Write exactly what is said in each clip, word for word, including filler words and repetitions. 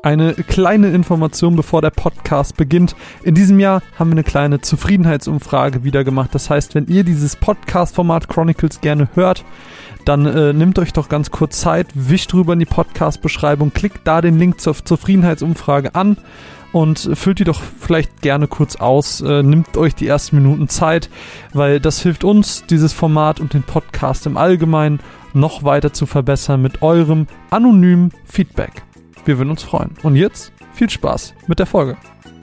Eine kleine Information, bevor der Podcast beginnt. In diesem Jahr haben wir eine kleine Zufriedenheitsumfrage wieder gemacht. Das heißt, wenn ihr dieses Podcast-Format Chronicles gerne hört, dann äh, nehmt euch doch ganz kurz Zeit, wischt rüber in die Podcast-Beschreibung, klickt da den Link zur Zufriedenheitsumfrage an und füllt die doch vielleicht gerne kurz aus. Äh, nimmt euch die ersten Minuten Zeit, weil das hilft uns, dieses Format und den Podcast im Allgemeinen noch weiter zu verbessern mit eurem anonymen Feedback. Wir würden uns freuen. Und jetzt viel Spaß mit der Folge.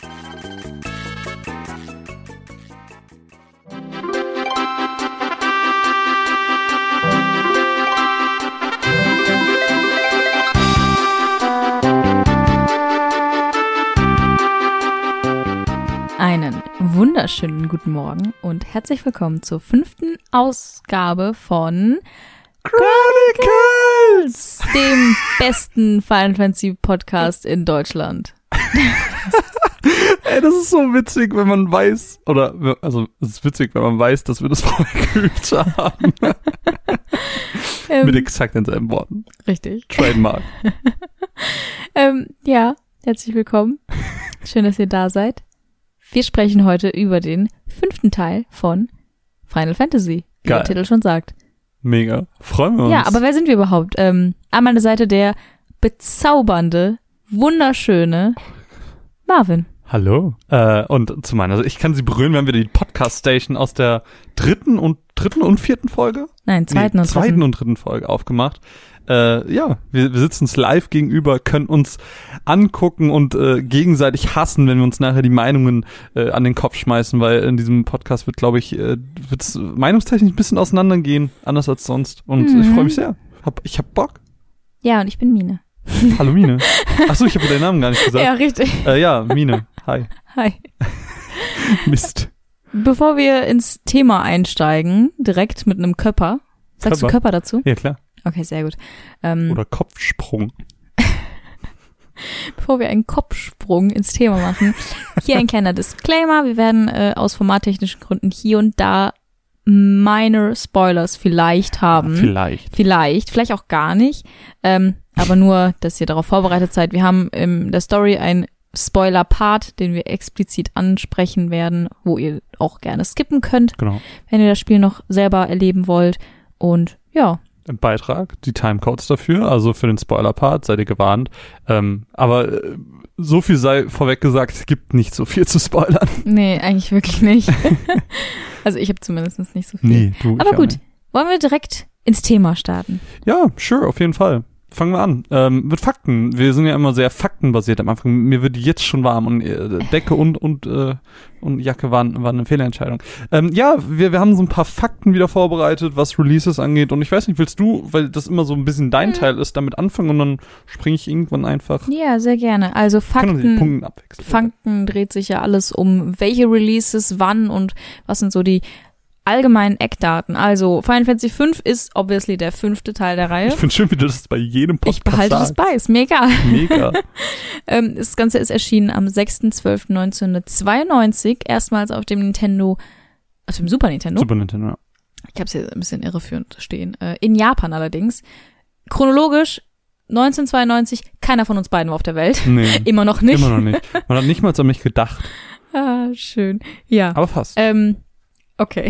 Einen wunderschönen guten Morgen und herzlich willkommen zur fünften Ausgabe von Chronicles! Dem besten Final Fantasy Podcast in Deutschland. Ey, das ist so witzig, wenn man weiß, oder, also, es ist witzig, wenn man weiß, dass wir das vorher geübt haben. ähm, Mit exakt denselben Worten. Richtig. Trademark. ähm, ja, herzlich willkommen. Schön, dass ihr da seid. Wir sprechen heute über den fünften Teil von Final Fantasy, wie Geil. der Titel schon sagt. Mega. Freuen wir uns. Ja, aber wer sind wir überhaupt? Ähm, an meiner Seite der bezaubernde, wunderschöne Marvin. Hallo. Äh, und zu meiner, also ich kann Sie berühren, wenn wir die Podcast-Station aus der dritten und dritten und vierten Folge? Nein, zweiten nee, und zweiten dritten. und dritten Folge aufgemacht. Äh, ja, wir, wir sitzen uns live gegenüber, können uns angucken und äh, gegenseitig hassen, wenn wir uns nachher die Meinungen äh, an den Kopf schmeißen, weil in diesem Podcast wird, glaube ich, äh, wird's meinungstechnisch ein bisschen auseinandergehen, anders als sonst. Und Mhm. ich freue mich sehr. Hab, ich hab Bock. Ja, und ich bin Mine. Hallo Mine. Achso, ich habe deinen Namen gar nicht gesagt. Ja, richtig. Äh, ja, Mine. Hi. Hi. Mist. Bevor wir ins Thema einsteigen, direkt mit einem Köpper. Sagst Köpper? du Köpper dazu? Ja, klar. Okay, sehr gut. Ähm, Oder Kopfsprung. Bevor wir einen Kopfsprung ins Thema machen, hier ein kleiner Disclaimer. Wir werden äh, aus formattechnischen Gründen hier und da minor Spoilers vielleicht haben. Vielleicht. Vielleicht, vielleicht auch gar nicht. Ähm, aber nur, dass ihr darauf vorbereitet seid. Wir haben in der Story einen Spoiler-Part, den wir explizit ansprechen werden, wo ihr auch gerne skippen könnt, Genau. wenn ihr das Spiel noch selber erleben wollt. Und ja. Im Beitrag, die Timecodes dafür, also für den Spoiler-Part, seid ihr gewarnt. Ähm, aber äh, so viel sei vorweg gesagt, es gibt nicht so viel zu spoilern. Nee, eigentlich wirklich nicht. Also ich habe zumindest nicht so viel. Nee, du, Aber ich gut, auch nicht. wollen wir direkt ins Thema starten? Ja, sure, auf jeden Fall. Fangen wir an. Ähm, mit Fakten. Wir sind ja immer sehr faktenbasiert am Anfang. Mir wird jetzt schon warm und äh, Decke und und äh, und Jacke waren waren eine Fehlentscheidung. Ähm, ja, wir wir haben so ein paar Fakten wieder vorbereitet, was Releases angeht. Und ich weiß nicht, willst du, weil das immer so ein bisschen dein Hm. Teil ist, damit anfangen und dann springe ich irgendwann einfach. Ja, sehr gerne. Also Können wir die Fakten, Punkte abwechseln? Fakten dreht sich ja alles um welche Releases, wann und was sind so die allgemeinen Eckdaten. Also Final Fantasy fünf ist obviously der fünfte Teil der Reihe. Ich finde schön, wie du das bei jedem Podcast Ich behalte das sagst. bei, ist mir egal. Mega. ähm, das Ganze ist erschienen am sechster zwölfter neunzehnhundertzweiundneunzig, erstmals auf dem Nintendo, also dem Super Nintendo. Super Nintendo, ja. Ich habe es hier ein bisschen irreführend stehen. Äh, in Japan allerdings. Chronologisch neunzehnhundertzweiundneunzig, keiner von uns beiden war auf der Welt. Nee, Immer noch nicht. immer noch nicht. Man hat nicht mal an mich gedacht. Ah, schön. Ja. Aber fast. Ähm, okay.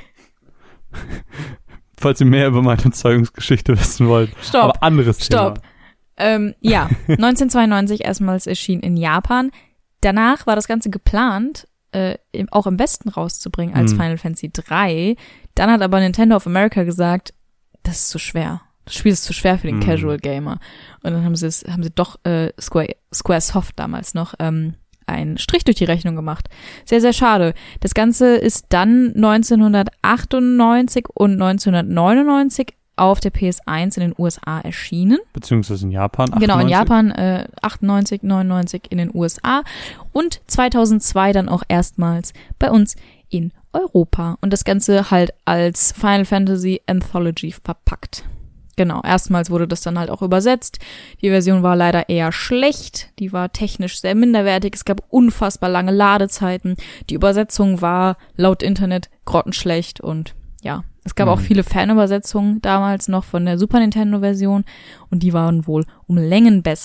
Falls ihr mehr über meine Zeugungsgeschichte wissen wollt. Stopp. Aber anderes Stopp. Thema. Ähm, ja, neunzehnhundertzweiundneunzig erstmals erschien in Japan. Danach war das Ganze geplant, äh, im, auch im Westen rauszubringen als Hm. Final Fantasy drei. Dann hat aber Nintendo of America gesagt, das ist zu schwer. Das Spiel ist zu schwer für den Hm. Casual Gamer. Und dann haben sie es, haben sie doch äh, Square, Squaresoft damals noch ähm, einen Strich durch die Rechnung gemacht. Sehr, sehr schade. Das Ganze ist dann neunzehnhundertachtundneunzig und neunzehnhundertneunundneunzig auf der P S eins in den U S A erschienen. Beziehungsweise in Japan. Genau, in achtundneunzig. Japan äh, achtundneunzig, neunundneunzig in den U S A und zweitausendzwei dann auch erstmals bei uns in Europa. Und das Ganze halt als Final Fantasy Anthology verpackt. Genau, erstmals wurde das dann halt auch übersetzt. Die Version war leider eher schlecht. Die war technisch sehr minderwertig. Es gab unfassbar lange Ladezeiten. Die Übersetzung war laut Internet grottenschlecht und ja, es gab Mhm. auch viele Fanübersetzungen damals noch von der Super Nintendo Version und die waren wohl um Längen besser,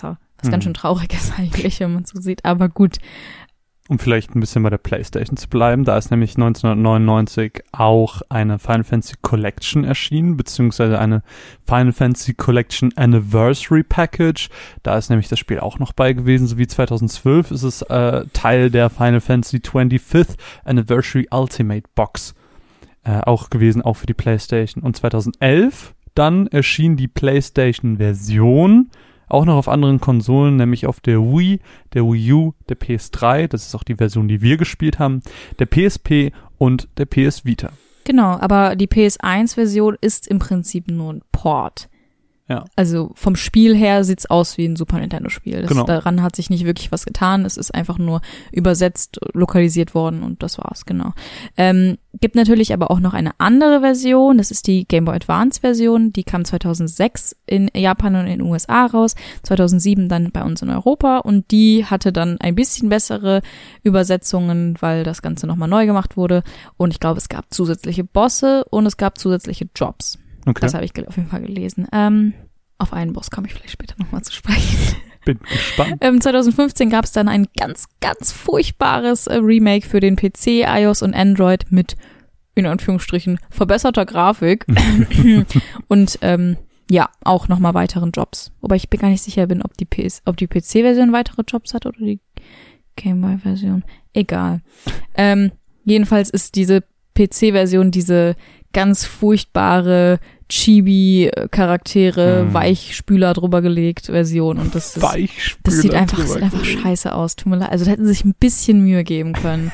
Was hm. ganz schön traurig ist eigentlich, wenn man so sieht, aber gut. Um vielleicht ein bisschen bei der PlayStation zu bleiben, da ist nämlich neunzehnhundertneunundneunzig auch eine Final Fantasy Collection erschienen, beziehungsweise eine Final Fantasy Collection Anniversary Package. Da ist nämlich das Spiel auch noch bei gewesen, sowie zweitausendzwölf ist es äh, Teil der Final Fantasy twenty-fifth Anniversary Ultimate Box äh, auch gewesen, auch für die PlayStation. Und zweitausendelf dann erschien die PlayStation-Version auch noch auf anderen Konsolen, nämlich auf der Wii, der Wii U, der P S drei, das ist auch die Version, die wir gespielt haben, der P S P und der P S Vita. Genau, aber die P S eins Version ist im Prinzip nur ein Port. Ja. Also vom Spiel her sieht's aus wie ein Super Nintendo-Spiel. Das, genau. Daran hat sich nicht wirklich was getan. Es ist einfach nur übersetzt, lokalisiert worden und das war's, genau. Ähm, gibt natürlich aber auch noch eine andere Version. Das ist die Game Boy Advance Version. Die kam zweitausendsechs in Japan und in den U S A raus. zweitausendsieben dann bei uns in Europa. Und die hatte dann ein bisschen bessere Übersetzungen, weil das Ganze nochmal neu gemacht wurde. Und ich glaube, es gab zusätzliche Bosse und es gab zusätzliche Jobs. Okay. Das habe ich auf jeden Fall gelesen. Ähm, auf einen Boss komme ich vielleicht später nochmal zu sprechen. Bin gespannt. ähm, zweitausendfünfzehn gab es dann ein ganz, ganz furchtbares äh, Remake für den P C, iOS und Android mit, in Anführungsstrichen, verbesserter Grafik. Und ähm, ja, auch nochmal weiteren Jobs. Wobei ich mir gar nicht sicher bin, ob die, P S, ob die P C-Version weitere Jobs hat oder die Game Boy-Version. Egal. ähm, jedenfalls ist diese P C-Version diese ganz furchtbare Chibi-Charaktere, hm. Weichspüler drüber gelegt Version und das, ist, das sieht einfach, das sieht einfach scheiße aus. Tut mir leid. Also da hätten sie sich ein bisschen Mühe geben können.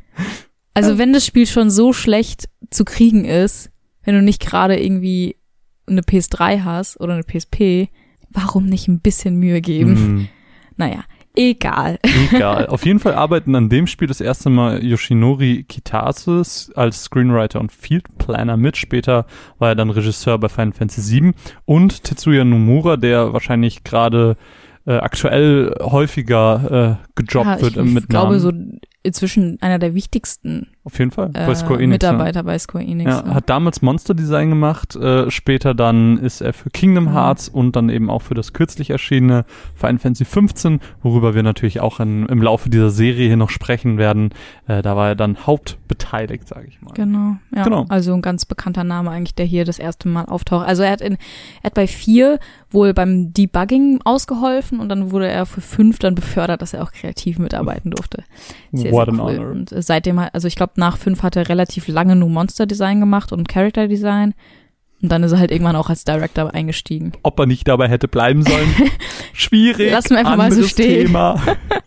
Also wenn das Spiel schon so schlecht zu kriegen ist, wenn du nicht gerade irgendwie eine P S drei hast oder eine P S P, warum nicht ein bisschen Mühe geben? Hm. Naja. Egal. Egal. Auf jeden Fall arbeiten an dem Spiel das erste Mal Yoshinori Kitase als Screenwriter und Field Planner mit. Später war er dann Regisseur bei Final Fantasy sieben und Tetsuya Nomura, der wahrscheinlich gerade äh, aktuell häufiger äh, gejobbt ja, wird ich, mit Ich glaube, so inzwischen einer der wichtigsten auf jeden Fall. Äh, bei Square Enix, Mitarbeiter ne? bei Square Enix. Ja, ja. Hat damals Monster Design gemacht, äh, später dann ist er für Kingdom Hearts mhm. und dann eben auch für das kürzlich erschienene Final Fantasy fünfzehn, worüber wir natürlich auch in, im Laufe dieser Serie hier noch sprechen werden. Äh, da war er dann hauptbeteiligt, sage ich mal. Genau, ja. Genau. Also ein ganz bekannter Name eigentlich, der hier das erste Mal auftaucht. Also er hat in, er hat bei vier wohl beim Debugging ausgeholfen und dann wurde er für fünf dann befördert, dass er auch kreativ mitarbeiten durfte. Sehr, What sehr an cool. honor. Und seitdem, also ich glaube, nach fünf hat er relativ lange nur Monster-Design gemacht und Character-Design. Und dann ist er halt irgendwann auch als Director eingestiegen. Ob er nicht dabei hätte bleiben sollen? Schwierig. Lassen wir einfach mal so stehen. Thema.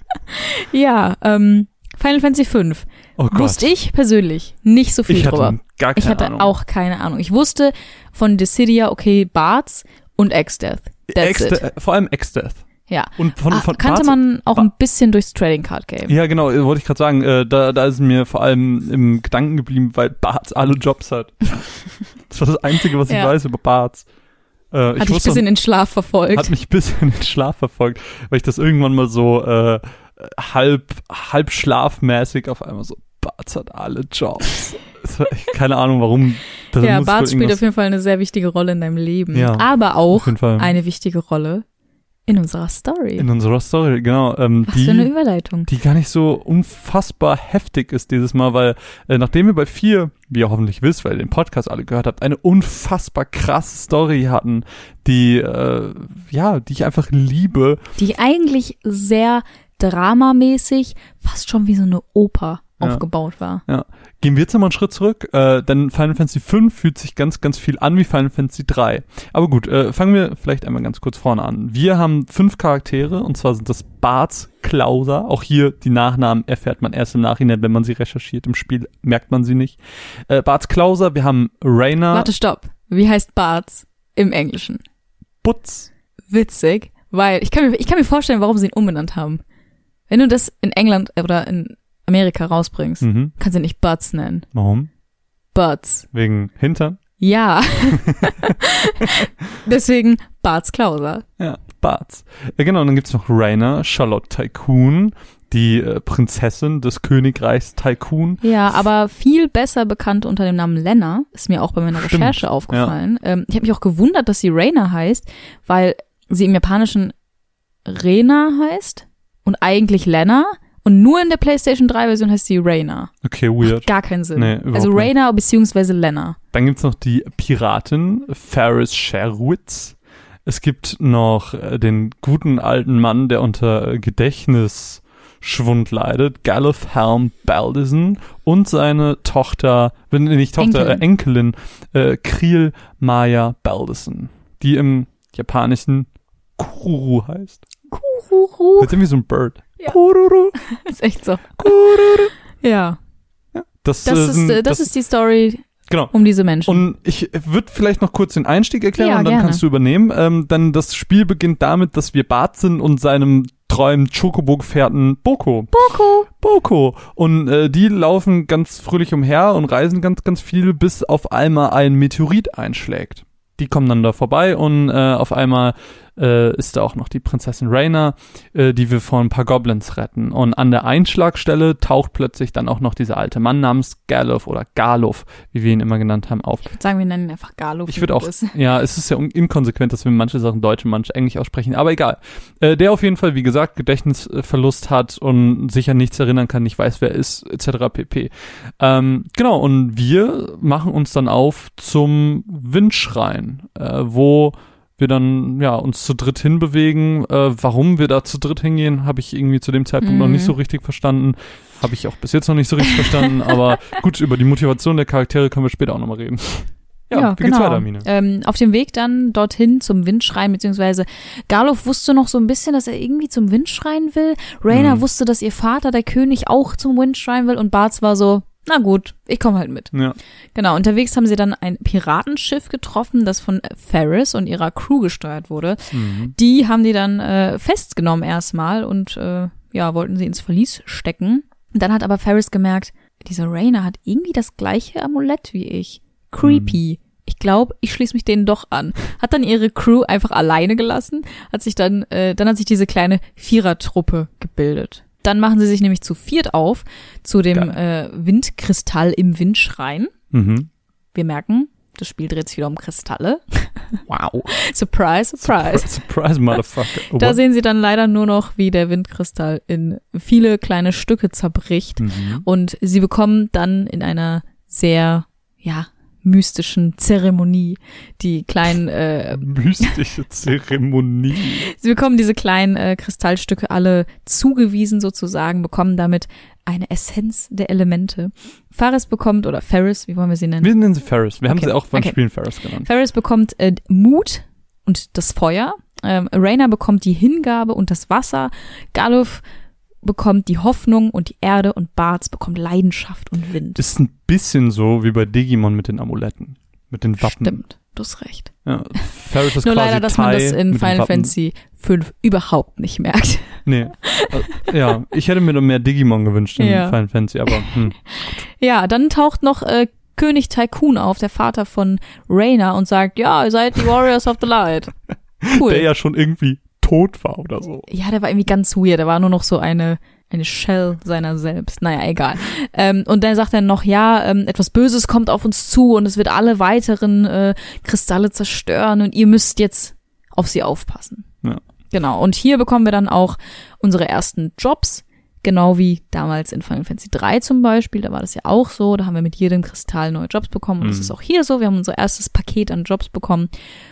Ja, ähm, Final Fantasy fünf. Oh Gott. Wusste ich persönlich nicht so viel ich drüber. Hatte gar keine ich hatte Ahnung. auch keine Ahnung. Ich wusste von Dissidia, okay, Bards und Exdeath. That's Exde- it. Vor allem Exdeath. Ja. Und von, ah, von kannte Bards, man auch ba- ein bisschen durchs Trading Card Game. Ja, genau, wollte ich gerade sagen. Äh, da, da ist mir vor allem im Gedanken geblieben, weil Bards alle Jobs hat. Das war das Einzige, was ich Ja. weiß über Bards. Äh, Hat ich dich ein wusste, bisschen in Schlaf verfolgt. Hat mich ein bisschen in den Schlaf verfolgt, weil ich das irgendwann mal so äh, halb, halb schlafmäßig auf einmal so, Bards hat alle Jobs. Das war echt keine Ahnung, warum. Das ja, muss Bards wohl spielt irgendwas- auf jeden Fall eine sehr wichtige Rolle in deinem Leben. Ja, aber auch auf jeden Fall. eine wichtige Rolle in unserer Story. In unserer Story, genau. Ähm, Was die, für eine Überleitung. die gar nicht so unfassbar heftig ist dieses Mal, weil äh, nachdem wir bei vier, wie ihr hoffentlich wisst, weil ihr den Podcast alle gehört habt, eine unfassbar krasse Story hatten, die, äh, ja, die ich einfach liebe. Die eigentlich sehr dramamäßig, fast schon wie so eine Oper Ja. aufgebaut war. Ja. Gehen wir jetzt nochmal einen Schritt zurück, äh, denn Final Fantasy fünf fühlt sich ganz, ganz viel an wie Final Fantasy drei. Aber gut, äh, fangen wir vielleicht einmal ganz kurz vorne an. Wir haben fünf Charaktere, und zwar sind das Bards, Klauser. Auch hier die Nachnamen erfährt man erst im Nachhinein, wenn man sie recherchiert. Im Spiel merkt man sie nicht. Äh, Bards, Klauser, wir haben Raina. Warte, stopp. Wie heißt Bards im Englischen? Butz. Witzig, weil ich kann mir, ich kann mir vorstellen, warum sie ihn umbenannt haben. Wenn du das in England oder in Amerika rausbringst, Mhm. kannst du ihn nicht Butts nennen. Warum? Butts. Wegen Hintern? Ja. Deswegen Bards Klauser. Ja, Bards. Ja, genau, und dann gibt's noch Raina, Charlotte Tycoon, die äh, Prinzessin des Königreichs Tycoon. Ja, aber viel besser bekannt unter dem Namen Lena, ist mir auch bei meiner Stimmt. Recherche aufgefallen. Ähm, ich habe mich auch gewundert, dass sie Raina heißt, weil sie im Japanischen Rena heißt und eigentlich Lena. Und nur in der PlayStation drei Version heißt sie Reyna. Okay, weird. Macht gar keinen Sinn. Nee, also Reyna beziehungsweise Lena. Dann gibt's noch die Piratin Ferris Sherwitz. Es gibt noch äh, den guten alten Mann, der unter Gedächtnisschwund leidet, Galuf Helm Baldison und seine Tochter, wenn nicht Tochter, Enkelin, äh, Enkelin äh, Kriel Maya Baldison, die im Japanischen Kururu heißt. Kururu. Hört sich wie so ein Bird. Ja. Kururu. Ist echt so. Kururu. Ja. ja das, das, ist, sind, das, das ist die Story genau. um diese Menschen. Und ich würde vielleicht noch kurz den Einstieg erklären ja, und dann gerne. kannst du übernehmen. Ähm, dann das Spiel beginnt damit, dass wir Bart sind und seinem treuen Chocobo-Gefährten Boko. Boko. Boko. Und äh, die laufen ganz fröhlich umher und reisen ganz, ganz viel, bis auf einmal ein Meteorit einschlägt. Die kommen dann da vorbei und äh, auf einmal äh, ist da auch noch die Prinzessin Reyna, äh, die wir vor ein paar Goblins retten. Und an der Einschlagstelle taucht plötzlich dann auch noch dieser alte Mann namens Galuf oder Galuf, wie wir ihn immer genannt haben, auf. Ich würde sagen, wir nennen ihn einfach Galuf. Ich würde auch, ja, es ist ja un- inkonsequent, dass wir manche Sachen Deutsch und manche Englisch aussprechen, aber egal. Äh, der auf jeden Fall, wie gesagt, Gedächtnisverlust hat und sich an nichts erinnern kann, nicht weiß, wer er ist, et cetera pp. Ähm, genau, und wir machen uns dann auf zum Windschrein, äh, wo wir dann ja uns zu dritt hinbewegen. Äh, warum wir da zu dritt hingehen, habe ich irgendwie zu dem Zeitpunkt mhm. noch nicht so richtig verstanden. Habe ich auch bis jetzt noch nicht so richtig verstanden. Aber gut, über die Motivation der Charaktere können wir später auch nochmal reden. Ja, ja, wie genau. geht's weiter, Mine? Ähm, auf dem Weg dann dorthin zum Windschrein, beziehungsweise Galuf wusste noch so ein bisschen, dass er irgendwie zum Windschrein will. Reyna mhm. wusste, dass ihr Vater, der König, auch zum Windschrein will. Und Bart war so, na gut, ich komme halt mit. Ja. Genau, unterwegs haben sie dann ein Piratenschiff getroffen, das von Ferris und ihrer Crew gesteuert wurde. Mhm. Die haben die dann äh, festgenommen erstmal und äh, ja, wollten sie ins Verlies stecken. Dann hat aber Ferris gemerkt, diese Reyna hat irgendwie das gleiche Amulett wie ich. Creepy. Mhm. Ich glaube, ich schließe mich denen doch an. Hat dann ihre Crew einfach alleine gelassen, hat sich dann, äh, dann hat sich diese kleine Vierertruppe gebildet. Dann machen sie sich nämlich zu viert auf zu dem äh, Windkristall im Windschrein. Mhm. Wir merken, das Spiel dreht sich wieder um Kristalle. Wow. Surprise, surprise. Surprise, surprise motherfucker. Oh, da what? sehen sie dann leider nur noch, wie der Windkristall in viele kleine Stücke zerbricht. Mhm. Und sie bekommen dann in einer sehr, ja, mystischen Zeremonie die kleinen äh, mystische Zeremonie. Sie bekommen diese kleinen äh, Kristallstücke alle zugewiesen sozusagen, bekommen damit eine Essenz der Elemente. Ferris bekommt, oder Ferris, wie wollen wir sie nennen? Wir nennen sie Ferris. Wir okay. haben sie auch beim okay. Spielen Ferris genannt. Ferris bekommt äh, Mut und das Feuer. Ähm, Reyna bekommt die Hingabe und das Wasser. Galuf bekommt die Hoffnung und die Erde und Barts bekommt Leidenschaft und Wind. Ist ein bisschen so wie bei Digimon mit den Amuletten, mit den Wappen. Stimmt, du hast recht. Ja, Ferris ist Nur quasi leider, dass Tai man das in mit den Final Wappen. Fantasy fünf überhaupt nicht merkt. Nee, äh, ja, ich hätte mir noch mehr Digimon gewünscht in Ja. Final Fantasy, aber hm. Ja, dann taucht noch äh, König Tycoon auf, der Vater von Reyna, und sagt, ja, ihr seid die Warriors of the Light. Cool. Der ja schon irgendwie tot war oder so. Ja, der war irgendwie ganz weird. Der war nur noch so eine eine Shell seiner selbst. Naja, egal. Ähm, und dann sagt er noch, ja, ähm, etwas Böses kommt auf uns zu und es wird alle weiteren äh, Kristalle zerstören und ihr müsst jetzt auf sie aufpassen. Ja. Genau. Und hier bekommen wir dann auch unsere ersten Jobs, genau wie damals in Final Fantasy drei zum Beispiel. Da war das ja auch so. Da haben wir mit jedem Kristall neue Jobs bekommen. Und Mhm. das ist auch hier so. Wir haben unser erstes Paket an Jobs bekommen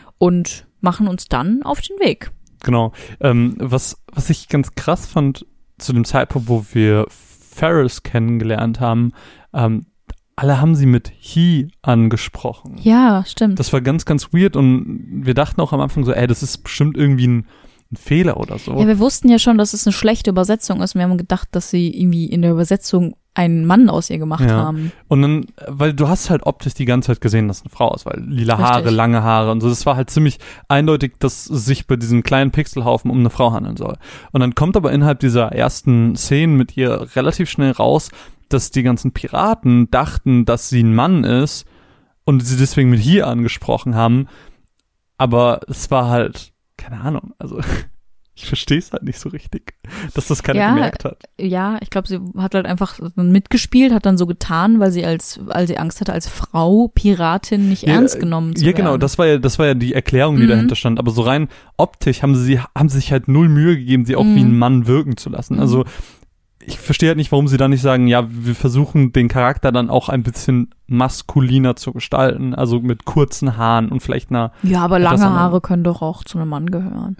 und machen uns dann auf den Weg. Genau. Ähm, was, was ich ganz krass fand, zu dem Zeitpunkt, wo wir Ferris kennengelernt haben, ähm, alle haben sie mit He angesprochen. Ja, stimmt. Das war ganz, ganz weird und wir dachten auch am Anfang so, ey, das ist bestimmt irgendwie ein, ein Fehler oder so. Ja, wir wussten ja schon, dass es eine schlechte Übersetzung ist. Wir haben gedacht, dass sie irgendwie in der Übersetzung einen Mann aus ihr gemacht Ja. haben. Und dann, weil du hast halt optisch die ganze Zeit gesehen, dass eine Frau ist, weil lila Richtig. Haare, lange Haare und so. Das war halt ziemlich eindeutig, dass es sich bei diesem kleinen Pixelhaufen um eine Frau handeln soll. Und dann kommt aber innerhalb dieser ersten Szenen mit ihr relativ schnell raus, dass die ganzen Piraten dachten, dass sie ein Mann ist und sie deswegen mit hier angesprochen haben. Aber es war halt, keine Ahnung, also Ich verstehe es halt nicht so richtig, dass das keiner ja, gemerkt hat. Ja, ich glaube, sie hat halt einfach mitgespielt, hat dann so getan, weil sie als, weil sie Angst hatte, als Frau Piratin nicht ja, ernst genommen zu ja, werden. Ja, genau, das war ja, das war ja die Erklärung, die mhm. dahinter stand. Aber so rein optisch haben sie, haben sie sich halt null Mühe gegeben, sie auch mhm. wie ein Mann wirken zu lassen. Mhm. Also ich verstehe halt nicht, warum sie da nicht sagen, ja, wir versuchen den Charakter dann auch ein bisschen maskuliner zu gestalten, also mit kurzen Haaren und vielleicht einer... Ja, aber lange Haare können doch auch zu einem Mann gehören.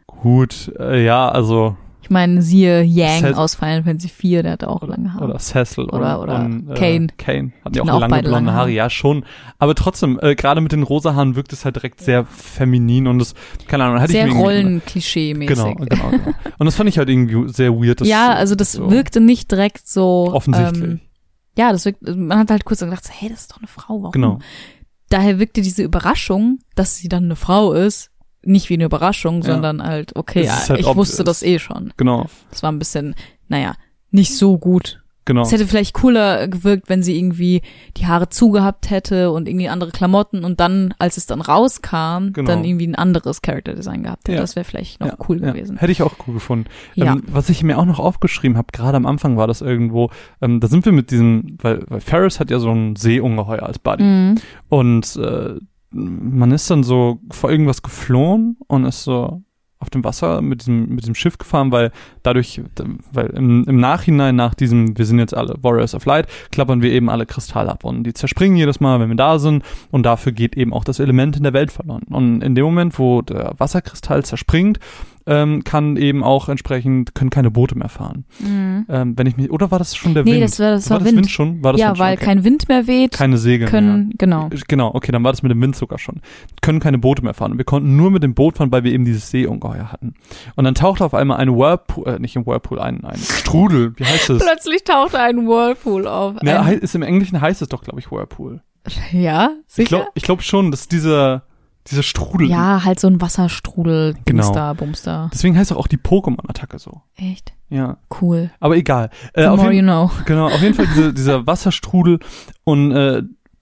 Gut, äh, ja, also... Ich meine, siehe Yang Cecil aus Final Fantasy vier, der hatte auch oder, lange Haare. Oder Cecil oder, und, oder und, äh, Kane. Kane hatten ja auch auch lange beide blonde lange Haare, Haare. ja schon. Aber trotzdem, äh, gerade mit den rosa Haaren wirkt es halt direkt sehr feminin und das, keine Ahnung, hatte sehr ich mir Rollenklischee-mäßig. Genau, genau, genau. Und das fand ich halt irgendwie sehr weird. Dass, ja, also das so wirkte nicht direkt so... offensichtlich. Ähm, ja, das wirkt, man hat halt kurz gedacht, hey, das ist doch eine Frau, warum? Genau. Daher wirkte diese Überraschung, dass sie dann eine Frau ist, nicht wie eine Überraschung, Ja. sondern halt, okay, ja, halt ich obvious. wusste das eh schon. Genau, Das war ein bisschen, naja, nicht so gut. genau. Es hätte vielleicht cooler gewirkt, wenn sie irgendwie die Haare zugehabt hätte und irgendwie andere Klamotten und dann, als es dann rauskam, Genau. dann irgendwie ein anderes Charakterdesign gehabt hätte. Ja. Das wäre vielleicht noch ja, cool ja. gewesen. Hätte ich auch cool gefunden. Ja. Ähm, was ich mir auch noch aufgeschrieben habe, gerade am Anfang war das irgendwo, ähm, da sind wir mit diesem, weil, weil Ferris hat ja so ein Seeungeheuer als Buddy. Mhm. Und äh, man ist dann so vor irgendwas geflohen und ist so auf dem Wasser mit diesem, mit diesem Schiff gefahren, weil dadurch, weil im, im Nachhinein nach diesem, wir sind jetzt alle Warriors of Light, klappern wir eben alle Kristalle ab und die zerspringen jedes Mal, wenn wir da sind und dafür geht eben auch das Element in der Welt verloren. Und in dem Moment, wo der Wasserkristall zerspringt, ähm, kann eben auch entsprechend, können keine Boote mehr fahren. Mhm. Ähm, wenn ich mich, oder war das schon der Nee, Wind? das war, das war, war das Wind. Wind schon? War das ja, Wind schon? weil Okay. kein Wind mehr weht, Keine Segel können, mehr. genau. Genau, okay, dann war das mit dem Wind sogar schon. Können keine Boote mehr fahren. Und wir konnten nur mit dem Boot fahren, weil wir eben dieses Seeungeheuer hatten. Und dann tauchte auf einmal ein Whirlpool, äh, nicht ein Whirlpool, ein, ein Strudel, wie heißt das? Plötzlich tauchte ein Whirlpool auf. Ja, Ein, hei- ist im Englischen heißt es doch, glaube ich, Whirlpool. ja, sicher? Ich glaube ich glaub schon, dass dieser, dieser Strudel. Ja, halt so ein Wasserstrudel, Genau. Bumster, Bumster. Deswegen heißt auch, auch die Pokémon-Attacke so. Echt? Ja. Cool. Aber egal. The Äh, auf, more you jeden, know. genau, auf jeden Fall diese, dieser Wasserstrudel und äh,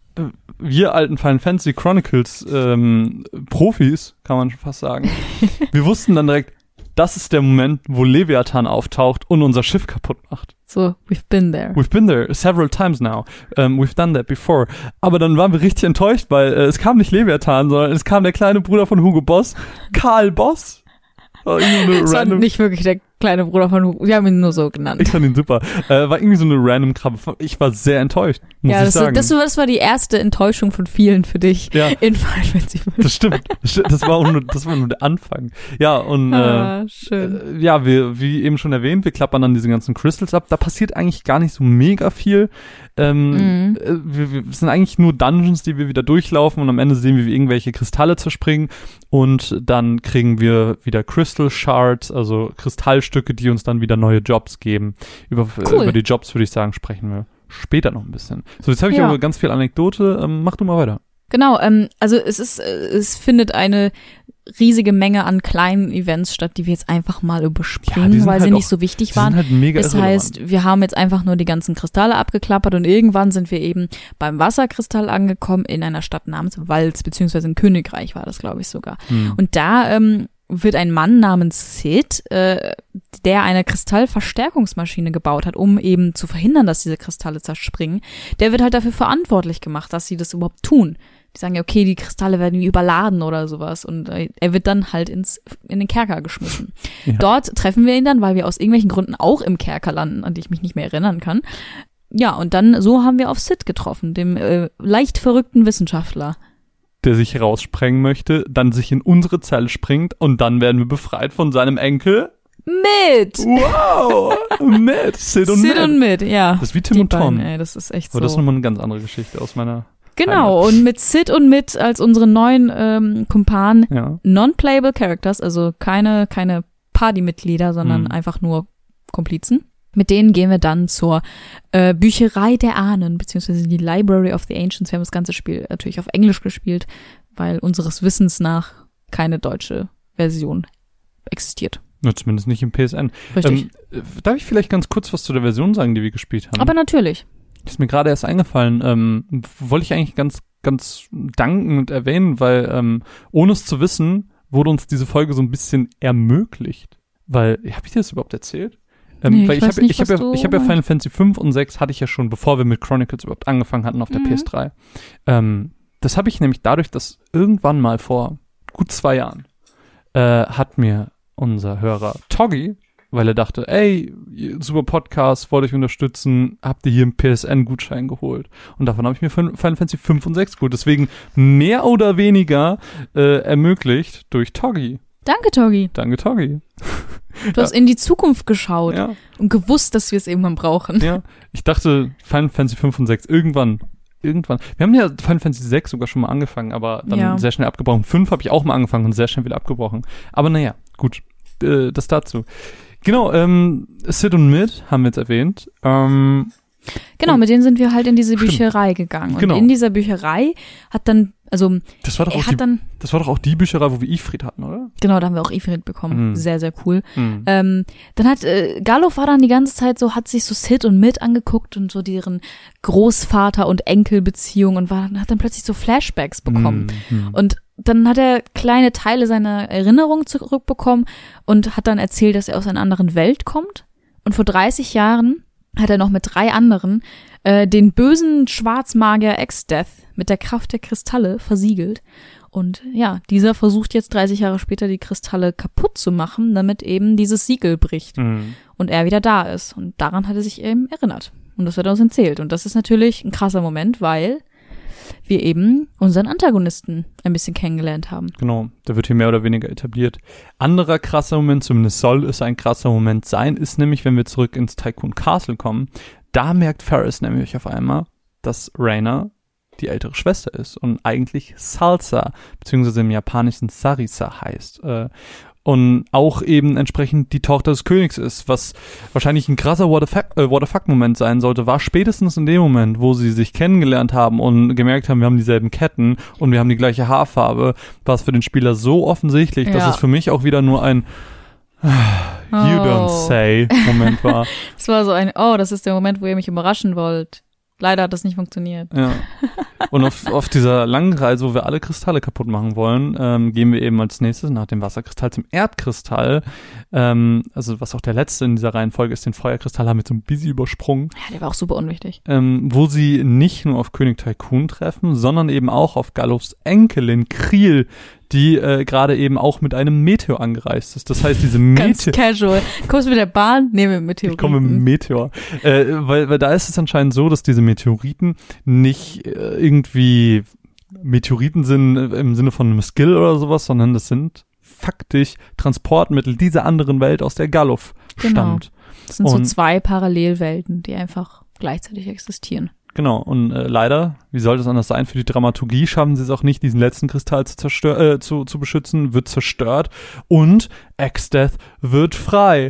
wir alten Final Fantasy Chronicles ähm, Profis, kann man schon fast sagen, wir wussten dann direkt, das ist der Moment, wo Leviathan auftaucht und unser Schiff kaputt macht. So, we've been there. We've been there several times now. Um, we've done that before. Aber dann waren wir richtig enttäuscht, weil äh, es kam nicht Leviathan, sondern es kam der kleine Bruder von Hugo Boss, Karl Boss. Oh, irgendwie Das war random- nicht wirklich der kleine Bruder von Hugo. Wir haben ihn nur so genannt. Ich fand ihn super. Äh, war irgendwie so eine random Krabbe. Ich war sehr enttäuscht, muss ja, ich das, sagen. das, war, das war die erste Enttäuschung von vielen für dich Ja. in Final Fantasy fünf. Das stimmt. Das stimmt. Das war, auch nur, das war nur der Anfang. Ja, und äh, Ah, schön. äh, ja, wir, wie eben schon erwähnt, wir klappern dann diese ganzen Crystals ab. Da passiert eigentlich gar nicht so mega viel. Ähm, Mhm. äh, wir, wir es sind eigentlich nur Dungeons, die wir wieder durchlaufen und am Ende sehen wir, wie irgendwelche Kristalle zerspringen und dann kriegen wir wieder Crystal Shards, also Kristallstücke, die uns dann wieder neue Jobs geben. Über, Cool. äh, über die Jobs, würde ich sagen, sprechen wir später noch ein bisschen. So, jetzt habe ich Ja. aber ganz viel Anekdote. Ähm, mach du mal weiter. Genau, ähm, also es ist, äh, es findet eine riesige Menge an kleinen Events statt, die wir jetzt einfach mal Ja, überspringen, die sind weil halt sie nicht auch- so wichtig Die waren. sind halt mega Das irrelevant. heißt, wir haben jetzt einfach nur die ganzen Kristalle abgeklappert und irgendwann sind wir eben beim Wasserkristall angekommen in einer Stadt namens Walz, beziehungsweise in Königreich war das, glaube ich, sogar. Hm. Und da ähm, wird ein Mann namens Sid, äh, der eine Kristallverstärkungsmaschine gebaut hat, um eben zu verhindern, dass diese Kristalle zerspringen, der wird halt dafür verantwortlich gemacht, dass sie das überhaupt tun. Die sagen ja, okay, die Kristalle werden wie überladen oder sowas und äh, er wird dann halt ins in den Kerker geschmissen. Ja. Dort treffen wir ihn dann, weil wir aus irgendwelchen Gründen auch im Kerker landen, an die ich mich nicht mehr erinnern kann. Ja, und dann so haben wir auf Sid getroffen, dem äh, leicht verrückten Wissenschaftler. Der sich raussprengen möchte, dann sich in unsere Zelle springt und dann werden wir befreit von seinem Enkel. Mit! Wow! mit! Sid und Sid Matt. und mit, ja. Das ist wie Tim Die und Tom. beiden, ey, das ist echt so. Aber das ist nochmal eine ganz andere Geschichte aus meiner Genau, Heimat. und mit Sid und mit als unsere neuen ähm, Kumpanen Ja. non-playable Characters, also keine, keine Partymitglieder, sondern Mhm. einfach nur Komplizen. Mit denen gehen wir dann zur äh, Bücherei der Ahnen, beziehungsweise die Library of the Ancients. Wir haben das ganze Spiel natürlich auf Englisch gespielt, weil unseres Wissens nach keine deutsche Version existiert. Nur zumindest nicht im P S N. Richtig. Ähm, äh, darf ich vielleicht ganz kurz was zu der Version sagen, die wir gespielt haben? Aber natürlich. Ist mir gerade erst eingefallen. Ähm, wollte ich eigentlich ganz, ganz danken und erwähnen, weil ähm, ohne es zu wissen, wurde uns diese Folge so ein bisschen ermöglicht. weil, habe ich dir das überhaupt erzählt? Ähm, Nee, weil ich ich weiß habe nicht, ich hab was ja, du ich hab ja meinst. Final Fantasy fünf und sechs hatte ich ja schon, bevor wir mit Chronicles überhaupt angefangen hatten auf der Mhm. P S drei. Ähm, das habe ich nämlich dadurch, dass irgendwann mal vor gut zwei Jahren äh, hat mir unser Hörer Toggy, weil er dachte, ey, super Podcast, wollte ich unterstützen, habt ihr hier einen P S N-Gutschein geholt. Und davon habe ich mir Final Fantasy fünf und sechs geholt. Deswegen mehr oder weniger äh, ermöglicht durch Toggy. Danke, Togi. Danke, Toggy. Du hast in die Zukunft geschaut Ja, und gewusst, dass wir es irgendwann brauchen. ja. Ich dachte, Final Fantasy fünf und sechs irgendwann, irgendwann. Wir haben ja Final Fantasy sechs sogar schon mal angefangen, aber dann Ja. sehr schnell abgebrochen. fünf habe ich auch mal angefangen und sehr schnell wieder abgebrochen. Aber naja, gut, äh, das dazu. Genau, ähm, Sid und Mid haben wir jetzt erwähnt. Ähm, Genau, Und- mit denen sind wir halt in diese Stimmt. Bücherei gegangen. Genau. Und in dieser Bücherei hat dann, also das war doch auch er die, hat dann, das war doch auch die Bücherei, wo wir Ifrit hatten, oder? genau, da haben wir auch Ifrit bekommen. Mhm. Sehr, sehr cool. Mhm. Ähm, dann hat, äh, Galuf war dann die ganze Zeit so, hat sich so Sid und Mid angeguckt und so deren Großvater- und Enkelbeziehung und war, hat dann plötzlich so Flashbacks bekommen. Mhm. Und dann hat er kleine Teile seiner Erinnerung zurückbekommen und hat dann erzählt, dass er aus einer anderen Welt kommt. Und vor dreißig Jahren hat er noch mit drei anderen äh, den bösen Schwarzmagier Exdeath mit der Kraft der Kristalle versiegelt. Und ja, dieser versucht jetzt dreißig Jahre später die Kristalle kaputt zu machen, damit eben dieses Siegel bricht Mhm. und er wieder da ist. Und daran hat er sich eben erinnert. Und das hat er uns erzählt. Und das ist natürlich ein krasser Moment, weil wir eben unseren Antagonisten ein bisschen kennengelernt haben. Genau, der wird hier mehr oder weniger etabliert. Anderer krasser Moment, zumindest soll es ein krasser Moment sein, ist nämlich, wenn wir zurück ins Tycoon Castle kommen. Da merkt Ferris nämlich auf einmal, dass Reina die ältere Schwester ist und eigentlich Salsa, beziehungsweise im Japanischen Sarisa heißt. Äh, und auch eben entsprechend die Tochter des Königs ist, was wahrscheinlich ein krasser What the fuck, äh, What the fuck Moment sein sollte, war spätestens in dem Moment, wo sie sich kennengelernt haben und gemerkt haben, wir haben dieselben Ketten und wir haben die gleiche Haarfarbe, war es für den Spieler so offensichtlich, dass Ja. es für mich auch wieder nur ein You don't Oh. say Moment war. Es war so ein, oh, das ist der Moment, wo ihr mich überraschen wollt. Leider hat das nicht funktioniert. Ja. Und auf, auf dieser langen Reise, wo wir alle Kristalle kaputt machen wollen, ähm, gehen wir eben als nächstes nach dem Wasserkristall zum Erdkristall. Ähm, also was auch der letzte in dieser Reihenfolge ist, den Feuerkristall haben wir so ein bisschen übersprungen, Ja, der war auch super unwichtig. ähm, wo sie nicht nur auf König Tycoon treffen, sondern eben auch auf Galufs Enkelin Kriel, die äh, gerade eben auch mit einem Meteor angereist ist. Das heißt, diese Ganz Meteor... casual. Kommst du mit der Bahn? Nehme mit Meteoriten. Ich komme mit dem Meteor. Äh, weil, weil da ist es anscheinend so, dass diese Meteoriten nicht äh, irgendwie Meteoriten sind im Sinne von einem Skill oder sowas, sondern das sind faktisch Transportmittel dieser anderen Welt, aus der Galuf Genau. stammt. Das sind so Und- zwei Parallelwelten, die einfach gleichzeitig existieren. Genau, und äh, leider, wie soll das anders sein, für die Dramaturgie schaffen sie es auch nicht, diesen letzten Kristall zu, zerstör äh, zu, zu beschützen, wird zerstört und Exdeath wird frei.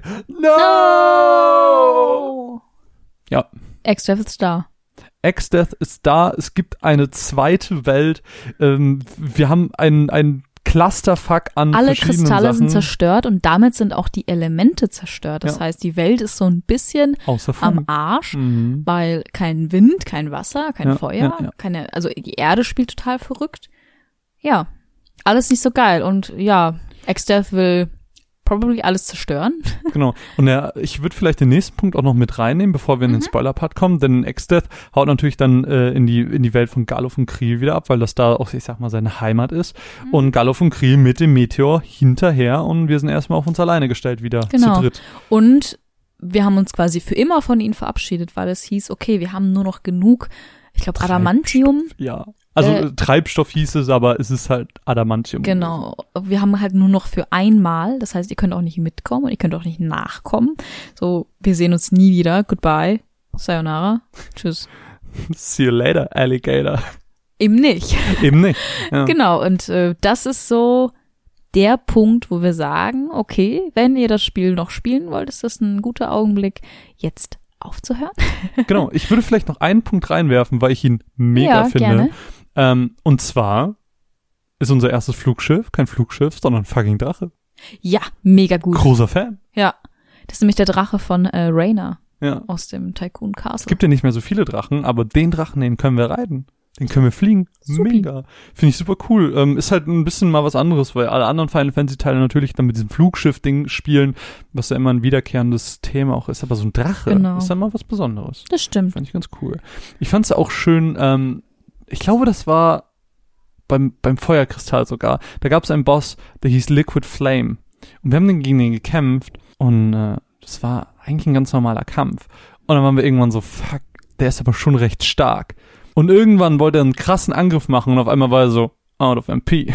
No! Ja. Exdeath ist da. Exdeath ist da, es gibt eine zweite Welt, ähm, wir haben einen, einen Clusterfuck an Alle verschiedenen Kristalle Sachen. sind zerstört und damit sind auch die Elemente zerstört. Das Ja. heißt, die Welt ist so ein bisschen Außer am Funk. Arsch, Mhm. weil kein Wind, kein Wasser, kein Ja, Feuer, ja, ja. keine, also die Erde spielt total verrückt. Ja, alles nicht so geil. Und ja, Exdeath will probably alles zerstören. Genau. Und er, ich würde vielleicht den nächsten Punkt auch noch mit reinnehmen, bevor wir in den Spoiler-Part kommen, denn Exdeath haut natürlich dann äh, in die in die Welt von Galuf und Kriel wieder ab, weil das da auch, ich sag mal, seine Heimat ist. Mhm. Und Galuf und Kriel mit dem Meteor hinterher und wir sind erstmal auf uns alleine gestellt wieder Genau. zu dritt. Und wir haben uns quasi für immer von ihnen verabschiedet, weil es hieß, okay, wir haben nur noch genug, ich glaube, Adamantium. Ja. Also Äh, äh, Treibstoff hieß es, aber es ist halt Adamantium. Genau. Wir haben halt nur noch für einmal, das heißt, ihr könnt auch nicht mitkommen und ihr könnt auch nicht nachkommen. So, wir sehen uns nie wieder. Goodbye. Sayonara. Tschüss. See you later, Alligator. Eben nicht. Eben nicht. Ja. Genau. Und äh, das ist so der Punkt, wo wir sagen, okay, wenn ihr das Spiel noch spielen wollt, ist das ein guter Augenblick, jetzt aufzuhören. Genau. Ich würde vielleicht noch einen Punkt reinwerfen, weil ich ihn mega Ja, finde. gerne. Ähm, und zwar ist unser erstes Flugschiff kein Flugschiff, sondern ein fucking Drache. Ja, mega gut. Großer Fan. Ja. Das ist nämlich der Drache von äh, Raina Ja. aus dem Tycoon Castle. Es gibt ja nicht mehr so viele Drachen, aber den Drachen, den können wir reiten. Den können wir fliegen. Supi. Mega. Finde ich super cool. Ähm, ist halt ein bisschen mal was anderes, weil alle anderen Final Fantasy Teile natürlich dann mit diesem Flugschiff-Ding spielen, was ja immer ein wiederkehrendes Thema auch ist. Aber so ein Drache Genau. ist dann mal was Besonderes. Das stimmt. Fand ich ganz cool. Ich fand es auch schön, ähm, ich glaube, das war beim, beim Feuerkristall sogar. Da gab es einen Boss, der hieß Liquid Flame. Und wir haben den gegen den gekämpft. Und äh, das war eigentlich ein ganz normaler Kampf. Und dann waren wir irgendwann so, fuck, der ist aber schon recht stark. Und irgendwann wollte er einen krassen Angriff machen und auf einmal war er so, out of M P.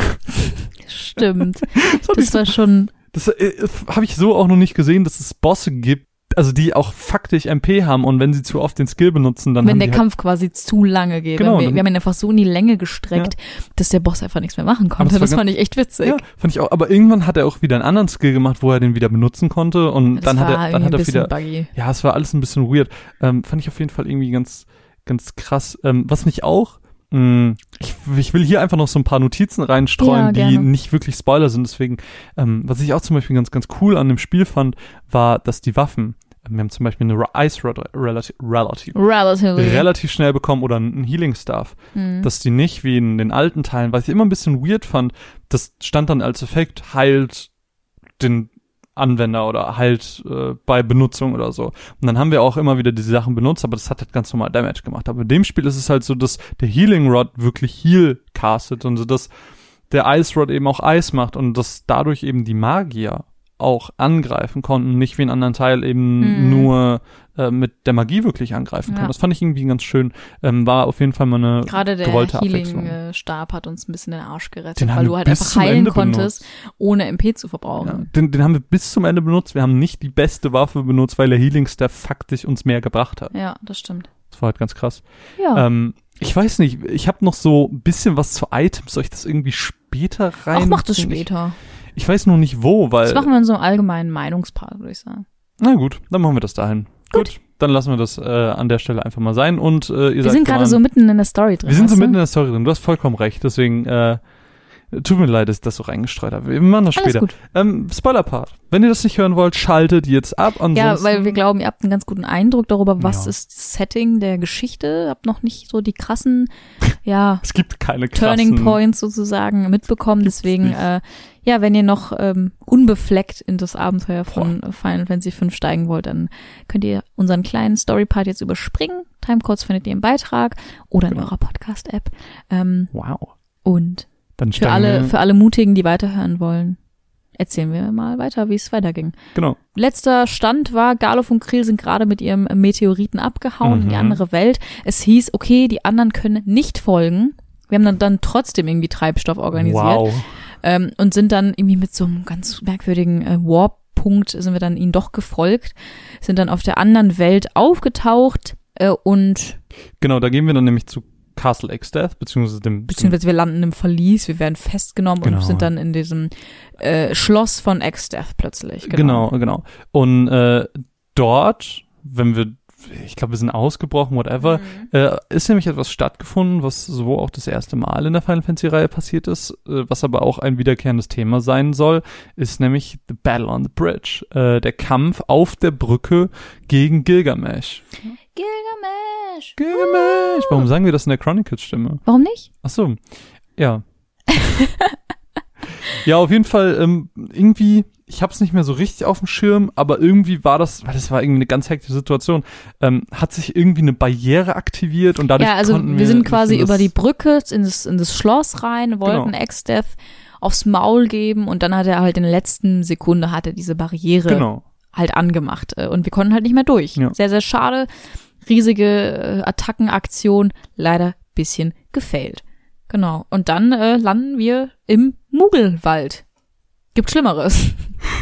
Stimmt. das Das war schon... Das äh, habe ich so auch noch nicht gesehen, dass es Bosse gibt, also die auch faktisch M P haben und wenn sie zu oft den Skill benutzen, dann Wenn haben der die Kampf quasi zu lange geht. Genau, wir, dann- wir haben ihn einfach so in die Länge gestreckt, dass der Boss einfach nichts mehr machen konnte. das war Das ganz- fand ich echt witzig. Ja, fand ich auch. Aber irgendwann hat er auch wieder einen anderen Skill gemacht, wo er den wieder benutzen konnte und Das dann hat war er, dann irgendwie hat ein er bisschen wieder. buggy. Ja, es war alles ein bisschen weird. Ähm, fand ich auf jeden Fall irgendwie ganz, ganz krass. Ähm, was mich auch, mh, ich, ich will hier einfach noch so ein paar Notizen reinstreuen, Ja, die gerne. nicht wirklich Spoiler sind. Deswegen, ähm, was ich auch zum Beispiel ganz, ganz cool an dem Spiel fand, war, dass die Waffen, wir haben zum Beispiel eine Ra- Ice Rod relativ, relativ, Relatively. relativ schnell bekommen oder einen Healing Staff. Mhm. Dass die nicht wie in den alten Teilen, was ich immer ein bisschen weird fand, das stand dann als Effekt, heilt den Anwender oder heilt äh, bei Benutzung oder so. Und dann haben wir auch immer wieder diese Sachen benutzt, aber das hat halt ganz normal Damage gemacht. Aber in dem Spiel ist es halt so, dass der Healing Rod wirklich Heal castet und so, dass der Ice Rod eben auch Eis macht und dass dadurch eben die Magier auch angreifen konnten, nicht wie in anderen Teil eben Mhm. nur äh, mit der Magie wirklich angreifen können. Ja. Das fand ich irgendwie ganz schön. Ähm, war auf jeden Fall mal eine Gerade der gewollte Abwechslung. Healing-Stab hat uns ein bisschen den Arsch gerettet, Den haben weil wir du halt bis einfach zum heilen Ende konntest, ohne M P zu Ja, verbrauchen. den, den haben wir bis zum Ende benutzt. Wir haben nicht die beste Waffe benutzt, weil der Healing Staff faktisch uns mehr gebracht hat. Ja, das stimmt. Das war halt ganz krass. Ja. Ähm, ich weiß nicht, ich habe noch so ein bisschen was zu Items. Soll ich das irgendwie später rein? Auch macht es Ich, später. ich weiß noch nicht wo, weil... Das machen wir in so einem allgemeinen Meinungspart, würde ich sagen. Na gut, dann machen wir das dahin. Gut. Dann lassen wir das äh, an der Stelle einfach mal sein. Und äh, ihr Wir seid sind gerade gewarnt. so mitten in der Story drin. Wir sind so weißt du? mitten in der Story drin. Du hast vollkommen recht. Deswegen äh, tut mir leid, dass ich das so reingestreut habe. Wir machen das Alles später. gut. Ähm, Spoiler-Part. Wenn ihr das nicht hören wollt, schaltet jetzt ab. Ansonsten, Ja, weil wir glauben, ihr habt einen ganz guten Eindruck darüber, was Ja. ist das Setting der Geschichte. Habt noch nicht so die krassen, ja, es gibt keine krassen... Turning Points sozusagen mitbekommen. Gibt's Deswegen, nicht. äh, ja, wenn ihr noch ähm, unbefleckt in das Abenteuer von Final Fantasy fünf steigen wollt, dann könnt ihr unseren kleinen Story-Part jetzt überspringen. Timecodes findet ihr im Beitrag oder in Genau. eurer Podcast-App. Ähm, Wow. und Dann für steigen alle, wir, für alle Mutigen, die weiterhören wollen, erzählen wir mal weiter, wie es weiterging. Genau. Letzter Stand war, Garloff und Kriel sind gerade mit ihrem Meteoriten abgehauen in die Mhm. andere Welt. Es hieß, okay, die anderen können nicht folgen. Wir haben dann, dann trotzdem irgendwie Treibstoff organisiert. Wow. Ähm, und sind dann irgendwie mit so einem ganz merkwürdigen äh, Warp-Punkt sind wir dann ihnen doch gefolgt, sind dann auf der anderen Welt aufgetaucht äh, und Genau, da gehen wir dann nämlich zu Castle Exdeath, beziehungsweise dem... beziehungsweise wir landen im Verlies, wir werden festgenommen Genau. und sind dann in diesem äh, Schloss von Exdeath plötzlich. Genau, genau. Und äh, dort, wenn wir, ich glaube, wir sind ausgebrochen, whatever, Mhm. äh, ist nämlich etwas stattgefunden, was so auch das erste Mal in der Final Fantasy-Reihe passiert ist, äh, was aber auch ein wiederkehrendes Thema sein soll, ist nämlich The Battle on the Bridge, äh, der Kampf auf der Brücke gegen Gilgamesh. Gilgamesh! Gilgamesh! Warum sagen wir das in der Chronicles-Stimme? Warum nicht? Ach so, ja. Ja, auf jeden Fall, ähm, irgendwie, ich hab's nicht mehr so richtig auf dem Schirm, aber irgendwie war das, weil das war irgendwie eine ganz hektische Situation, ähm, hat sich irgendwie eine Barriere aktiviert und dadurch Ja, also konnten wir wir sind nicht quasi in das- über die Brücke in das, in das Schloss rein, wollten Genau. Exdeath aufs Maul geben und dann hat er halt in der letzten Sekunde hat er diese Barriere Genau. halt angemacht äh, und wir konnten halt nicht mehr durch. Ja. Sehr, sehr schade. Riesige äh, Attackenaktion, leider bisschen gefailt. Genau. Und dann äh, landen wir im Mugelwald. Gibt Schlimmeres.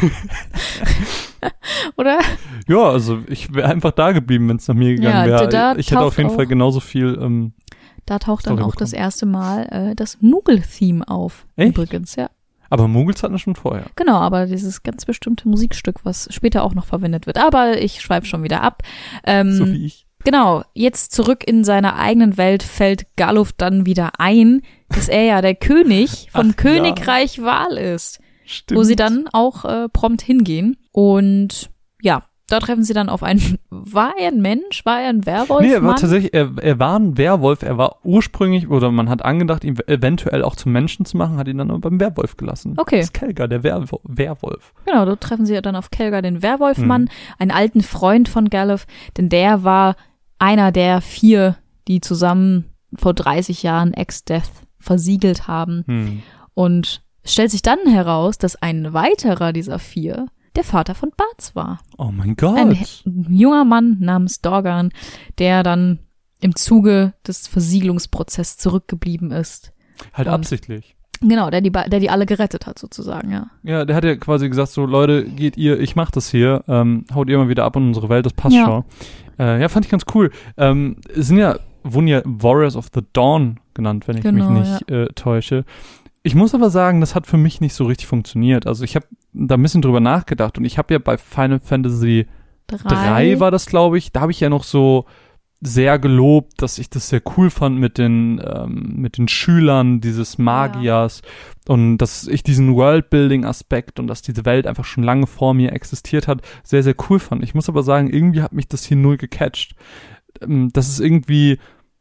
Oder? Ja, also ich wäre einfach da geblieben, wenn es nach mir gegangen Ja, da- da wäre. Ich hätte auf taucht jeden auch- Fall genauso viel, ähm, Da taucht dann Story auch das bekommen. erste Mal äh, das Mugel-Theme auf. Echt? Übrigens, ja. aber Muggels hatten wir schon vorher. Genau, aber dieses ganz bestimmte Musikstück, was später auch noch verwendet wird. Aber ich schweife schon wieder ab. Ähm, So wie ich. Genau, jetzt zurück in seiner eigenen Welt fällt Galuf dann wieder ein, dass er ja der König vom Ach, Königreich Val ist, Stimmt. wo sie dann auch äh, prompt hingehen. Und ja, da treffen sie dann auf einen, war er ein Mensch, war er ein Werwolf? Nee, er war Mann? tatsächlich, er, er war ein Werwolf, er war ursprünglich, oder man hat angedacht, ihn eventuell auch zum Menschen zu machen, hat ihn dann aber beim Werwolf gelassen. Okay. Das ist Kelgar, der Werwo- Werwolf. Genau, da treffen sie dann auf Kelgar, den Werwolfmann, Mhm. einen alten Freund von Galuf, denn der war einer der vier, die zusammen vor dreißig Jahren Exdeath versiegelt haben. Hm. Und es stellt sich dann heraus, dass ein weiterer dieser vier der Vater von Barts war. Oh mein Gott. Ein he- junger Mann namens Dorgan, der dann im Zuge des Versiegelungsprozesses zurückgeblieben ist. Halt Und- absichtlich. Genau, der die, ba- der die alle gerettet hat, sozusagen, ja. Ja, der hat ja quasi gesagt, so Leute, geht ihr, ich mach das hier, ähm, haut ihr mal wieder ab in unsere Welt, das passt Ja. schon. Äh, ja, fand ich ganz cool. Ähm, es sind ja, wurden ja Warriors of the Dawn genannt, wenn ich Genau, mich nicht äh, täusche. Ich muss aber sagen, das hat für mich nicht so richtig funktioniert. Also ich habe da ein bisschen drüber nachgedacht und ich habe ja bei Final Fantasy drei war das, glaube ich, da habe ich ja noch so sehr gelobt, dass ich das sehr cool fand mit den ähm, mit den Schülern dieses Magiers und dass ich diesen Worldbuilding-Aspekt und dass diese Welt einfach schon lange vor mir existiert hat, sehr, sehr cool fand. Ich muss aber sagen, irgendwie hat mich das hier null gecatcht. Ähm, dass es irgendwie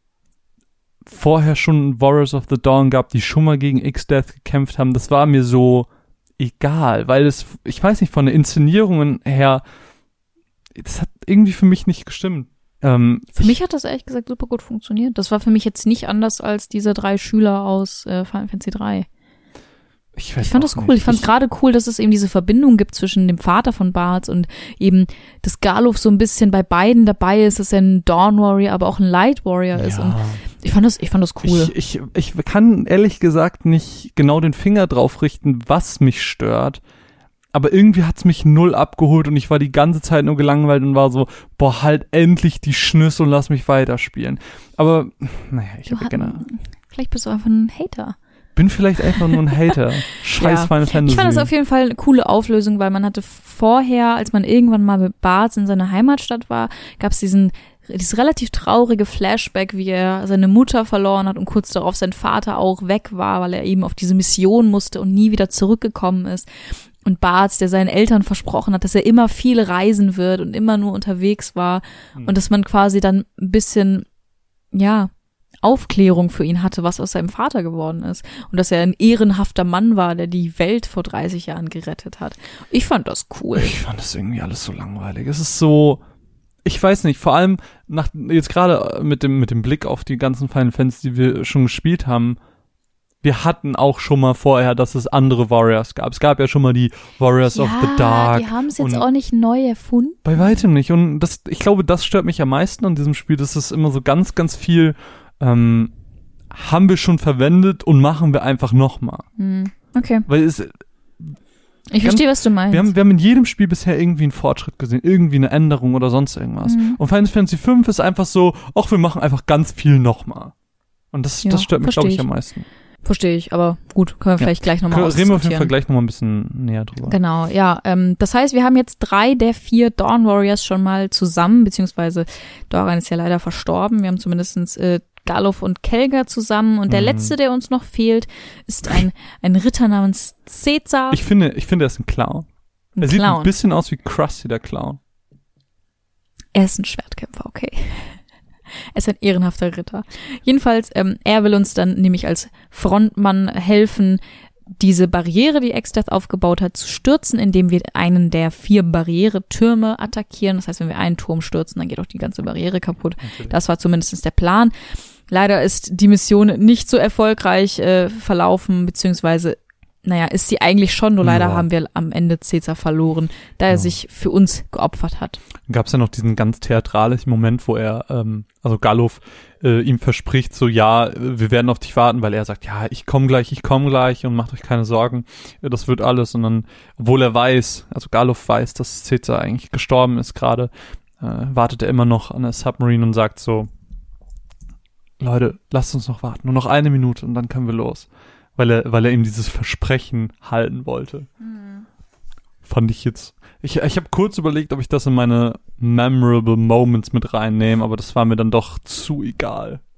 vorher schon Warriors of the Dawn gab, die schon mal gegen Exdeath gekämpft haben, das war mir so egal, weil es, ich weiß nicht, von der Inszenierung her, das hat irgendwie für mich nicht gestimmt. Ähm, Für mich hat das ehrlich gesagt super gut funktioniert. Das war für mich jetzt nicht anders als diese drei Schüler aus äh, Final Fantasy drei. Ich, weiß Ich fand auch das cool. nicht. Ich fand es gerade cool, dass es eben diese Verbindung gibt zwischen dem Vater von Barts und eben, dass Galuf so ein bisschen bei beiden dabei ist, dass er ein Dawn Warrior, aber auch ein Light Warrior ist. Ja. Und ich fand das, ich fand das cool. Ich, ich, ich kann ehrlich gesagt nicht genau den Finger drauf richten, was mich stört. Aber irgendwie hat's mich null abgeholt und ich war die ganze Zeit nur gelangweilt und war so, boah, halt endlich die Schnüsse und lass mich weiterspielen. Aber, naja, ich Du hab hat- gerne. Vielleicht bist du einfach ein Hater. Bin vielleicht einfach nur ein Hater. Scheiß Ja. Final Fantasy. Ich fand das auf jeden Fall eine coole Auflösung, weil man hatte vorher, als man irgendwann mal mit Barts in seiner Heimatstadt war, gab es diesen dieses relativ traurige Flashback, wie er seine Mutter verloren hat und kurz darauf sein Vater auch weg war, weil er eben auf diese Mission musste und nie wieder zurückgekommen ist. Und Barts, der seinen Eltern versprochen hat, dass er immer viel reisen wird und immer nur unterwegs war Hm. und dass man quasi dann ein bisschen, ja, Aufklärung für ihn hatte, was aus seinem Vater geworden ist. Und dass er ein ehrenhafter Mann war, der die Welt vor dreißig Jahren gerettet hat. Ich fand das cool. Ich fand das irgendwie alles so langweilig. Es ist so, ich weiß nicht, vor allem nach, jetzt gerade mit dem, mit dem Blick auf die ganzen Final Fantasy, die wir schon gespielt haben, wir hatten auch schon mal vorher, dass es andere Warriors gab. Es gab ja schon mal die Warriors of the Dark. Die haben es jetzt und auch nicht neu erfunden. bei weitem nicht. Und das, ich glaube, das stört mich am meisten an diesem Spiel. Das ist immer so ganz, ganz viel, ähm, haben wir schon verwendet und machen wir einfach nochmal. Hm. Okay. Weil es, Ich verstehe, was du meinst. wir haben, wir haben in jedem Spiel bisher irgendwie einen Fortschritt gesehen, irgendwie eine Änderung oder sonst irgendwas. Mhm. Und Final Fantasy fünf ist einfach so, ach, wir machen einfach ganz viel nochmal. Und das, Ja, das stört mich, glaube ich, versteh ich. am meisten. Verstehe ich, aber gut, können wir Ja. vielleicht gleich nochmal Reden wir auf jeden Fall ausdiskutieren. gleich nochmal ein bisschen näher drüber. Genau, ja. Ähm, das heißt, wir haben jetzt drei der vier Dawn Warriors schon mal zusammen, beziehungsweise Doran ist ja leider verstorben. Wir haben zumindestens äh, Galuf und Kelgar zusammen und der Mhm. letzte, der uns noch fehlt, ist ein, ein Ritter namens Caesar. Ich finde, ich finde, er ist ein Clown. Ein er sieht Clown. ein bisschen aus wie Krusty, der Clown. Er ist ein Schwertkämpfer, okay. Er ist ein ehrenhafter Ritter. Jedenfalls, ähm, er will uns dann nämlich als Frontmann helfen, diese Barriere, die Exdeath aufgebaut hat, zu stürzen, indem wir einen der vier Barrieretürme attackieren. Das heißt, wenn wir einen Turm stürzen, dann geht auch die ganze Barriere kaputt. Natürlich. Das war zumindest der Plan. Leider ist die Mission nicht so erfolgreich äh, verlaufen, beziehungsweise naja, ist sie eigentlich schon, nur leider Ja. haben wir am Ende Caesar verloren, da er Ja. sich für uns geopfert hat. Gab es ja noch diesen ganz theatralischen Moment, wo er, ähm, also Galuf, äh, ihm verspricht, so, ja, wir werden auf dich warten, weil er sagt, ja, ich komme gleich, ich komme gleich und macht euch keine Sorgen, ja, das wird alles. Und dann, obwohl er weiß, also Galuf weiß, dass Caesar eigentlich gestorben ist gerade, äh, wartet er immer noch an der Submarine und sagt so, Leute, lasst uns noch warten, nur noch eine Minute und dann können wir los. Weil er, weil er ihm dieses Versprechen halten wollte. Mhm. Fand ich jetzt. Ich, ich habe kurz überlegt, ob ich das in meine Memorable Moments mit reinnehme, aber das war mir dann doch zu egal.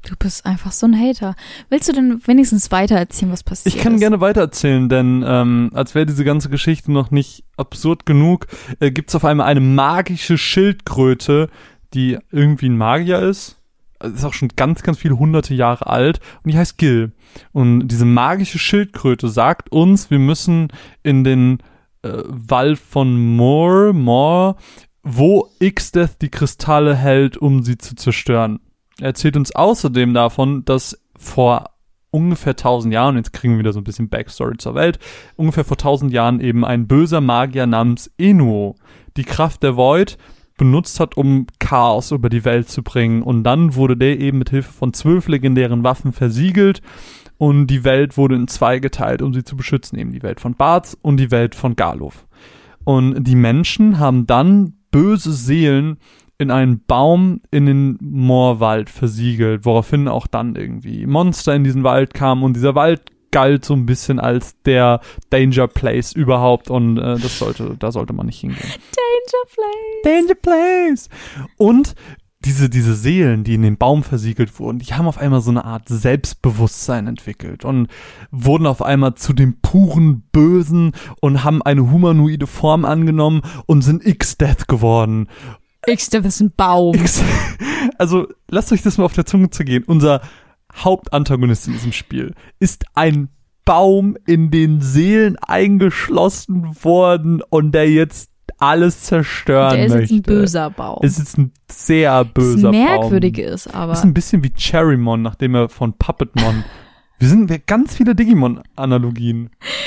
Du bist einfach so ein Hater. Willst du denn wenigstens weiter erzählen, was passiert Ich kann ist? gerne weiter erzählen, denn ähm, als wäre diese ganze Geschichte noch nicht absurd genug, äh, gibt's auf einmal eine magische Schildkröte, die irgendwie ein Magier ist. Ist auch schon ganz, ganz viele hunderte Jahre alt und die heißt Gil. Und diese magische Schildkröte sagt uns, wir müssen in den äh, Wald von Moor, Moor, wo Xdeath die Kristalle hält, um sie zu zerstören. Er erzählt uns außerdem davon, dass vor ungefähr tausend Jahren, jetzt kriegen wir wieder so ein bisschen Backstory zur Welt, ungefähr vor tausend Jahren eben ein böser Magier namens Enuo die Kraft der Void benutzt hat, um Chaos über die Welt zu bringen. Und dann wurde der eben mit Hilfe von zwölf legendären Waffen versiegelt und die Welt wurde in zwei geteilt, um sie zu beschützen, eben die Welt von Barz und die Welt von Garlof. Und die Menschen haben dann böse Seelen in einen Baum in den Moorwald versiegelt, woraufhin auch dann irgendwie Monster in diesen Wald kamen und dieser Wald galt so ein bisschen als der Danger Place überhaupt und äh, das sollte, da sollte man nicht hingehen. Danger Place. Danger Place. Und diese, diese Seelen, die in den Baum versiegelt wurden, die haben auf einmal so eine Art Selbstbewusstsein entwickelt und wurden auf einmal zu dem puren Bösen und haben eine humanoide Form angenommen und sind Xdeath geworden. Xdeath ist ein Baum. X, also, lasst euch das mal auf der Zunge zergehen. Unser Hauptantagonist in diesem Spiel ist ein Baum, in den Seelen eingeschlossen worden und der jetzt alles zerstören möchte. Der ist jetzt ein böser Baum. Es ist ein sehr böser das Baum. Merkwürdige ist aber... Das ist ein bisschen wie Cherrymon, nachdem er von Puppetmon... Wir sind wir ganz viele Digimon-Analogien.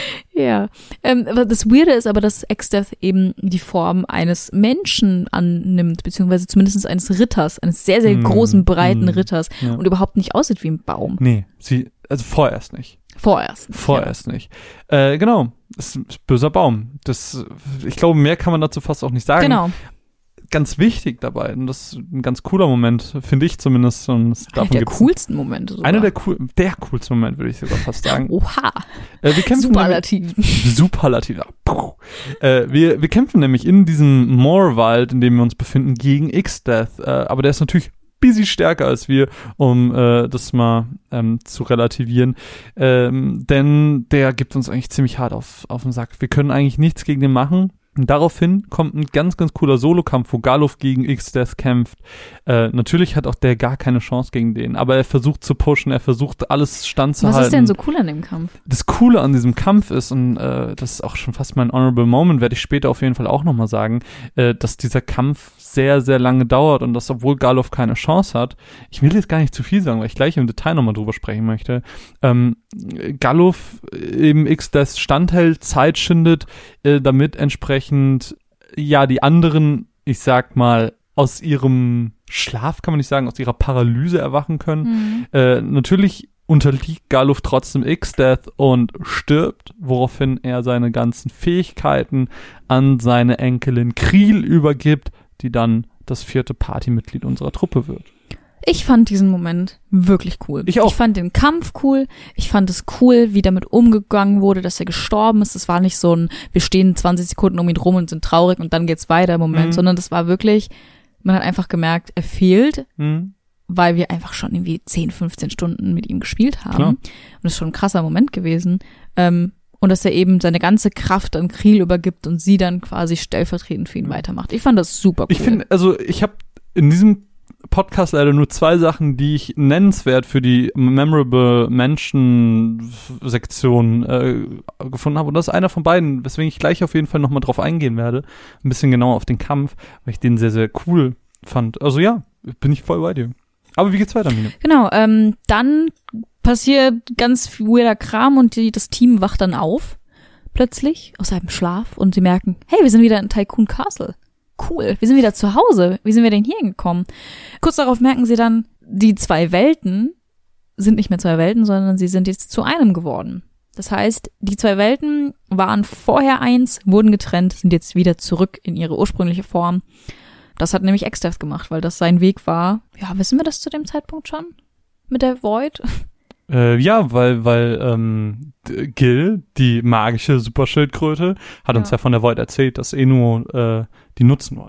Ja, ähm, aber das Weirde ist aber, dass Xdeath eben die Form eines Menschen annimmt, beziehungsweise zumindest eines Ritters, eines sehr, sehr Mm, großen, breiten mm, Ritters ja. und überhaupt nicht aussieht wie ein Baum. Nee, sie, also vorerst nicht. Vorerst. Vorerst nicht. Äh, genau, das ist ein böser Baum. Das, ich glaube, mehr kann man dazu fast auch nicht sagen. Genau. Ganz wichtig dabei, und das ist ein ganz cooler Moment, finde ich zumindest. Und es Einer davon der gibt's coolsten Momente sogar. Einer der cool, der coolste Moment, würde ich sogar fast sagen. Oha. Äh, wir kämpfen Superlativ. Nämlich, Superlativ. Puh. Äh, wir, wir kämpfen nämlich in diesem Moorwald, in dem wir uns befinden, gegen Xdeath. Äh, aber der ist natürlich busy stärker als wir, um äh, das mal ähm, zu relativieren. Ähm, denn der gibt uns eigentlich ziemlich hart auf, auf den Sack. Wir können eigentlich nichts gegen den machen. Und daraufhin kommt ein ganz, ganz cooler Solo-Kampf, wo Garlof gegen Xdeath kämpft. Äh, natürlich hat auch der gar keine Chance gegen den, aber er versucht zu pushen, er versucht alles standzuhalten. Was ist denn so cool an dem Kampf? Das Coole an diesem Kampf ist, und äh, das ist auch schon fast mein Honorable Moment, werde ich später auf jeden Fall auch nochmal sagen, äh, dass dieser Kampf sehr, sehr lange dauert und dass, obwohl Garlof keine Chance hat, ich will jetzt gar nicht zu viel sagen, weil ich gleich im Detail nochmal drüber sprechen möchte, ähm, Garlof eben Xdeath standhält, Zeit schindet, äh, damit entsprechend ja, die anderen, ich sag mal, aus ihrem Schlaf, kann man nicht sagen, aus ihrer Paralyse erwachen können. Mhm. Äh, natürlich unterliegt Garlof trotzdem Xdeath und stirbt, woraufhin er seine ganzen Fähigkeiten an seine Enkelin Kriel übergibt, die dann das vierte Partymitglied unserer Truppe wird. Ich fand diesen Moment wirklich cool. Ich auch. Ich fand den Kampf cool. Ich fand es cool, wie damit umgegangen wurde, dass er gestorben ist. Es war nicht so ein, wir stehen zwanzig Sekunden um ihn rum und sind traurig und dann geht's weiter im Moment, Mhm. sondern das war wirklich, man hat einfach gemerkt, er fehlt, Mhm. weil wir einfach schon irgendwie zehn, fünfzehn Stunden mit ihm gespielt haben. Klar. Und das ist schon ein krasser Moment gewesen. Ähm, und dass er eben seine ganze Kraft an Kriel übergibt und sie dann quasi stellvertretend für ihn weitermacht. Ich fand das super cool. Ich finde, also ich habe in diesem Podcast leider nur zwei Sachen, die ich nennenswert für die Memorable Menschen-Sektion äh, gefunden habe. Und das ist einer von beiden, weswegen ich gleich auf jeden Fall nochmal drauf eingehen werde. Ein bisschen genauer auf den Kampf, weil ich den sehr, sehr cool fand. Also ja, bin ich voll bei dir. Aber wie geht's weiter, Mine? Genau, ähm, dann passiert ganz weirder Kram und die, das Team wacht dann auf, plötzlich, aus seinem Schlaf und sie merken, hey, wir sind wieder in Tycoon Castle. Cool, wir sind wieder zu Hause. Wie sind wir denn hier hingekommen? Kurz darauf merken sie dann, die zwei Welten sind nicht mehr zwei Welten, sondern sie sind jetzt zu einem geworden. Das heißt, die zwei Welten waren vorher eins, wurden getrennt, sind jetzt wieder zurück in ihre ursprüngliche Form. Das hat nämlich Xdeath gemacht, weil das sein Weg war. Ja, wissen wir das zu dem Zeitpunkt schon? Mit der Void? Äh, ja, weil, weil ähm, Gil, die magische Superschildkröte, hat uns Ja. ja von der Void erzählt, dass Enuo äh, die nutzen wollte.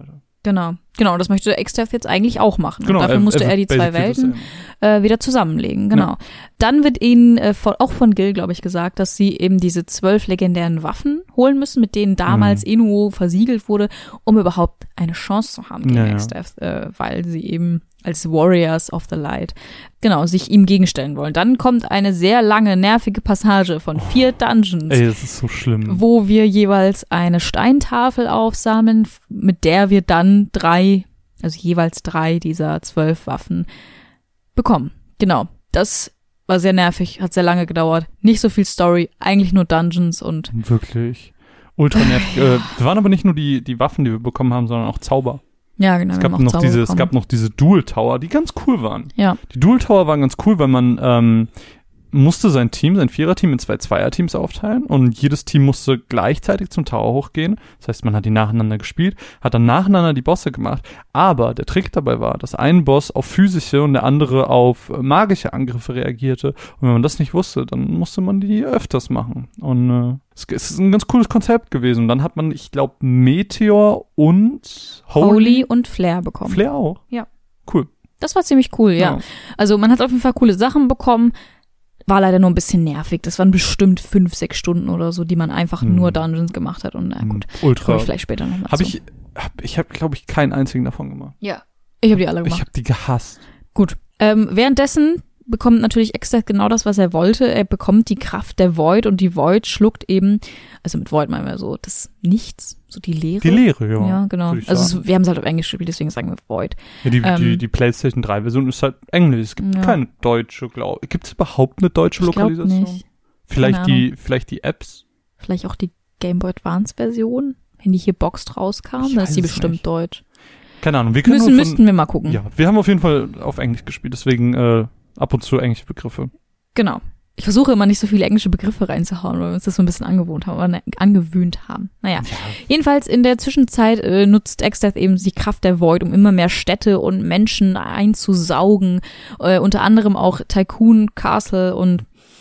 Genau, genau, das möchte Exdeath jetzt eigentlich auch machen. Genau, Und dafür er, musste er, er die zwei Welten das äh, wieder zusammenlegen, genau. Ja. Dann wird ihnen äh, von, auch von Gil, glaube ich, gesagt, dass sie eben diese zwölf legendären Waffen holen müssen, mit denen damals mhm. Inuo versiegelt wurde, um überhaupt eine Chance zu haben gegen ja, ja. Exdeath, äh, weil sie eben als Warriors of the Light, genau, sich ihm gegenstellen wollen. Dann kommt eine sehr lange, nervige Passage von vier oh, Dungeons. Ey, das ist so schlimm. Wo wir jeweils eine Steintafel aufsammeln, mit der wir dann drei, also jeweils drei dieser zwölf Waffen bekommen. Genau, das war sehr nervig, hat sehr lange gedauert. Nicht so viel Story, eigentlich nur Dungeons und wirklich ultra nervig. äh, das waren aber nicht nur die, die Waffen, die wir bekommen haben, sondern auch Zauber. Ja, genau. Es gab, noch diese, es gab noch diese Dual Tower, die ganz cool waren. Ja. Die Dual Tower waren ganz cool, weil man ähm, musste sein Team, sein Viererteam in zwei Zweierteams aufteilen und jedes Team musste gleichzeitig zum Tower hochgehen. Das heißt, man hat die nacheinander gespielt, hat dann nacheinander die Bosse gemacht. Aber der Trick dabei war, dass ein Boss auf physische und der andere auf magische Angriffe reagierte. Und wenn man das nicht wusste, dann musste man die öfters machen. Und äh, es, es ist ein ganz cooles Konzept gewesen. Und dann hat man, ich glaube, Meteor und Holy, Holy und Flare bekommen. Flare auch? Ja. Cool. Das war ziemlich cool, ja. ja. Also man hat auf jeden Fall coole Sachen bekommen. War leider nur ein bisschen nervig. Das waren bestimmt fünf, sechs Stunden oder so, die man einfach hm. nur Dungeons gemacht hat. Und na gut, ultra. Komme ich vielleicht später nochmal hab zu. Ich hab, ich habe, glaube ich, keinen einzigen davon gemacht. Ja, ich habe die alle gemacht. Ich habe die gehasst. Gut. Ähm, währenddessen bekommt natürlich Exdeath genau das, was er wollte. Er bekommt die Kraft der Void und die Void schluckt eben, also mit Void meinen wir so das Nichts, so die Leere. Die Leere, ja. Ja, genau. Also es, wir haben es halt auf Englisch gespielt, deswegen sagen wir Void. Ja, die, ähm, die, die PlayStation drei Version ist halt Englisch. Es gibt ja. keine deutsche, glaube ich. Gibt es überhaupt eine deutsche ich glaub Lokalisation? Nicht. Vielleicht die, vielleicht die Apps? Vielleicht auch die Game Boy Advance Version, wenn die hier Boxed rauskam, dann ist die bestimmt nicht. deutsch. Keine Ahnung. Wir können Müssen, nur von, müssten wir mal gucken. Ja, wir haben auf jeden Fall auf Englisch gespielt, deswegen äh, ab und zu englische Begriffe. Genau. Ich versuche immer nicht so viele englische Begriffe reinzuhauen, weil wir uns das so ein bisschen angewohnt haben, oder angewöhnt haben. Naja. Ja. Jedenfalls in der Zwischenzeit äh, nutzt Exdeath eben die Kraft der Void, um immer mehr Städte und Menschen einzusaugen. Äh, unter anderem auch Tycoon Castle und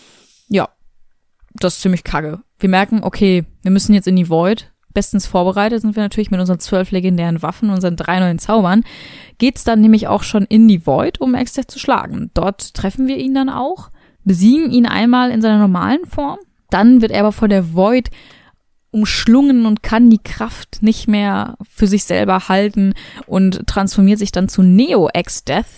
ja, das ist ziemlich kacke. Wir merken, okay, wir müssen jetzt in die Void. Bestens vorbereitet sind wir natürlich mit unseren zwölf legendären Waffen, unseren drei neuen Zaubern. Geht's dann nämlich auch schon in die Void, um Exdeath zu schlagen. Dort treffen wir ihn dann auch, besiegen ihn einmal in seiner normalen Form. Dann wird er aber von der Void umschlungen und kann die Kraft nicht mehr für sich selber halten und transformiert sich dann zu Neo Exdeath,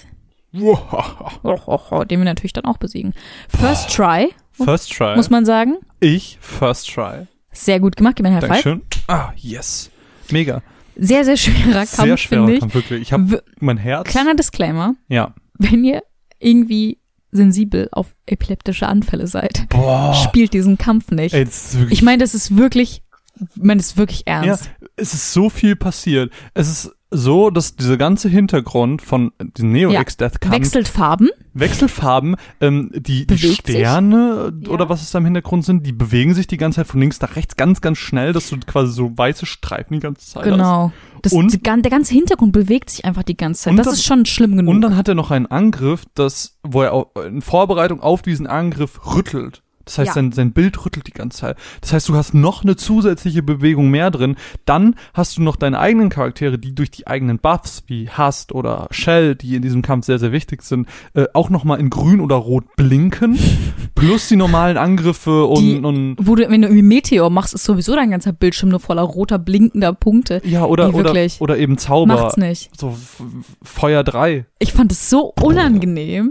Wow. den wir natürlich dann auch besiegen. First Try. First Try. Muss man sagen. Ich, First Try. Sehr gut gemacht, gib mir einen High Five. Dankeschön. Ah, yes. Mega. Sehr, sehr schwerer Kampf, Sehr schwerer finde ich. Kampf, wirklich. Ich habe mein Herz. Kleiner Disclaimer. Ja. Wenn ihr irgendwie sensibel auf epileptische Anfälle seid, Boah. spielt diesen Kampf nicht. Ey, das ist wirklich, ich meine, das ist wirklich, ich meine, das ist wirklich ernst. Ja, es ist so viel passiert. Es ist so, dass dieser ganze Hintergrund von dem Neo Ja. Exdeath Kampf Wechselt Farben. Wechselfarben, ähm, die, die Bewegt sich. Sterne Ja. oder was es da im Hintergrund sind, die bewegen sich die ganze Zeit von links nach rechts ganz, ganz schnell, dass du quasi so weiße Streifen die ganze Zeit hast. Genau. Das, Und- die, gan- der ganze Hintergrund bewegt sich einfach die ganze Zeit. Und Das dann- ist schon schlimm genug. Und dann hat er noch einen Angriff, das, wo er au- in Vorbereitung auf diesen Angriff rüttelt. Das heißt, Ja. sein, sein Bild rüttelt die ganze Zeit. Das heißt, du hast noch eine zusätzliche Bewegung mehr drin. Dann hast du noch deine eigenen Charaktere, die durch die eigenen Buffs wie Hast oder Shell, die in diesem Kampf sehr, sehr wichtig sind, äh, auch nochmal in grün oder rot blinken. Plus die normalen Angriffe und, Die- und Wo du, wenn du irgendwie Meteor machst, ist sowieso dein ganzer Bildschirm nur voller roter, blinkender Punkte. ja, oder, Ey, oder, wirklich. oder eben Zauber. Macht's nicht. So F- Feuer drei. Ich fand es so unangenehm.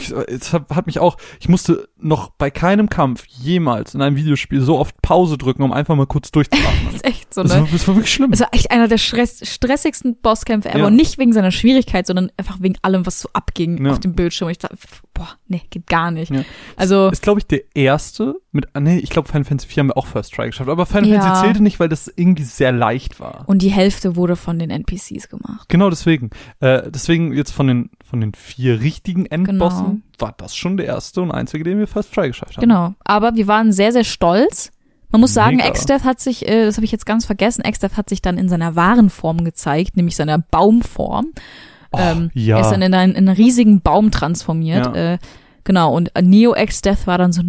Es hat, hat mich auch, ich musste noch bei keinem Kampf jemals in einem Videospiel so oft Pause drücken, um einfach mal kurz durchzuatmen. Das ist echt so, Das ne? war, das war wirklich schlimm. Es war echt einer der stress stressigsten Bosskämpfe ever. Ja. Und nicht wegen seiner Schwierigkeit, sondern einfach wegen allem, was so abging Ja. auf dem Bildschirm. Und ich dachte, boah, nee, geht gar nicht. Ja. Also, Ist, glaube ich, der erste mit, ah, nee, ich glaube Final Fantasy vier haben wir auch First Try geschafft, aber Final Ja. Fantasy zählte nicht, weil das irgendwie sehr leicht war. und die Hälfte wurde von den N P Cs gemacht. Genau deswegen. Äh, deswegen jetzt von den, von den vier richtigen Endbossen Genau. war das schon der erste und einzige, den wir First Try geschafft haben. Genau. Aber wir waren sehr, sehr stolz. Man muss sagen, Mega. Exdeath hat sich, äh, das habe ich jetzt ganz vergessen, Exdeath hat sich dann in seiner wahren Form gezeigt, nämlich seiner Baumform. Oh, ähm, ja. Er ist dann in einen, in einen riesigen Baum transformiert. Ja. Äh, genau, und Neo Exdeath war dann so eine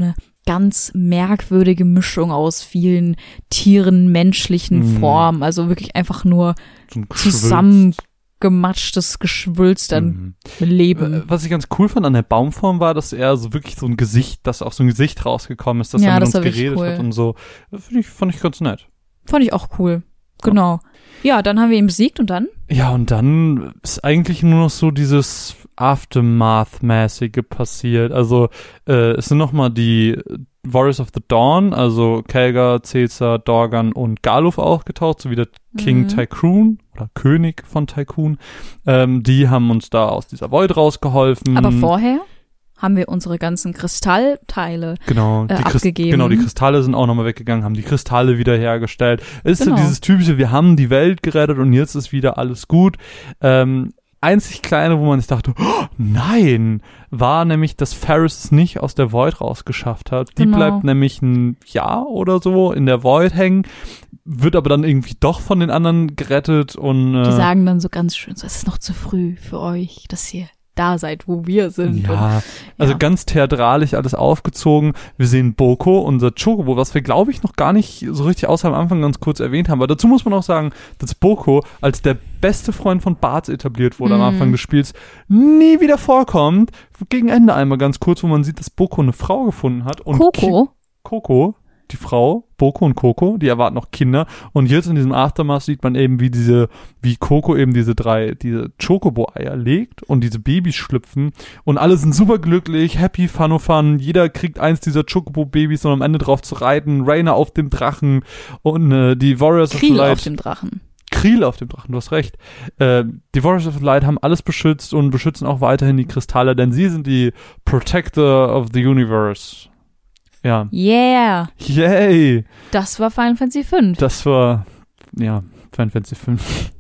ganz merkwürdige Mischung aus vielen Tieren, menschlichen Mhm. Formen. Also wirklich einfach nur So ein Geschwülz. zusammengematschtes Geschwülst an Mhm. Leben. Äh, Was ich ganz cool fand an der Baumform war, dass er so wirklich so ein Gesicht, dass auch so ein Gesicht rausgekommen ist, dass Ja, er mit das uns war wirklich geredet cool. hat und so. Das find ich, fand ich ganz nett. Fand ich auch cool. Genau. Ja, dann haben wir ihn besiegt und dann? Ja, und dann ist eigentlich nur noch so dieses Aftermath-mäßige passiert. Also äh, es sind nochmal die Warriors of the Dawn, also Kelgar, Caesar, Dorgan und Galuf aufgetaucht, sowie der King Mhm. Tycoon oder König von Tycoon. Ähm, die haben uns da aus dieser Void rausgeholfen. Aber vorher haben wir unsere ganzen Kristallteile. Genau, äh, die Christ- abgegeben. genau, die Kristalle sind auch nochmal weggegangen, haben die Kristalle wiederhergestellt. Es ist Genau. so dieses typische, wir haben die Welt gerettet und jetzt ist wieder alles gut. Ähm, einzig kleine, wo man sich dachte, oh, nein, war nämlich, dass Ferris es nicht aus der Void rausgeschafft hat. Die Genau. bleibt nämlich ein Jahr oder so in der Void hängen, wird aber dann irgendwie doch von den anderen gerettet und äh, Die sagen dann so ganz schön, so, es ist noch zu früh für euch, dass ihr da seid, wo wir sind. Und, ja, also ja. ganz theatralisch alles aufgezogen. Wir sehen Boko, unser Chocobo, was wir, glaube ich, noch gar nicht so richtig außer am Anfang ganz kurz erwähnt haben. Aber dazu muss man auch sagen, dass Boko als der beste Freund von Bart etabliert wurde Mhm. am Anfang des Spiels, nie wieder vorkommt. Gegen Ende einmal ganz kurz, wo man sieht, dass Boko eine Frau gefunden hat. Und Ki- Coco, Coco, die Frau, Boko und Coco, die erwarten noch Kinder. Und jetzt in diesem Aftermath sieht man eben, wie diese, wie Coco eben diese drei, diese Chocobo-Eier legt und diese Babys schlüpfen. Und alle sind super glücklich, happy, fun, oh fun. Jeder kriegt eins dieser Chocobo-Babys, um am Ende drauf zu reiten. Rainer auf dem Drachen und äh, die Warriors of the Kriel Light. auf dem Drachen. Kriel auf dem Drachen, du hast recht. Äh, die Warriors of the Light haben alles beschützt und beschützen auch weiterhin die Kristalle, denn sie sind die Protector of the Universe. Ja. Yeah, Yay! das war Final Fantasy fünf. Das war, ja, Final Fantasy fünf.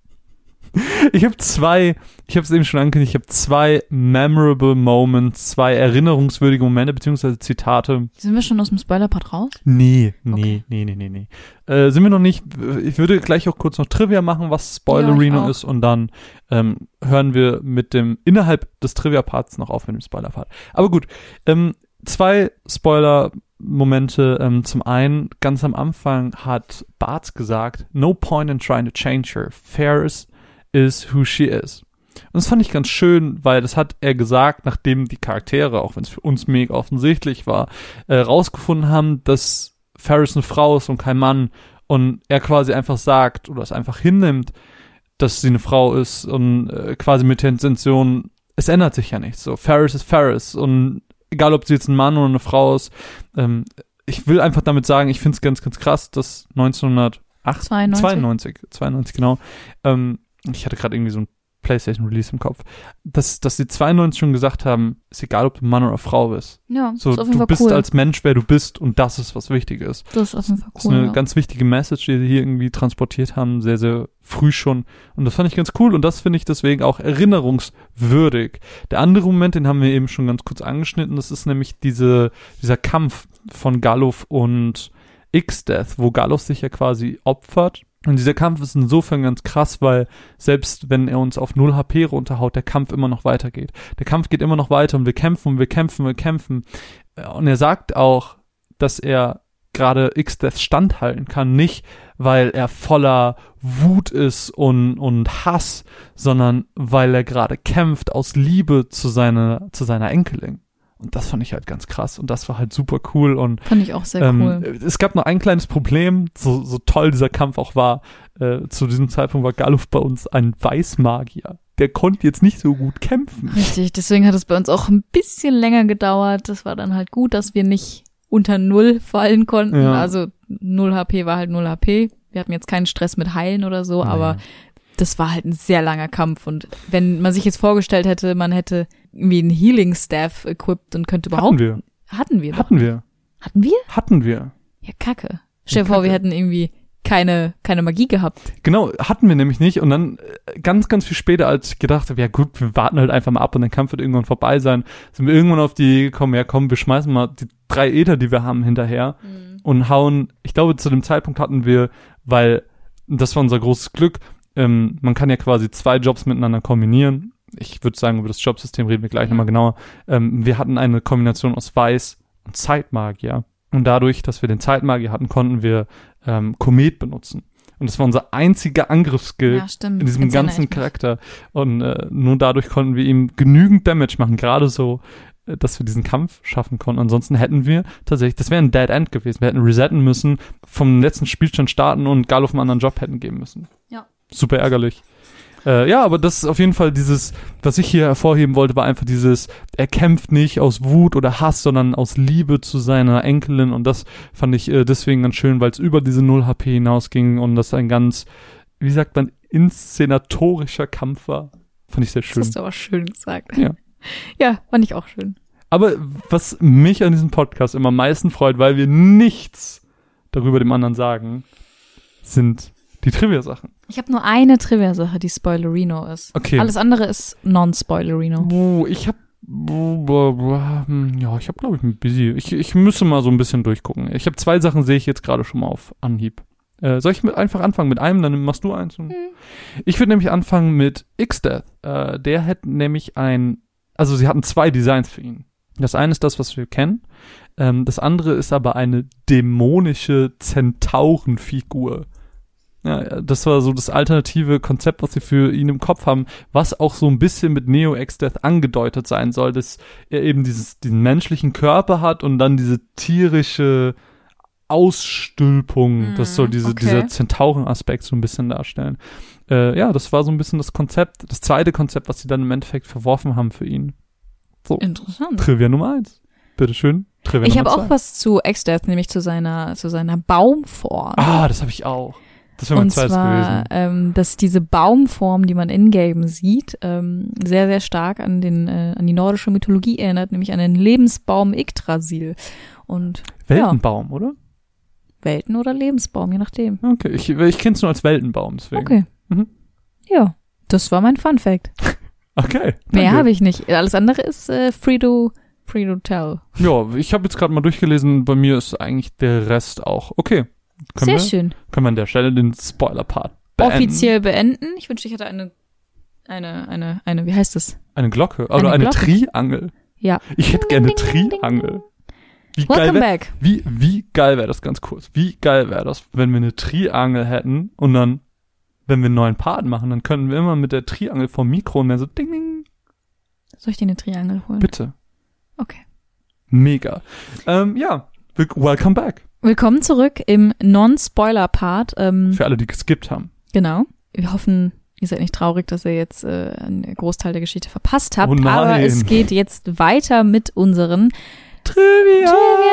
Ich habe zwei, ich habe es eben schon angekündigt, ich habe zwei memorable Moments, zwei erinnerungswürdige Momente, beziehungsweise Zitate. Sind wir schon aus dem Spoiler-Part raus? Nee, nee, Okay. nee, nee, nee, nee. Äh, sind wir noch nicht. Ich würde gleich auch kurz noch Trivia machen, was Ja, Spoilerino ich auch. ist, und dann ähm, hören wir mit dem, innerhalb des Trivia-Parts noch auf mit dem Spoiler-Part. Aber gut, ähm, zwei Spoiler-Momente. Ähm, zum einen, ganz am Anfang hat Bart gesagt, no point in trying to change her. Ferris is who she is. Und das fand ich ganz schön, weil das hat er gesagt, nachdem die Charaktere, auch wenn es für uns mega offensichtlich war, äh, rausgefunden haben, dass Ferris eine Frau ist und kein Mann, und er quasi einfach sagt oder es einfach hinnimmt, dass sie eine Frau ist, und äh, quasi mit der Intention, es ändert sich ja nichts. So, Ferris ist Ferris, und egal, ob sie jetzt ein Mann oder eine Frau ist, ähm, ich will einfach damit sagen, ich finde es ganz, ganz krass, dass neunzehnhundertachtzig, zweiundneunzig, zweiundneunzig, genau, ähm, ich hatte gerade irgendwie so ein PlayStation-Release im Kopf, dass, dass sie zweiundneunzig schon gesagt haben, ist egal, ob du Mann oder Frau bist. Ja, So, ist auf jeden du Fall bist cool. als Mensch, wer du bist, und das ist, was wichtig ist. Das ist auf jeden Fall Das cool. ist eine ja. ganz wichtige Message, die sie hier irgendwie transportiert haben, sehr, sehr früh schon. Und das fand ich ganz cool, und das finde ich deswegen auch erinnerungswürdig. Der andere Moment, den haben wir eben schon ganz kurz angeschnitten, das ist nämlich diese, dieser Kampf von Galuf und X-Death, wo Galuf sich ja quasi opfert. Und dieser Kampf ist insofern ganz krass, weil selbst wenn er uns auf null H P runterhaut, der Kampf immer noch weitergeht. Der Kampf geht immer noch weiter, und wir kämpfen und wir kämpfen und wir kämpfen. Und er sagt auch, dass er gerade X-Death standhalten kann, nicht weil er voller Wut ist und, und Hass, sondern weil er gerade kämpft aus Liebe zu seiner, zu seiner Enkelin. Und das fand ich halt ganz krass, und das war halt super cool. Und Fand ich auch sehr ähm, cool. es gab noch ein kleines Problem, so, so toll dieser Kampf auch war. Äh, zu diesem Zeitpunkt war Galuf bei uns ein Weißmagier. Der konnte jetzt nicht so gut kämpfen. Richtig, deswegen hat es bei uns auch ein bisschen länger gedauert. Das war dann halt gut, dass wir nicht unter Null fallen konnten. Ja. Also null H P war halt null H P. Wir hatten jetzt keinen Stress mit Heilen oder so, Nee. aber das war halt ein sehr langer Kampf. Und wenn man sich jetzt vorgestellt hätte, man hätte irgendwie einen Healing-Staff equipped und könnte überhaupt... Hatten wir. Hatten wir doch. Hatten wir. Hatten wir? Hatten wir. Ja, kacke. Stell dir vor, wir Kacke. hätten irgendwie keine, keine Magie gehabt. Genau, hatten wir nämlich nicht. Und dann äh, ganz, ganz viel später, als ich gedacht habe, ja gut, wir warten halt einfach mal ab und der Kampf wird irgendwann vorbei sein, sind wir irgendwann auf die Idee gekommen, ja komm, wir schmeißen mal die drei Äther, die wir haben, hinterher und hauen, ich glaube, zu dem Zeitpunkt hatten wir, weil das war unser großes Glück, ähm, man kann ja quasi zwei Jobs miteinander kombinieren. Ich würde sagen, über das Jobsystem reden wir gleich Ja. nochmal genauer. Ähm, wir hatten eine Kombination aus Weiß und Zeitmagier. Und dadurch, dass wir den Zeitmagier hatten, konnten wir ähm, Komet benutzen. Und das war unser einziger Angriffsskill Ja, stimmt. in diesem Jetzt erinnere ganzen ich mich. Charakter. Und äh, nur dadurch konnten wir ihm genügend Damage machen, gerade so, äh, dass wir diesen Kampf schaffen konnten. Ansonsten hätten wir tatsächlich, das wäre ein Dead End gewesen. Wir hätten resetten müssen, vom letzten Spielstand starten und Gal auf einen anderen Job hätten geben müssen. Ja. Super ärgerlich. Äh, ja, aber das ist auf jeden Fall dieses, was ich hier hervorheben wollte, war einfach dieses, er kämpft nicht aus Wut oder Hass, sondern aus Liebe zu seiner Enkelin, und das fand ich äh, deswegen ganz schön, weil es über diese null H P hinausging und das ein ganz, wie sagt man, inszenatorischer Kampf war. Fand ich sehr schön. Das hast du aber schön gesagt. Ja. Ja, fand ich auch schön. Aber was mich an diesem Podcast immer am meisten freut, weil wir nichts darüber dem anderen sagen, sind die Trivia-Sachen. Ich habe nur eine Trivia-Sache, die Spoilerino ist. Okay. Alles andere ist non-Spoilerino. Oh, ich hab ja, ich hab glaube ich ein busy. Ich, ich müsste mal so ein bisschen durchgucken. Ich habe zwei Sachen, sehe ich jetzt gerade schon mal auf Anhieb. Äh, soll ich mit, einfach anfangen mit einem, dann machst du eins? Und Hm. Ich würde nämlich anfangen mit X-Death. Äh, der hätte nämlich ein, also sie hatten zwei Designs für ihn. Das eine ist das, was wir kennen. Ähm, das andere ist aber eine dämonische Zentaurenfigur. Ja, das war so das alternative Konzept, was sie für ihn im Kopf haben, was auch so ein bisschen mit Neo X-Death angedeutet sein soll, dass er eben dieses, diesen menschlichen Körper hat und dann diese tierische Ausstülpung, Mm, das soll diese, okay. dieser Zentauren-Aspekt so ein bisschen darstellen. Äh, ja, das war so ein bisschen das Konzept, das zweite Konzept, was sie dann im Endeffekt verworfen haben für ihn. So, Interessant. Trivia Nummer eins. Bitteschön. Trivia Ich Nummer habe zwei. auch was zu X-Death, nämlich zu seiner, zu seiner Baumform. Ah, das habe ich auch. Das wäre mein Und zweites zwar, gewesen. ähm, dass diese Baumform, die man in-game sieht, ähm, sehr, sehr stark an den, äh, an die nordische Mythologie erinnert, nämlich an den Lebensbaum Yggdrasil. Und Weltenbaum, oder? Welten- oder Lebensbaum, je nachdem. Okay, ich, ich kenne es nur als Weltenbaum, deswegen. Okay. Mhm. Ja, das war mein Fun Fact. Okay. Mehr habe ich nicht. Alles andere ist äh, free to, free to tell. Ja, ich habe jetzt gerade mal durchgelesen, bei mir ist eigentlich der Rest auch. Okay. Können Sehr wir, schön. Können wir an der Stelle den Spoiler-Part beenden? Offiziell beenden. Ich wünschte, ich hätte eine, eine, eine, eine, wie heißt das? Eine Glocke, oder Eine eine, Glocke. Triangel. Ja. Ich hätte Ding, gerne ding, ding, ding, Triangel. Wie geil Welcome wär, back. wie, wie geil wäre das, ganz kurz, wie geil wäre das, wenn wir eine Triangel hätten und dann, wenn wir einen neuen Part machen, dann könnten wir immer mit der Triangel vom Mikro und dann so ding, ding. Soll ich dir eine Triangel holen? Bitte. Okay. Mega. Ähm, ja, welcome back. Willkommen zurück im Non-Spoiler-Part. Ähm, Für alle, die geskippt haben. genau. Wir hoffen, ihr seid nicht traurig, dass ihr jetzt äh, einen Großteil der Geschichte verpasst habt. Oh nein. Aber es geht jetzt weiter mit unseren Trivia.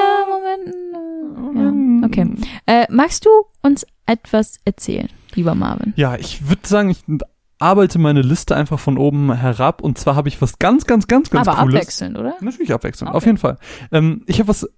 Trivia-Momenten. Ja, okay. Äh, magst du uns etwas erzählen, lieber Marvin? Ja, ich würde sagen, ich arbeite meine Liste einfach von oben herab, und zwar habe ich was ganz, ganz, ganz, ganz Aber Cooles. abwechselnd, oder? Natürlich abwechselnd, Okay. auf jeden Fall. Ähm, ich habe was,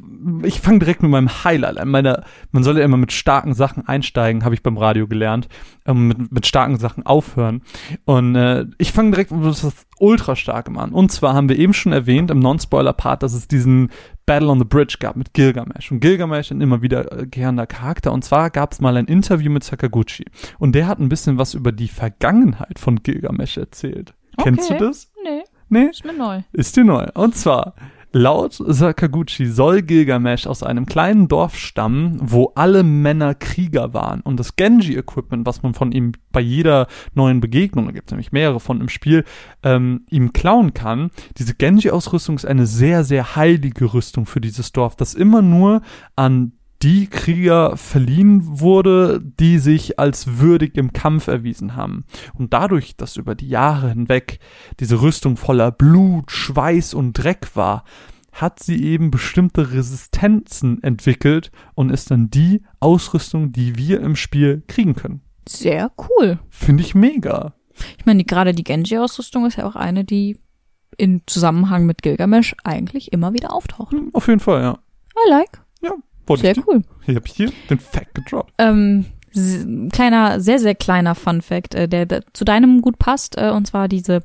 ich fange direkt mit meinem Highlight an. Meine, man soll ja immer mit starken Sachen einsteigen, habe ich beim Radio gelernt, ähm, mit, mit starken Sachen aufhören. Und äh, ich fange direkt mit was ultra starkem an. Und zwar haben wir eben schon erwähnt im Non-Spoiler-Part, dass es diesen Battle on the Bridge gab mit Gilgamesh. Und Gilgamesh ein immer wiederkehrender Charakter. Und zwar gab es mal ein Interview mit Sakaguchi. Und der hat ein bisschen was über die Vergangenheit von Gilgamesh erzählt. Okay. Kennst du das? Nee, Nee? ist mir neu. Ist dir neu. Und zwar, laut Sakaguchi soll Gilgamesh aus einem kleinen Dorf stammen, wo alle Männer Krieger waren. Und das Genji-Equipment, was man von ihm bei jeder neuen Begegnung, da gibt es nämlich mehrere von im Spiel, ähm, ihm klauen kann. Diese Genji-Ausrüstung ist eine sehr, sehr heilige Rüstung für dieses Dorf, das immer nur an die Krieger verliehen wurde, die sich als würdig im Kampf erwiesen haben. Und dadurch, dass über die Jahre hinweg diese Rüstung voller Blut, Schweiß und Dreck war, hat sie eben bestimmte Resistenzen entwickelt und ist dann die Ausrüstung, die wir im Spiel kriegen können. Sehr cool. Finde ich mega. Ich meine, die, gerade die Genji-Ausrüstung ist ja auch eine, die in Zusammenhang mit Gilgamesh eigentlich immer wieder auftaucht. Hm, Auf jeden Fall, ja. I like. Wollte Sehr ich, cool. Hier habe ich hier den Fact gedroppt. Ähm, s- kleiner, sehr, sehr kleiner Fun-Fact, äh, der, der zu deinem gut passt, äh, und zwar diese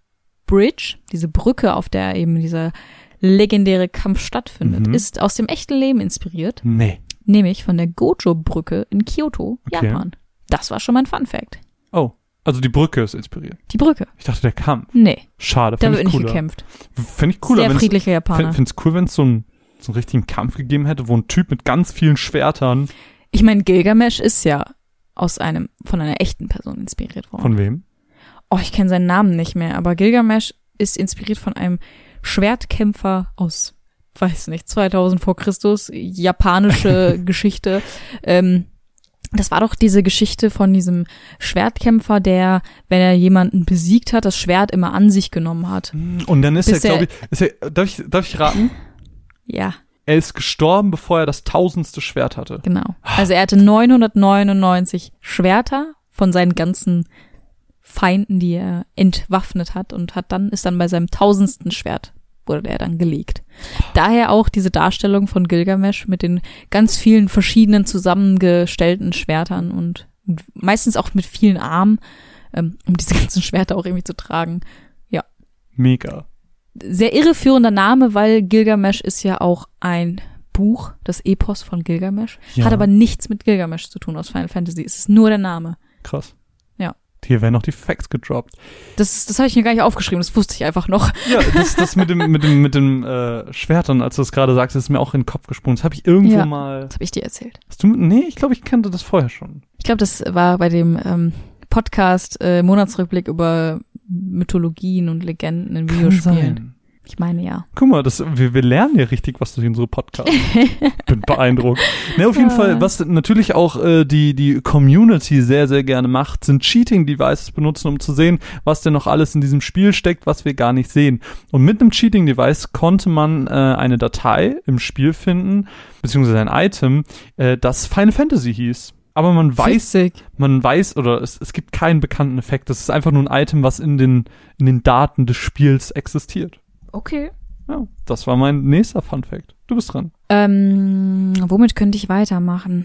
Bridge, diese Brücke, auf der eben dieser legendäre Kampf stattfindet, Mhm. ist aus dem echten Leben inspiriert, Nee. nämlich von der Gojo-Brücke in Kyoto, Okay. Japan. Das war schon mein Fun-Fact. Oh, also die Brücke ist inspiriert. Die Brücke. Ich dachte, der Kampf. Nee, Schade, da finde wird ich nicht cooler. gekämpft. Finde ich cooler, Sehr wenn's- friedliche Japaner. Finde es cool, wenn es so ein so einen richtigen Kampf gegeben hätte, wo ein Typ mit ganz vielen Schwertern. Ich meine, Gilgamesh ist ja aus einem, von einer echten Person inspiriert worden. Von wem? Oh, ich kenne seinen Namen nicht mehr, aber Gilgamesh ist inspiriert von einem Schwertkämpfer aus, weiß nicht, zweitausend vor Christus, japanische Geschichte. Ähm, das war doch diese Geschichte von diesem Schwertkämpfer, der, wenn er jemanden besiegt hat, das Schwert immer an sich genommen hat. Und dann ist Bis er, er- glaube ich, ist er, darf ich, darf ich raten? Ja, Er ist gestorben, bevor er das tausendste Schwert hatte. genau. Also er hatte neunhundertneunundneunzig Schwerter von seinen ganzen Feinden, die er entwaffnet hat und hat dann, ist dann bei seinem tausendsten Schwert wurde er dann gelegt. Daher auch diese Darstellung von Gilgamesh mit den ganz vielen verschiedenen zusammengestellten Schwertern und, und meistens auch mit vielen Armen, ähm, um diese ganzen Schwerter auch irgendwie zu tragen. Mega. Sehr irreführender Name, weil Gilgamesh ist ja auch ein Buch, das Epos von Gilgamesh, Ja. hat aber nichts mit Gilgamesh zu tun aus Final Fantasy. Es ist nur der Name. Krass. Ja. Hier werden noch die Facts gedroppt. Das, ist- das habe ich mir gar nicht aufgeschrieben, das wusste ich einfach noch. Ja, das, das mit dem, mit dem, mit dem äh, Schwertern, als du das gerade sagst, ist mir auch in den Kopf gesprungen. Das habe ich irgendwo Ja. mal. Das habe ich dir erzählt. Hast du? Nee, ich glaube, ich kannte das vorher schon. Ich glaube, das war bei dem ähm, Podcast äh, Monatsrückblick über Mythologien und Legenden in Videospielen. Ich meine ja. Guck mal, das, wir, wir lernen ja richtig was durch unsere Podcasts. Bin beeindruckt. Ne, auf jeden Ja. Fall, was natürlich auch äh, die, die Community sehr, sehr gerne macht, sind Cheating-Devices benutzen, um zu sehen, was denn noch alles in diesem Spiel steckt, was wir gar nicht sehen. Und mit einem Cheating-Device konnte man äh, eine Datei im Spiel finden, beziehungsweise ein Item, äh, das Final Fantasy hieß. Aber man weiß, Witzig. man weiß, oder es, es gibt keinen bekannten Effekt. Das ist einfach nur ein Item, was in den, in den Daten des Spiels existiert. Okay. Ja, das war mein nächster Funfact. Du bist dran. Ähm, womit könnte ich weitermachen?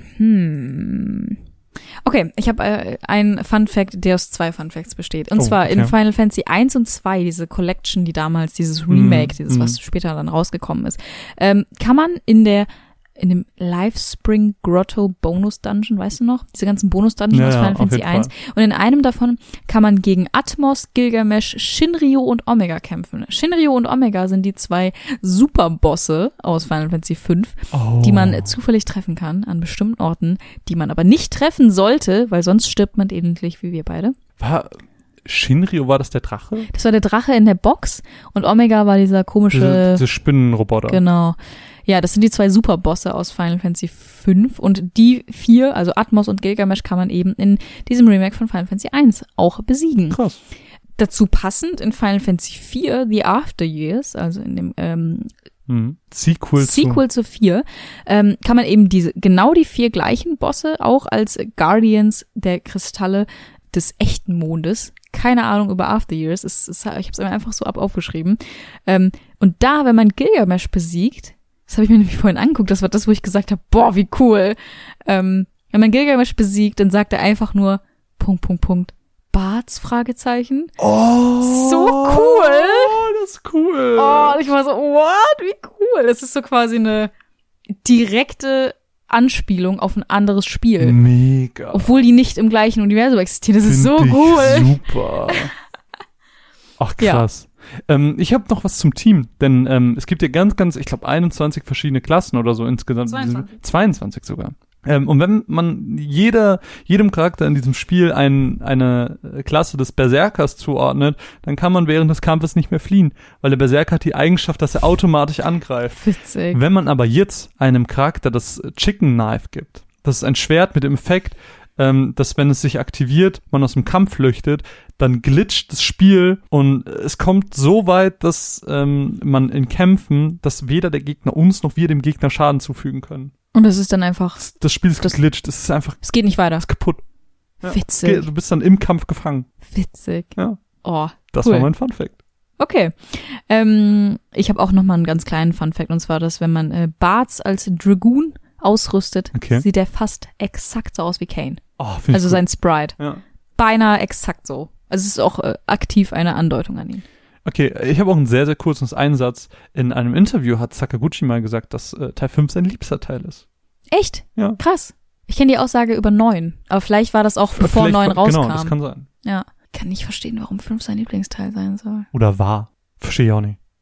Hm. Okay, ich habe äh, einen Fun Fact, der aus zwei Fun Facts besteht. Und Oh, zwar in okay. Final Fantasy eins und zwei, diese Collection, die damals, dieses Remake, Mm, dieses, mm. was später dann rausgekommen ist, ähm, kann man in der in dem Lifespring Grotto Bonus Dungeon, weißt du noch? Diese ganzen Bonus Dungeons Ja, aus ja, Final auf Fantasy jeden eins. Und in einem davon kann man gegen Atmos, Gilgamesh, Shinryu und Omega kämpfen. Shinryu und Omega sind die zwei Superbosse aus Final Fantasy fünf, Oh. die man zufällig treffen kann an bestimmten Orten, die man aber nicht treffen sollte, weil sonst stirbt man ähnlich wie wir beide. War Shinryu, war das der Drache? Das war der Drache in der Box und Omega war dieser komische, Diese, diese Spinnenroboter. genau. Ja, das sind die zwei Superbosse aus Final Fantasy fünf und die vier, also Atmos und Gilgamesh, kann man eben in diesem Remake von Final Fantasy eins auch besiegen. Krass. Dazu passend in Final Fantasy vier, The After Years, also in dem ähm, Mhm. Sequel, Sequel zu vier, ähm, kann man eben diese genau die vier gleichen Bosse auch als Guardians der Kristalle des echten Mondes. Keine Ahnung über After Years, es, es, ich habe es einfach so ab aufgeschrieben. Ähm, und da, wenn man Gilgamesh besiegt, das habe ich mir nämlich vorhin angeguckt, das war das, wo ich gesagt habe, boah, wie cool. Ähm, wenn man Gilgamesh besiegt, dann sagt er einfach nur Punkt, Punkt, Punkt, Barts, Fragezeichen. zu. Oh. So cool. Oh, das ist cool. Oh, und ich war so, what? Wie cool. Das ist so quasi eine direkte Anspielung auf ein anderes Spiel. Mega. Obwohl die nicht im gleichen Universum existieren. Das ist so Find ich cool. Super. Ach, krass. Ähm, ich habe noch was zum Team, denn ähm, es gibt ja ganz, ganz, ich glaube einundzwanzig verschiedene Klassen oder so insgesamt. zweiundzwanzig. zweiundzwanzig sogar. Ähm, und wenn man jeder, jedem Charakter in diesem Spiel ein, eine Klasse des Berserkers zuordnet, dann kann man während des Kampfes nicht mehr fliehen, weil der Berserker hat die Eigenschaft, dass er automatisch angreift. Witzig. Wenn man aber jetzt einem Charakter das Chicken Knife gibt, das ist ein Schwert mit dem Effekt, ähm, dass wenn es sich aktiviert, man aus dem Kampf flüchtet, dann glitscht das Spiel und es kommt so weit, dass ähm, man in Kämpfen, dass weder der Gegner uns noch wir dem Gegner Schaden zufügen können. Und das ist dann einfach, Das, das Spiel ist Das- geglitscht, es ist einfach es geht nicht weiter. es ist kaputt. Ja. Witzig. Du bist dann im Kampf gefangen. Witzig. Ja. Oh, Das Cool. war mein Funfact. okay. Ähm, ich habe auch noch mal einen ganz kleinen Funfact, und zwar, dass wenn man äh, Barts als Dragoon ausrüstet, Okay. sieht er fast exakt so aus wie Kane. Oh, find ich Also gut. sein Sprite. Ja. Beinahe exakt so. Also es ist auch äh, aktiv eine Andeutung an ihn. Okay, ich habe auch einen sehr, sehr kurzen Einsatz. In einem Interview hat Sakaguchi mal gesagt, dass äh, Teil fünf sein liebster Teil ist. Echt? Ja. Krass. Ich kenne die Aussage über neun, aber vielleicht war das auch bevor Vielleicht neun war- rauskam. Genau, das kann sein. Ja. Kann nicht verstehen, warum fünf sein Lieblingsteil sein soll. Oder war. Verstehe ich auch nicht.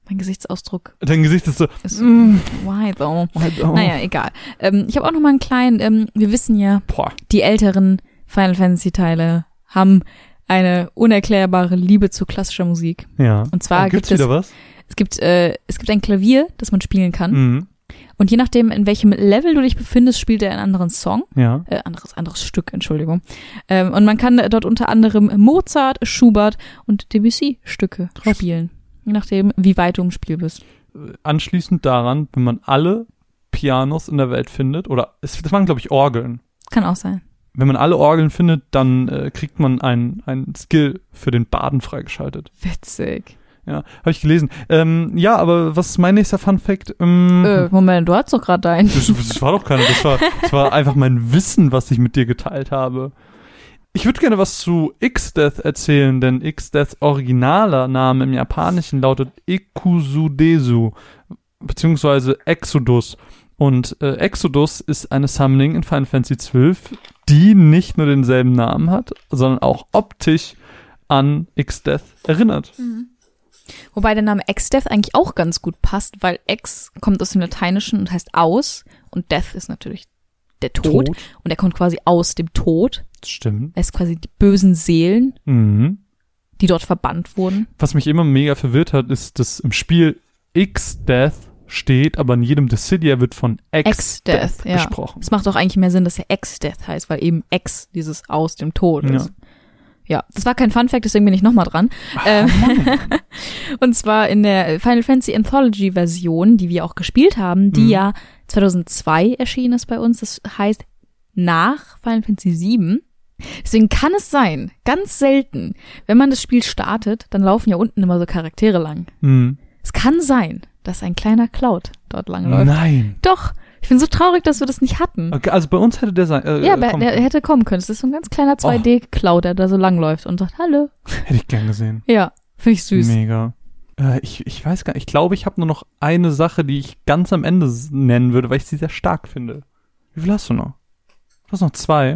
Mein Gesichtsausdruck. Dein Gesicht ist so, Ist, mm, why though? why though? Naja, egal. Ähm, ich habe auch noch mal einen kleinen, ähm, wir wissen ja, Boah. die älteren Final Fantasy Teile haben eine unerklärbare Liebe zu klassischer Musik. Ja. Und zwar oh, gibt's gibt es, wieder was? es gibt, äh, es gibt ein Klavier, das man spielen kann. Mhm. Und je nachdem, in welchem Level du dich befindest, spielt er einen anderen Song. Ja. Äh, anderes, anderes Stück, Entschuldigung. Ähm, und man kann dort unter anderem Mozart, Schubert und Debussy-Stücke Krass. spielen. Je nachdem, wie weit du im Spiel bist. Anschließend daran, wenn man alle Pianos in der Welt findet, oder es, das waren, glaube ich, Orgeln. Kann auch sein. Wenn man alle Orgeln findet, dann äh, kriegt man ein, ein Skill für den Baden freigeschaltet. Witzig. Ja, habe ich gelesen. Ähm, ja, aber was ist mein nächster Fun-Fact? Ähm, Äh, Moment, du hast doch gerade deinen. das, das war doch keiner. Das war, das war einfach mein Wissen, was ich mit dir geteilt habe. Ich würde gerne was zu X-Death erzählen, denn X-Deaths originaler Name im Japanischen lautet Ikusudesu, beziehungsweise Exodus. Und äh, Exodus ist eine Summoning in Final Fantasy zwölf, die nicht nur denselben Namen hat, sondern auch optisch an X-Death erinnert. Mhm. Wobei der Name X-Death eigentlich auch ganz gut passt, weil X kommt aus dem Lateinischen und heißt aus und Death ist natürlich der Tod. Tod. Und er kommt quasi aus dem Tod. Das stimmt. Er ist quasi die bösen Seelen, Mhm. die dort verbannt wurden. Was mich immer mega verwirrt hat, ist, dass im Spiel X-Death steht, aber in jedem Dissidia wird von X-Death X-Death, ja. gesprochen. Es macht auch eigentlich mehr Sinn, dass er X-Death heißt, weil eben X dieses aus dem Tod Ja. ist. Ja, das war kein Funfact, deswegen bin ich nochmal dran. Ach, Ähm, Mann. Und zwar in der Final Fantasy Anthology Version, die wir auch gespielt haben, die Mhm. ja zweitausendzwei erschienen ist bei uns. Das heißt nach Final Fantasy sieben. Deswegen kann es sein, ganz selten, wenn man das Spiel startet, dann laufen ja unten immer so Charaktere lang. Mhm. Es kann sein, dass ein kleiner Cloud dort langläuft. Nein. Doch, ich bin so traurig, dass wir das nicht hatten. Okay, also bei uns hätte der sein. Äh, Ja, äh, aber kommen der können. hätte kommen können. Das ist so ein ganz kleiner zwei D-Cloud, der da so langläuft und sagt, hallo. Hätte ich gern gesehen. Ja, finde ich süß. Mega. Äh, ich, ich weiß gar nicht. Ich glaube, ich habe nur noch eine Sache, die ich ganz am Ende s- nennen würde, weil ich sie sehr stark finde. Wie viel hast du noch? Du hast noch zwei.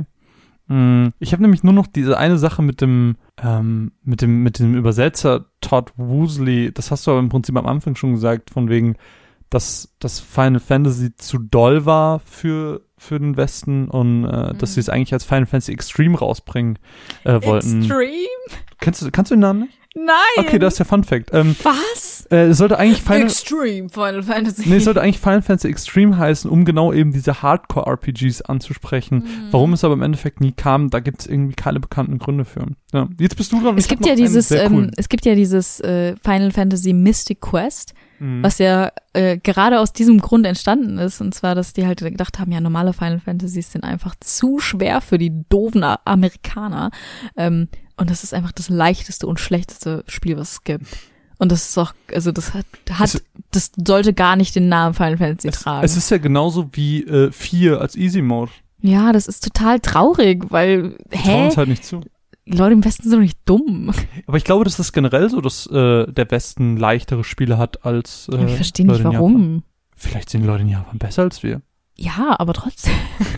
Hm, ich habe nämlich nur noch diese eine Sache mit dem, ähm, mit dem, mit dem Übersetzer Todd Woosley. Das hast du aber im Prinzip am Anfang schon gesagt, von wegen, dass das Final Fantasy zu doll war für für den Westen und äh, Mhm. dass sie es eigentlich als Final Fantasy Extreme rausbringen äh, wollten. Extreme? Kennst du, kannst du den Namen nicht? Nein. Okay, das ist der Fun Fact. Ähm, Was? äh, es sollte eigentlich Final, Extreme Final Fantasy. nee, es sollte eigentlich Final Fantasy Extreme heißen, um genau eben diese Hardcore-R P Gs anzusprechen. Mhm. Warum es aber im Endeffekt nie kam, da gibt es irgendwie keine bekannten Gründe für. Ja. Jetzt bist du dran. und Es ich gibt hab ja noch einen dieses, sehr ähm, coolen. es gibt ja dieses äh, Final Fantasy Mystic Quest, Mhm. was ja äh, gerade aus diesem Grund entstanden ist. Und zwar, dass die halt gedacht haben, ja, normale Final Fantasies sind einfach zu schwer für die doofen A- Amerikaner. Ähm, und das ist einfach das leichteste und schlechteste Spiel, was es gibt. Und das ist auch, also das hat, hat Es- das sollte gar nicht den Namen Final Fantasy es, tragen. es ist ja genauso wie äh, vier als Easy Mode. Ja, das ist total traurig, weil, Die trauen hä? uns halt nicht zu. Die Leute im Westen sind doch nicht dumm. Aber ich glaube, das ist generell so, dass äh, der Westen leichtere Spiele hat als äh, ich verstehe nicht, Leute in warum. Japan. Vielleicht sind die Leute in Japan besser als wir. Ja, aber trotzdem.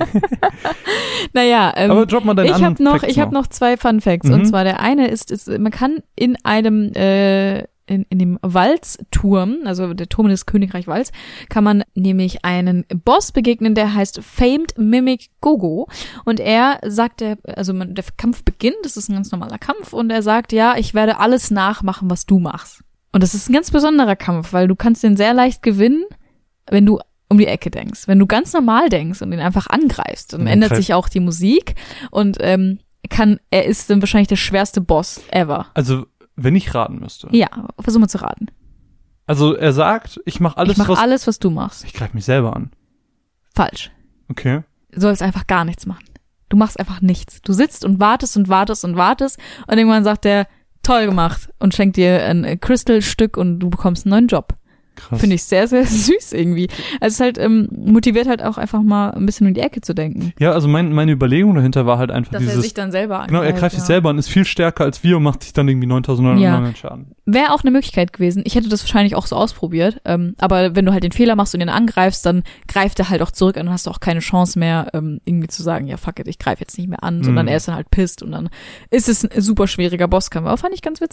Naja, ähm, Aber drop mal deinen ich anderen habe noch, Facts ich habe noch zwei Fun Facts. Mhm. Und zwar der eine ist, ist, man kann in einem, äh, in, in dem Walzturm, also der Turm des Königreich Walz, kann man nämlich einen Boss begegnen, der heißt Famed Mimic Gogo. Und er sagt, der, also man, der Kampf beginnt, das ist ein ganz normaler Kampf, und er sagt, ja, ich werde alles nachmachen, was du machst. Und das ist ein ganz besonderer Kampf, weil du kannst den sehr leicht gewinnen, wenn du um die Ecke denkst. Wenn du ganz normal denkst und ihn einfach angreifst, dann Okay. ändert sich auch die Musik und ähm, kann, er ist dann wahrscheinlich der schwerste Boss ever. Also, wenn ich raten müsste. Ja, versuch mal zu raten. Also, er sagt, ich mache alles, ich mach was... alles, was du machst. Ich greife mich selber an. Falsch. Okay. Du sollst einfach gar nichts machen. Du machst einfach nichts. Du sitzt und wartest und wartest und wartest und irgendwann sagt er, toll gemacht, und schenkt dir ein Crystal-Stück und du bekommst einen neuen Job. Krass. Finde ich sehr, sehr süß irgendwie. Also es ist halt, ähm, motiviert halt auch einfach mal ein bisschen um die Ecke zu denken. Ja, also mein, meine Überlegung dahinter war halt einfach Dass dieses... er sich dann selber angreift. Genau, er greift ja. sich selber an, ist viel stärker als wir und macht sich dann irgendwie neuntausendneunhundertneunundneunzig Schaden. Wäre auch eine Möglichkeit gewesen. Ich hätte das wahrscheinlich auch so ausprobiert. Ähm, aber wenn du halt den Fehler machst und ihn angreifst, dann greift er halt auch zurück und dann hast du auch keine Chance mehr, ähm, irgendwie zu sagen, ja fuck it, ich greife jetzt nicht mehr an, sondern Mhm. er ist dann halt pisst und dann ist es ein super schwieriger Bosskampf. Aber fand ich ganz witzig.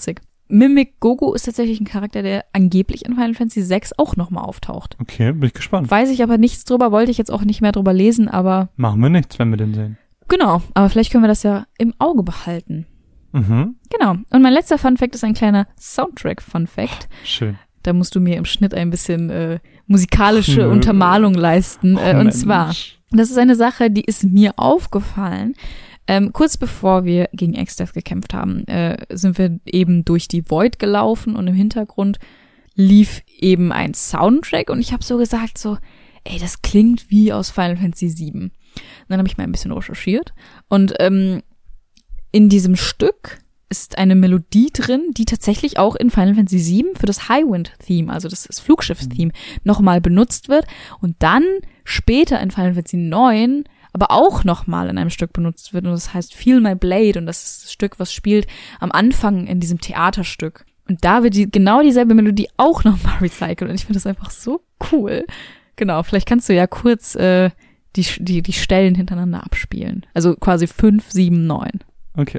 Mimic Gogo ist tatsächlich ein Charakter, der angeblich in Final Fantasy sechs auch nochmal auftaucht. Okay, bin ich gespannt. Weiß ich aber nichts drüber, wollte ich jetzt auch nicht mehr drüber lesen, aber... Machen wir nichts, wenn wir den sehen. Genau, aber vielleicht können wir das ja im Auge behalten. Mhm. Genau. Und mein letzter Funfact ist ein kleiner Soundtrack-Funfact. Oh, schön. Da musst du mir im Schnitt ein bisschen äh, musikalische Nö. Untermalung leisten. Äh, Oh, und Mensch. zwar, das ist eine Sache, die ist mir aufgefallen. Ähm, kurz bevor wir gegen Exdeath gekämpft haben, äh, sind wir eben durch die Void gelaufen und im Hintergrund lief eben ein Soundtrack und ich habe so gesagt so, ey, das klingt wie aus Final Fantasy sieben. Und dann habe ich mal ein bisschen recherchiert und ähm, in diesem Stück ist eine Melodie drin, die tatsächlich auch in Final Fantasy sieben für das Highwind-Theme, also das, das Flugschiff-Theme, nochmal benutzt wird und dann später in Final Fantasy neun aber auch nochmal in einem Stück benutzt wird und das heißt Feel My Blade und das ist das Stück, was spielt am Anfang in diesem Theaterstück. Und da wird die, genau dieselbe Melodie auch nochmal recycelt und ich finde das einfach so cool. Genau, vielleicht kannst du ja kurz äh, die, die, die Stellen hintereinander abspielen. Also quasi fünf, sieben, neun. Okay.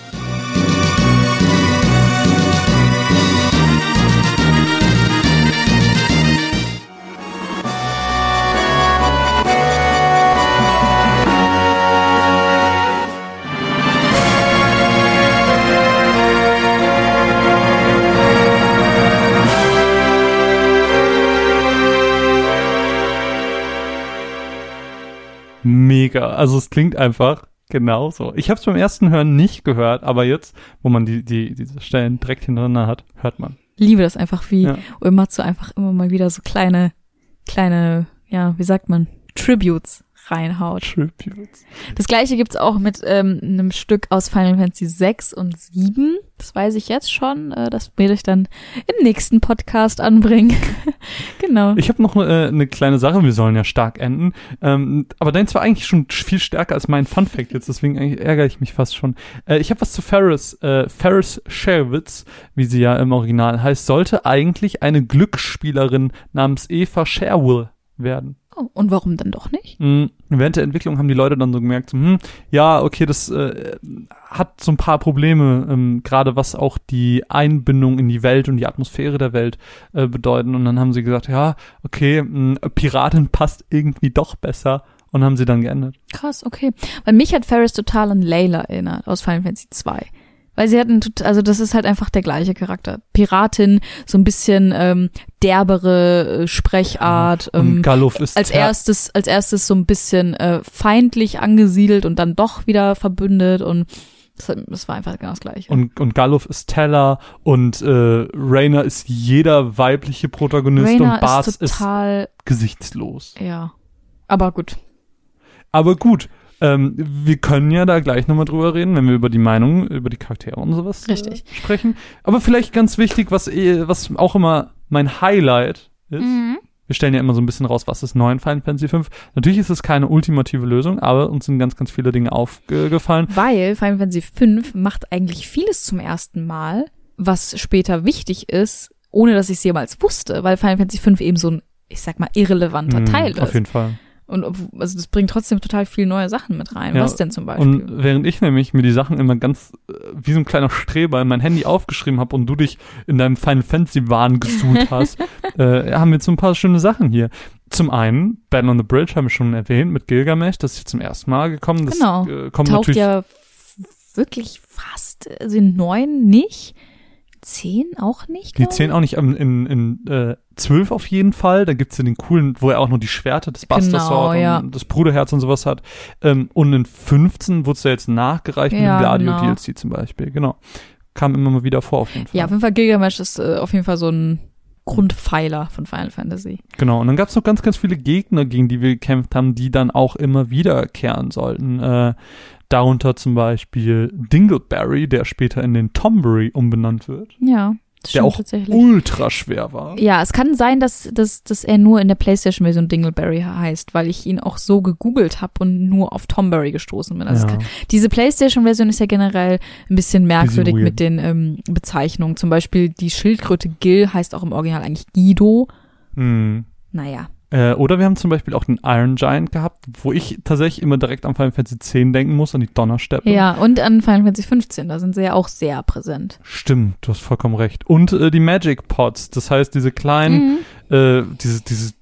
Mega. Also es klingt einfach genauso. Ich habe es beim ersten Hören nicht gehört, aber jetzt, wo man die, die, diese Stellen direkt hintereinander hat, hört man. Liebe das einfach, wie Ja. Uematsu einfach immer mal wieder so kleine, kleine, ja, wie sagt man, Tributes reinhaut. Tributes. Das gleiche gibt's auch mit ähm, einem Stück aus Final Fantasy sechs und sieben. Das weiß ich jetzt schon. Äh, das werde ich dann im nächsten Podcast anbringen. Genau. Ich habe noch eine, eine kleine Sache, wir sollen ja stark enden. Ähm, aber deins war eigentlich schon viel stärker als mein Funfact jetzt, deswegen eigentlich ärgere ich mich fast schon. Äh, ich habe was zu Ferris. Äh, Ferris Sherwitz, wie sie ja im Original heißt, sollte eigentlich eine Glücksspielerin namens Eva Sherwill werden. Oh, und warum dann doch nicht? Mhm. Während der Entwicklung haben die Leute dann so gemerkt, so, hm, ja, okay, das äh, hat so ein paar Probleme, ähm, gerade was auch die Einbindung in die Welt und die Atmosphäre der Welt äh, bedeuten. Und dann haben sie gesagt, ja, okay, mh, Piratin passt irgendwie doch besser und haben sie dann geändert. Krass, okay. Weil mich hat Ferris total an Layla erinnert aus Final Fantasy zwei. Weil sie hatten, also das ist halt einfach der gleiche Charakter. Piratin, so ein bisschen ähm, derbere äh, Sprechart. Ähm, und Galuf ist als erstes, als erstes so ein bisschen äh, feindlich angesiedelt und dann doch wieder verbündet und das, das war einfach genau das Gleiche. Und, und Galuf ist Teller und äh, Rainer ist jeder weibliche Protagonist Rainer und Bart ist total, ist gesichtslos. Ja, aber gut. Aber gut. Ähm, wir können ja da gleich nochmal drüber reden, wenn wir über die Meinung, über die Charaktere und sowas Richtig. Äh, sprechen. Aber vielleicht ganz wichtig, was, eh- was auch immer mein Highlight ist. Mhm. Wir stellen ja immer so ein bisschen raus, was ist neu in Final Fantasy fünf. Natürlich ist es keine ultimative Lösung, aber uns sind ganz, ganz viele Dinge aufgefallen. Weil Final Fantasy fünf macht eigentlich vieles zum ersten Mal, was später wichtig ist, ohne dass ich es jemals wusste, weil Final Fantasy fünf eben so ein, ich sag mal, irrelevanter Mhm, Teil ist. Auf jeden Fall. Und ob- also das bringt trotzdem total viele neue Sachen mit rein. Ja, Was denn zum Beispiel? Und während ich nämlich mir die Sachen immer ganz äh, wie so ein kleiner Streber in mein Handy aufgeschrieben habe und du dich in deinem Final Fantasy Wahn gesucht hast, äh, haben wir jetzt so ein paar schöne Sachen hier. Zum einen, Battle on the Bridge haben wir schon erwähnt mit Gilgamesh, das ist jetzt zum ersten Mal gekommen. Das Genau. äh, kommt Taucht natürlich ja f- wirklich fast, also in neun nicht, zehn auch nicht, die glaub zehn auch nicht, ähm, in, in äh, zwölf auf jeden Fall. Da gibt's ja den coolen, wo er auch noch die Schwerter, das Buster Genau, Sword ja. und das Bruderherz und sowas hat. Ähm, und in fünfzehn wurde es ja jetzt nachgereicht mit Ja, dem Gladio-D genau. L C zum Beispiel. Genau. Kam immer mal wieder vor auf jeden Fall. Ja, auf jeden Fall Gilgamesh ist äh, auf jeden Fall so ein Grundpfeiler von Final Fantasy. Genau, und dann gab es noch ganz, ganz viele Gegner, gegen die wir gekämpft haben, die dann auch immer wiederkehren sollten. Äh, darunter zum Beispiel Dingleberry, der später in den Tomberry umbenannt wird, Ja, das der stimmt auch tatsächlich. ultra schwer war. Ja, es kann sein, dass, dass, dass er nur in der PlayStation-Version Dingleberry heißt, weil ich ihn auch so gegoogelt habe und nur auf Tomberry gestoßen bin. Also Ja. es kann, diese PlayStation-Version ist ja generell ein bisschen merkwürdig Bisschen weird. mit den ähm, Bezeichnungen. Zum Beispiel die Schildkröte Gil heißt auch im Original eigentlich Guido. Hm. Naja. Äh, oder wir haben zum Beispiel auch den Iron Giant gehabt, wo ich tatsächlich immer direkt an Final Fantasy zehn denken muss, an die Donnersteppe. Ja, und an Final Fantasy fünfzehn, da sind sie ja auch sehr präsent. Stimmt, du hast vollkommen recht. Und äh, die Magic Pots, das heißt diese kleinen, mhm. äh, diese, diese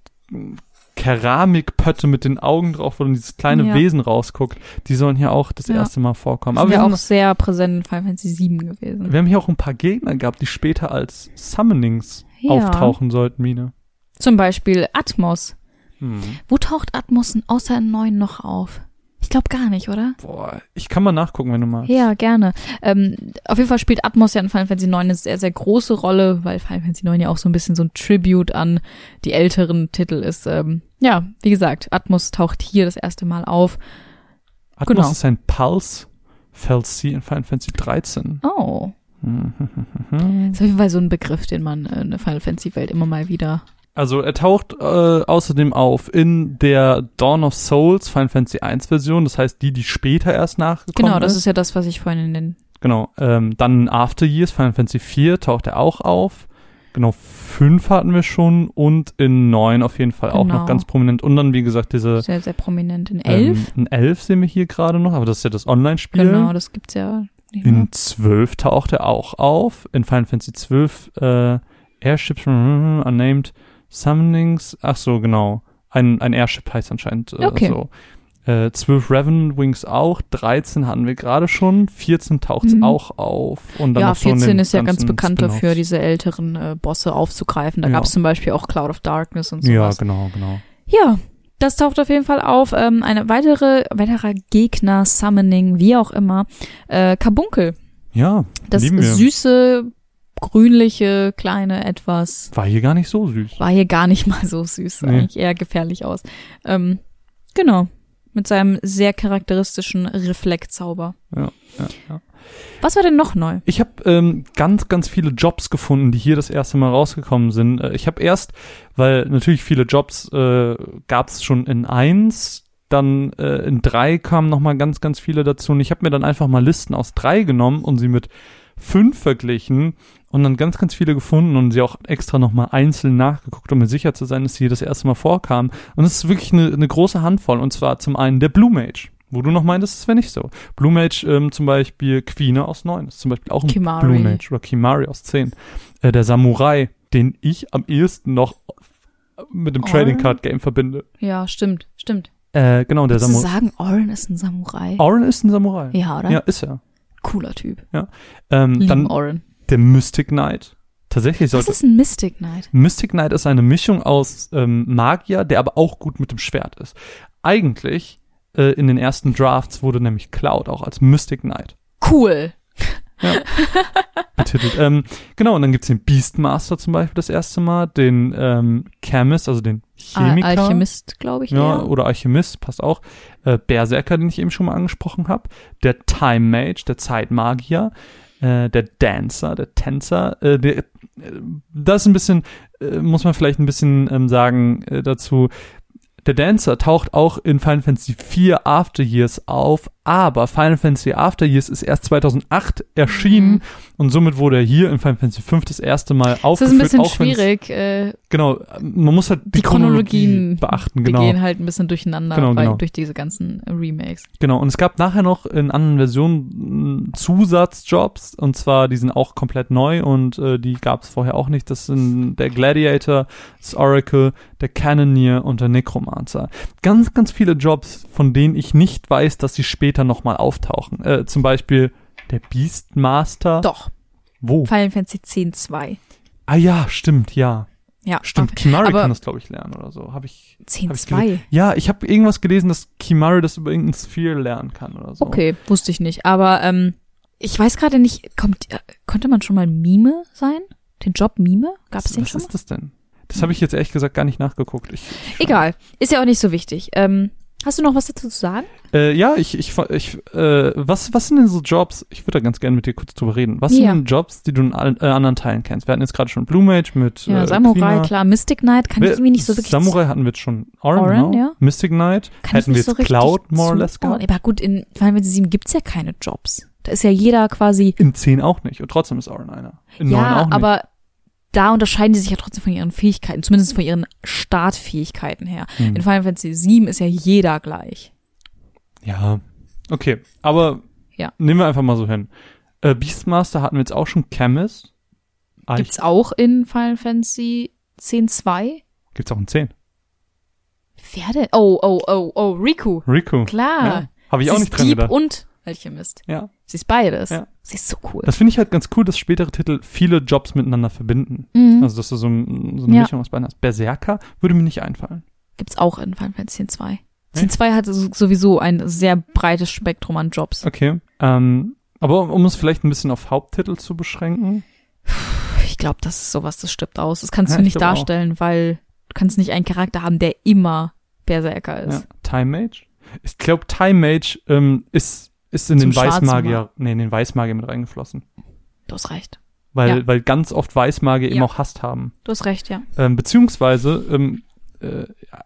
Keramikpötte mit den Augen drauf, wo dann dieses kleine ja. Wesen rausguckt, die sollen hier auch das ja. erste Mal vorkommen. Das Aber sind wir ja haben auch sehr präsent in Final Fantasy sieben gewesen. Wir haben hier auch ein paar Gegner gehabt, die später als Summonings ja. auftauchen sollten, Mine. Zum Beispiel Atmos. Hm. Wo taucht Atmos außer in neun noch auf? Ich glaube gar nicht, oder? Boah, ich kann mal nachgucken, wenn du magst. Ja, gerne. Ähm, auf jeden Fall spielt Atmos ja in Final Fantasy neun eine sehr, sehr große Rolle, weil Final Fantasy neun ja auch so ein bisschen so ein Tribute an die älteren Titel ist. Ähm, ja, wie gesagt, Atmos taucht hier das erste Mal auf. Atmos genau. ist ein Pulse F L C in Final Fantasy dreizehn. Oh. Das ist auf jeden Fall so ein Begriff, den man in der Final Fantasy Welt immer mal wieder... Also er taucht äh, außerdem auf in der Dawn of Souls Final Fantasy eins Version, das heißt die, die später erst nachgekommen ist. Genau, das ist ja das, was ich vorhin in den... Genau, ähm, dann in After Years Final Fantasy vier taucht er auch auf. Genau, fünf hatten wir schon und in neun auf jeden Fall auch Genau. noch ganz prominent. Und dann, wie gesagt, diese... Sehr, sehr prominent. In elf? Ähm, in elf sehen wir hier gerade noch, aber das ist ja das Online-Spiel. Genau, das gibt's ja nicht mehr. In zwölf taucht er auch auf. In Final Fantasy zwölf äh, Airships Unnamed Summonings, ach so, genau. Ein, ein Airship heißt anscheinend äh, okay. so. Äh, zwölf Raven Wings auch, dreizehn hatten wir gerade schon, vierzehn taucht's mhm. auch auf. Und dann ja, noch so vierzehn ist ja ganz ganzen bekannt Spin-offs. dafür, diese älteren äh, Bosse aufzugreifen. Da Ja. gab's zum Beispiel auch Cloud of Darkness und Ja, sowas. genau, genau. Ja, das taucht auf jeden Fall auf. Ähm, eine weitere, weiterer Gegner, Summoning, wie auch immer. Äh, Carbunkel. Ja, Das lieben wir. süße, grünliche, kleine etwas. War hier gar nicht so süß. War hier gar nicht mal so süß. Sah Nee. eigentlich eher gefährlich aus. Ähm, genau. Mit seinem sehr charakteristischen Reflektzauber. Ja, ja, ja. Was war denn noch neu? Ich habe ähm, ganz, ganz viele Jobs gefunden, die hier das erste Mal rausgekommen sind. Äh, ich habe erst, weil natürlich viele Jobs äh, gab es schon in eins, dann äh, in drei kamen noch mal ganz, ganz viele dazu. Und ich habe mir dann einfach mal Listen aus drei genommen und sie mit fünf verglichen und dann ganz, ganz viele gefunden und sie auch extra noch mal einzeln nachgeguckt, um mir sicher zu sein, dass sie hier das erste Mal vorkamen. Und es ist wirklich eine, eine große Handvoll. Und zwar zum einen der Blue Mage, wo du noch meintest, das wäre nicht so. Blue Mage ähm, zum Beispiel Quina aus neun, ist zum Beispiel auch ein Kimari. Blue Mage oder Kimari aus zehn. Äh, der Samurai, den ich am ehesten noch mit dem Orin? Trading Card Game verbinde. Ja, stimmt, stimmt. Äh, genau, der Würdest du Samurai. sagen, Orin ist ein Samurai? Orin ist ein Samurai. Ja, oder? Ja, ist er. Cooler Typ. Ähm, Lieben dann Orin. der Mystic Knight. Tatsächlich Was sollte ist ein Mystic Knight? Mystic Knight ist eine Mischung aus ähm, Magier, der aber auch gut mit dem Schwert ist. Eigentlich äh, in den ersten Drafts wurde nämlich Cloud auch als Mystic Knight Cool. ja, betitelt. Ähm, genau, und dann gibt's den Beastmaster zum Beispiel das erste Mal, den ähm, Chemist, also den Chemiker. Al- Alchemist, glaube ich. Ja, eher. oder Alchemist, passt auch. Äh, Berserker, den ich eben schon mal angesprochen habe. Der Time Mage, der Zeitmagier. Äh, der Dancer, der Tänzer. Äh, der, äh, das ist ein bisschen, äh, muss man vielleicht ein bisschen ähm, sagen äh, dazu. Der Dancer taucht auch in Final Fantasy vier After Years auf, aber Final Fantasy After Years ist erst zweitausendacht erschienen Mhm. und somit wurde er hier in Final Fantasy fünf das erste Mal Das aufgeführt. ist ein bisschen auch wenn's- schwierig. Äh, Genau, man muss halt die, die Chronologie Chronologien beachten, die genau. gehen halt ein bisschen durcheinander Genau, weil, genau. durch diese ganzen Remakes. Genau, und es gab nachher noch in anderen Versionen mh, Zusatzjobs, und zwar, die sind auch komplett neu und äh, die gab es vorher auch nicht. Das sind der Gladiator, das Oracle, der Cannoneer und der Necromancer. Ganz, ganz viele Jobs, von denen ich nicht weiß, dass sie später nochmal auftauchen. Äh, zum Beispiel der Beastmaster. Doch, Wo? Final Fantasy X zwei. Ah ja, stimmt, ja. Ja, Stimmt, Kimari aber kann das, glaube ich, lernen oder so. Habe ich, zehn hab ich zwei. gelesen. Ja, ich habe irgendwas gelesen, dass Kimari das über irgendein Sphere lernen kann oder so. Okay, wusste ich nicht. Aber ähm, ich weiß gerade nicht, kommt, äh, konnte man schon mal Mime sein? Den Job Mime? Gab es Was, den was schon mal? ist das denn? Das habe ich jetzt ehrlich gesagt gar nicht nachgeguckt. Ich, ich Egal, ist ja auch nicht so wichtig. Ähm, hast du noch was dazu zu sagen? Äh, ja, ich, ich, ich äh, was, was sind denn so Jobs? Ich würde da ganz gerne mit dir kurz drüber reden. Was Ja. sind denn Jobs, die du in all, äh, anderen Teilen kennst? Wir hatten jetzt gerade schon Blue Mage mit Ja, äh, Samurai, Quina. klar. Mystic Knight kann ich Wer- irgendwie nicht so wirklich... Samurai hatten wir jetzt schon. Orin, Orin, genau. ja. Mystic Knight. kann Hätten ich wir nicht jetzt so Cloud richtig more or less zuordnen. gehabt? Aber gut, in Final Fantasy sieben gibt's ja keine Jobs. Da ist ja jeder quasi... In zehn auch nicht. Und trotzdem ist Orin einer. In neun ja, auch nicht. aber da unterscheiden die sich ja trotzdem von ihren Fähigkeiten, zumindest von ihren Startfähigkeiten her. Mhm. In Final Fantasy sieben ist ja jeder gleich. Ja, okay. Aber Ja. nehmen wir einfach mal so hin. Äh, Beastmaster hatten wir jetzt auch schon. Chemist. Ah, Gibt's auch in Final Fantasy zehn zwei? Gibt's auch in zehn. Wer denn? Oh, oh, oh, oh, Riku. Riku. Klar. Ja, habe ich Sie auch ist nicht dran Dieb gedacht. und Alchemist. Ja. Sie ist beides. Ja. Sie ist so cool. Das finde ich halt ganz cool, dass spätere Titel viele Jobs miteinander verbinden. Mhm. Also, dass du so, ein, so eine Ja. Mischung aus beiden hast. Berserker würde mir nicht einfallen. Gibt's auch in Final Fantasy zehn zwei. Echt? zehn zwei hat so- sowieso ein sehr breites Spektrum an Jobs. Okay. Ähm, aber um es vielleicht ein bisschen auf Haupttitel zu beschränken. Ich glaube, das ist sowas, das stirbt aus. Das kannst Ja, du ich nicht glaub auch. darstellen, weil du kannst nicht einen Charakter haben, der immer Berserker ist. Ja. Time Mage? Ich glaube, Time Mage ähm, ist, ist in Zum den Weißmagier, Schwarzmagier. nee, in den Weißmagier mit reingeflossen. Du hast recht. Weil, Ja. weil ganz oft Weißmagier Ja. eben auch Hass haben. Du hast recht, ja. Ähm, beziehungsweise, ähm, äh,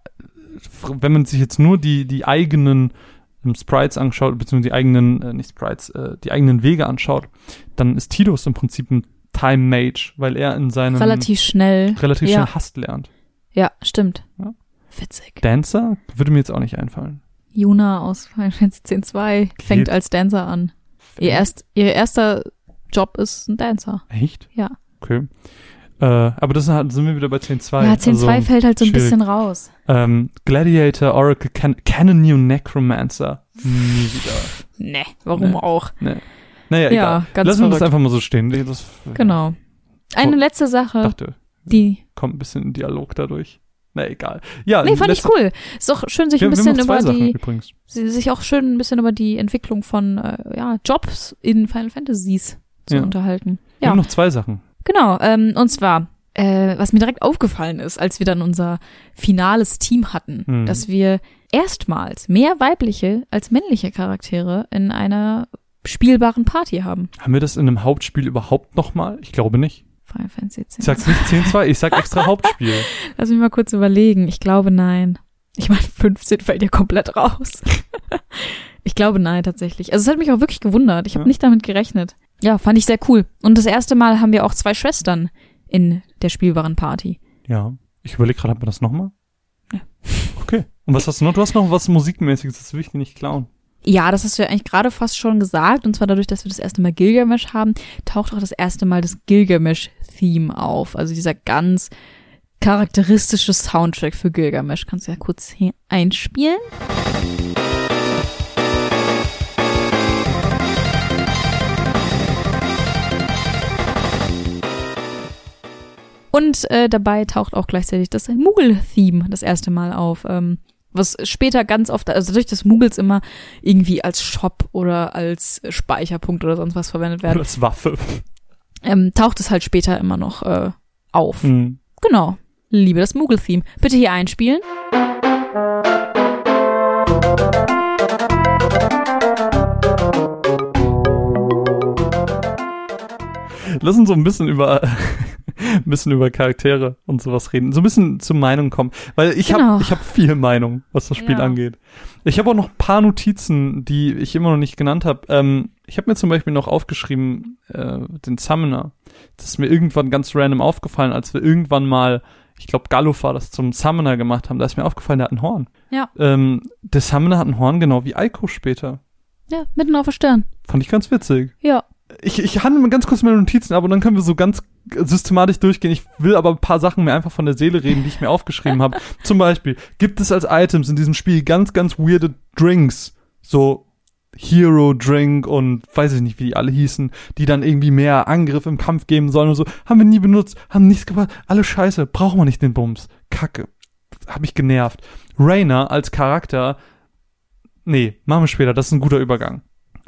wenn man sich jetzt nur die, die eigenen ähm, Sprites anschaut, beziehungsweise die eigenen, äh, nicht Sprites, äh, die eigenen Wege anschaut, dann ist Tidus im Prinzip ein Time Mage, weil er in seinem Relativ schnell. relativ ja. schnell Hass lernt. Ja, stimmt. Ja. Witzig. Dancer würde mir jetzt auch nicht einfallen. Yuna aus Final Fantasy zehn zwei fängt Geht. als Dancer an. Ihr, erst, ihr erster Job ist ein Dancer. Echt? Ja. Okay. Äh, aber das sind, halt- sind wir wieder bei zehn zwei. Ja, zehn zwei also, fällt halt so ein schwierig. bisschen raus. Ähm, Gladiator, Oracle, Can Cannoneer, Necromancer. Nie wieder. Nee, warum Nee. auch? Nee. Naja, Ja, egal. ganz Lassen wir das verrückt. einfach mal so stehen. Das, Genau. Eine So. letzte Sache, dachte, die... kommt ein bisschen in Dialog dadurch. Na, egal. Ja, Nee, fand ich letzte- cool. Ist doch schön, sich Wir, ein wir haben bisschen noch zwei über Sachen die... übrigens. sie- sich auch schön ein bisschen über die Entwicklung von äh, ja, Jobs in Final Fantasies zu Ja. unterhalten. Wir Ja, haben noch zwei Sachen. genau. Ähm, und zwar, äh, was mir direkt aufgefallen ist, als wir dann unser finales Team hatten, Mhm. dass wir erstmals mehr weibliche als männliche Charaktere in einer spielbaren Party haben. Haben wir das in einem Hauptspiel überhaupt nochmal? Ich glaube nicht. Final Fantasy zehn. Ich sag's nicht zehn zwei, ich sag extra Hauptspiel. Lass mich mal kurz überlegen. Ich glaube, nein. Ich meine, fünfzehn fällt ja komplett raus. Ich glaube, nein, tatsächlich. Also es hat mich auch wirklich gewundert. Ich habe Ja. nicht damit gerechnet. Ja, fand ich sehr cool. Und das erste Mal haben wir auch zwei Schwestern in der spielbaren Party. Ja. Ich überlege gerade, haben wir das nochmal? Ja. Okay. Und was hast du noch? Du hast noch was Musikmäßiges, das will ich dir nicht klauen. Ja, das hast du ja eigentlich gerade fast schon gesagt. Und zwar dadurch, dass wir das erste Mal Gilgamesh haben, taucht auch das erste Mal das Gilgamesh-Theme auf. Also dieser ganz charakteristische Soundtrack für Gilgamesh. Kannst du ja kurz hier einspielen. Und äh, dabei taucht auch gleichzeitig das Moogle-Theme das erste Mal auf. Ähm, was später ganz oft, also dadurch, dass Moogles immer irgendwie als Shop oder als Speicherpunkt oder sonst was verwendet Oder werden, als Waffe. ähm, taucht es halt später immer noch äh, auf. Hm. Genau. Liebe das Moogle-Theme. Bitte hier einspielen. Lass uns so ein bisschen über ein bisschen über Charaktere und sowas reden. So ein bisschen zur Meinung kommen. Weil ich Genau. habe ich hab viel Meinung, was das Spiel Ja. angeht. Ich habe auch noch ein paar Notizen, die ich immer noch nicht genannt habe. Ähm, ich habe mir zum Beispiel noch aufgeschrieben, äh, den Summoner. Das ist mir irgendwann ganz random aufgefallen, als wir irgendwann mal, ich glaube Galufar das zum Summoner gemacht haben. Da ist mir aufgefallen, der hat ein Horn. Ja. Ähm, der Summoner hat ein Horn, genau wie Aiko später. Ja, mitten auf der Stirn. Fand ich ganz witzig. Ja. Ich, ich handle mal ganz kurz meine Notizen ab und dann können wir so ganz systematisch durchgehen. Ich will aber ein paar Sachen mir einfach von der Seele reden, die ich mir aufgeschrieben habe. Zum Beispiel gibt es als Items in diesem Spiel ganz, ganz weirde Drinks. So Hero Drink und weiß ich nicht, wie die alle hießen, die dann irgendwie mehr Angriff im Kampf geben sollen und so. Haben wir nie benutzt, haben nichts gebracht. Alle Scheiße, brauchen wir nicht den Bums. Kacke. Hab mich genervt. Rainer als Charakter, nee, machen wir später, das ist ein guter Übergang.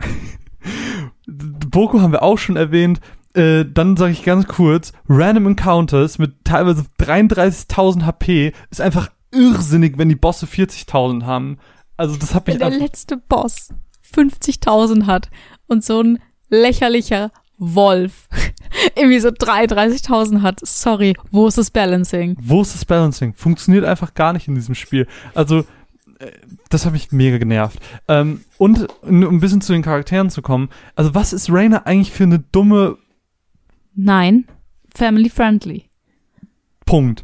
Boko haben wir auch schon erwähnt. Äh, dann sage ich ganz kurz, Random Encounters mit teilweise dreiunddreißigtausend H P ist einfach irrsinnig, wenn die Bosse vierzigtausend haben. Also das hat mich Wenn der einfach- letzte Boss fünfzigtausend hat und so ein lächerlicher Wolf irgendwie so dreiunddreißigtausend hat. Sorry, wo ist das Balancing? Wo ist das Balancing? Funktioniert einfach gar nicht in diesem Spiel. Also, äh, das hat mich mega genervt. Ähm, und um ein bisschen zu den Charakteren zu kommen, also was ist Rainer eigentlich für eine dumme... Nein, family friendly. Punkt.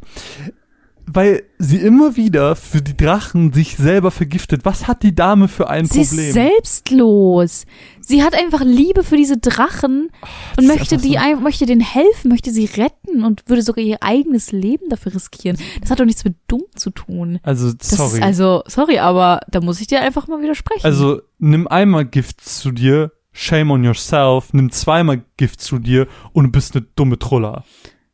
Weil sie immer wieder für die Drachen sich selber vergiftet. Was hat die Dame für ein sie Problem? Sie ist selbstlos. Sie hat einfach Liebe für diese Drachen oh, und möchte die, so. möchte denen helfen, möchte sie retten und würde sogar ihr eigenes Leben dafür riskieren. Das hat doch nichts mit dumm zu tun. Also, sorry. Das ist also, sorry, aber da muss ich dir einfach mal widersprechen. Also, nimm einmal Gift zu dir, shame on yourself, nimm zweimal Gift zu dir und du bist eine dumme Troller.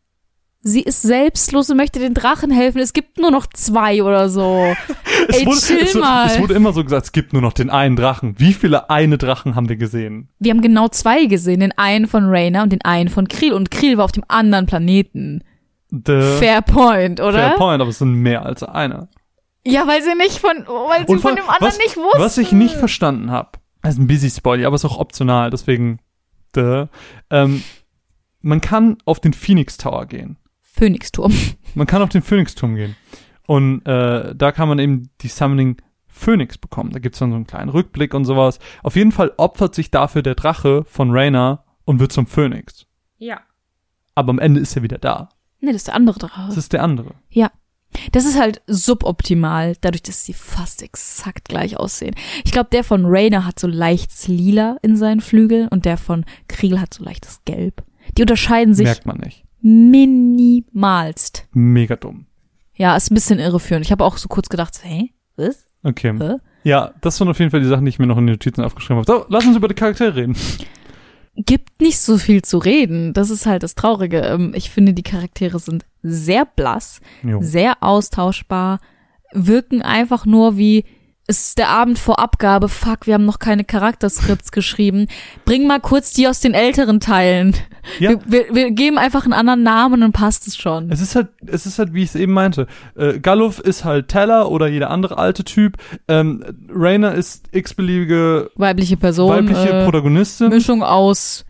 Sie ist selbstlos und möchte den Drachen helfen. Es gibt nur noch zwei oder so. es, Ey, wurde, chill es, mal. es wurde immer so gesagt, es gibt nur noch den einen Drachen. Wie viele eine Drachen haben wir gesehen? Wir haben genau zwei gesehen. Den einen von Rhaena und den einen von Kriel. Und Kriel war auf dem anderen Planeten. The Fair point, oder? Fair point, aber es sind mehr als einer. Ja, weil sie nicht von, weil sie und von, von dem anderen was, nicht wussten. Was ich nicht verstanden habe, das ist ein busy Spoiler, aber es ist auch optional, deswegen the, ähm, man kann auf den Phoenix Tower gehen. Phönixturm. Man kann auf den Phönixturm gehen. Und äh, da kann man eben die Summoning Phoenix bekommen. Da gibt es dann so einen kleinen Rückblick und sowas. Auf jeden Fall opfert sich dafür der Drache von Rhaena und wird zum Phönix. Ja. Aber am Ende ist er wieder da. Nee, das ist der andere Drache. Das ist der andere. Ja. Das ist halt suboptimal, dadurch, dass sie fast exakt gleich aussehen. Ich glaube, der von Rhaena hat so leichtes Lila in seinen Flügeln und der von Kriel hat so leichtes Gelb. Die unterscheiden sich. Merkt man nicht. Minimalst. Mega dumm. Ja, ist ein bisschen irreführend. Ich habe auch so kurz gedacht, hey, was? Okay. Hä? Ja, das waren auf jeden Fall die Sachen, die ich mir noch in die Notizen aufgeschrieben habe. So, lass uns über die Charaktere reden. Gibt nicht so viel zu reden. Das ist halt das Traurige. Ich finde, die Charaktere sind sehr blass, Jo. sehr austauschbar, wirken einfach nur wie, es ist der Abend vor Abgabe, fuck, wir haben noch keine Charakterskripts geschrieben. Bring mal kurz die aus den älteren Teilen. Ja. Wir, wir, wir geben einfach einen anderen Namen und passt es schon. Es ist halt, es ist halt, wie ich es eben meinte. Äh, Galuf ist halt Teller oder jeder andere alte Typ. Ähm, Rhaena ist x-beliebige Weibliche Person. weibliche äh, Protagonistin. Mischung aus,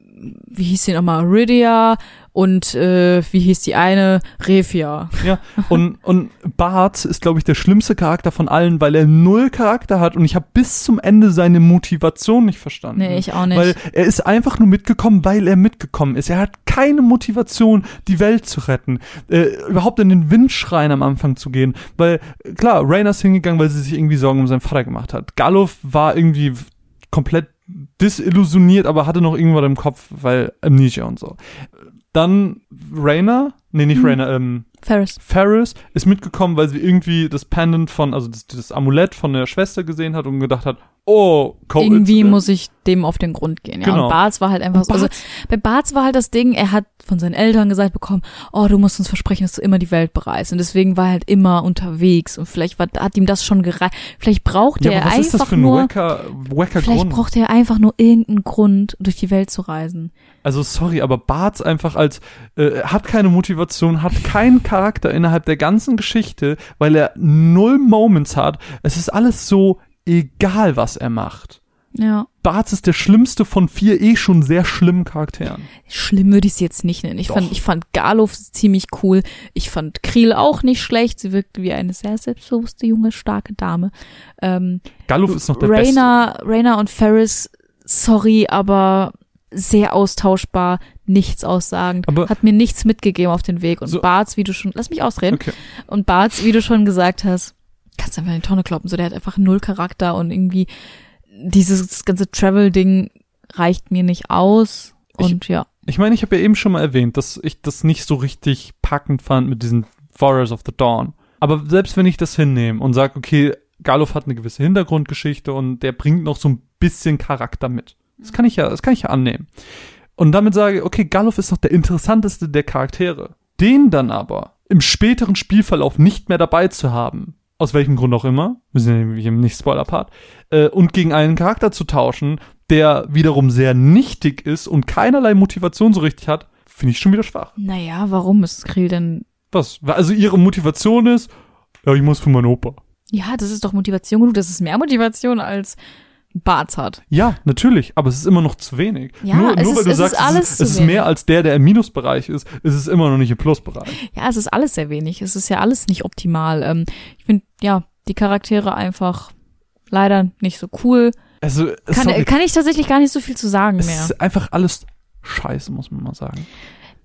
wie hieß sie nochmal, Rydia und äh, wie hieß die eine, Refia. Ja, und, und Bart ist, glaube ich, der schlimmste Charakter von allen, weil er null Charakter hat und ich habe bis zum Ende seine Motivation nicht verstanden. Nee, ich auch nicht. Weil er ist einfach nur mitgekommen, weil er mitgekommen ist. Er hat keine Motivation, die Welt zu retten. Äh, überhaupt in den Windschrein am Anfang zu gehen. Weil, klar, Rhaena ist hingegangen, weil sie sich irgendwie Sorgen um seinen Vater gemacht hat. Galuf war irgendwie komplett disillusioniert, aber hatte noch irgendwas im Kopf, weil Amnesia und so. Dann Rhaena, nee, nicht hm. Rhaena, ähm, Ferris. Ferris ist mitgekommen, weil sie irgendwie das Pendant von, also das, das Amulett von der Schwester gesehen hat und gedacht hat, oh, Cole Irgendwie muss ich dem auf den Grund gehen. Ja, Genau. und Barts war halt einfach so. Also, bei Barts war halt das Ding, er hat von seinen Eltern gesagt bekommen, oh, du musst uns versprechen, dass du immer die Welt bereist. Und deswegen war er halt immer unterwegs. Und vielleicht war, hat ihm das schon gereicht. Vielleicht brauchte Ja, er aber was einfach ist das für ein nur, wacker, wacker vielleicht Grund? brauchte er einfach nur irgendeinen Grund, durch die Welt zu reisen. Also sorry, aber Barts einfach als, äh, hat keine Motivation, hat keinen Charakter innerhalb der ganzen Geschichte, weil er null Moments hat. Es ist alles so egal, was er macht. Ja. Barts ist der schlimmste von vier eh schon sehr schlimmen Charakteren. Schlimm würde ich sie jetzt nicht nennen. Ich Doch. fand, ich fand Galuf ziemlich cool. Ich fand Kriel auch nicht schlecht. Sie wirkte wie eine sehr selbstbewusste, junge, starke Dame. Ähm, Galuf ist noch der Rhaena, Rhaena und Ferris, sorry, aber sehr austauschbar, nichts aussagend. Aber hat mir nichts mitgegeben auf den Weg. Und so, Barts, wie du schon, lass mich ausreden. Okay. Und Barts, wie du schon gesagt hast, kannst du einfach in die Tonne kloppen. So, der hat einfach null Charakter und irgendwie dieses ganze Travel-Ding reicht mir nicht aus. Und ich, ja. Ich meine, ich habe ja eben schon mal erwähnt, dass ich das nicht so richtig packend fand mit diesen Warriors of the Dawn. Aber selbst wenn ich das hinnehme und sage, okay, Galuf hat eine gewisse Hintergrundgeschichte und der bringt noch so ein bisschen Charakter mit. Das kann ich ja, das kann ich ja annehmen. Und damit sage, okay, Galuf ist noch der interessanteste der Charaktere. Den dann aber im späteren Spielverlauf nicht mehr dabei zu haben, aus welchem Grund auch immer, wir sind nämlich im Nicht-Spoiler-Part, äh, und gegen einen Charakter zu tauschen, der wiederum sehr nichtig ist und keinerlei Motivation so richtig hat, finde ich schon wieder schwach. Naja, warum ist Kriel denn... Was? Also ihre Motivation ist, ja, ich muss für meinen Opa. Ja, das ist doch Motivation genug. Das ist mehr Motivation als Barts hat. Ja, natürlich, aber es ist immer noch zu wenig. Ja, nur es nur ist, weil du es sagst, ist alles es, ist, zu es ist wenig. mehr als der, der im Minusbereich ist, ist es immer noch nicht im Plusbereich. Ja, es ist alles sehr wenig. Es ist ja alles nicht optimal. Ähm, ich finde, ja, die Charaktere einfach leider nicht so cool. Also, Kann, sorry, kann ich tatsächlich gar nicht so viel zu sagen es mehr. ist einfach alles scheiße, muss man mal sagen.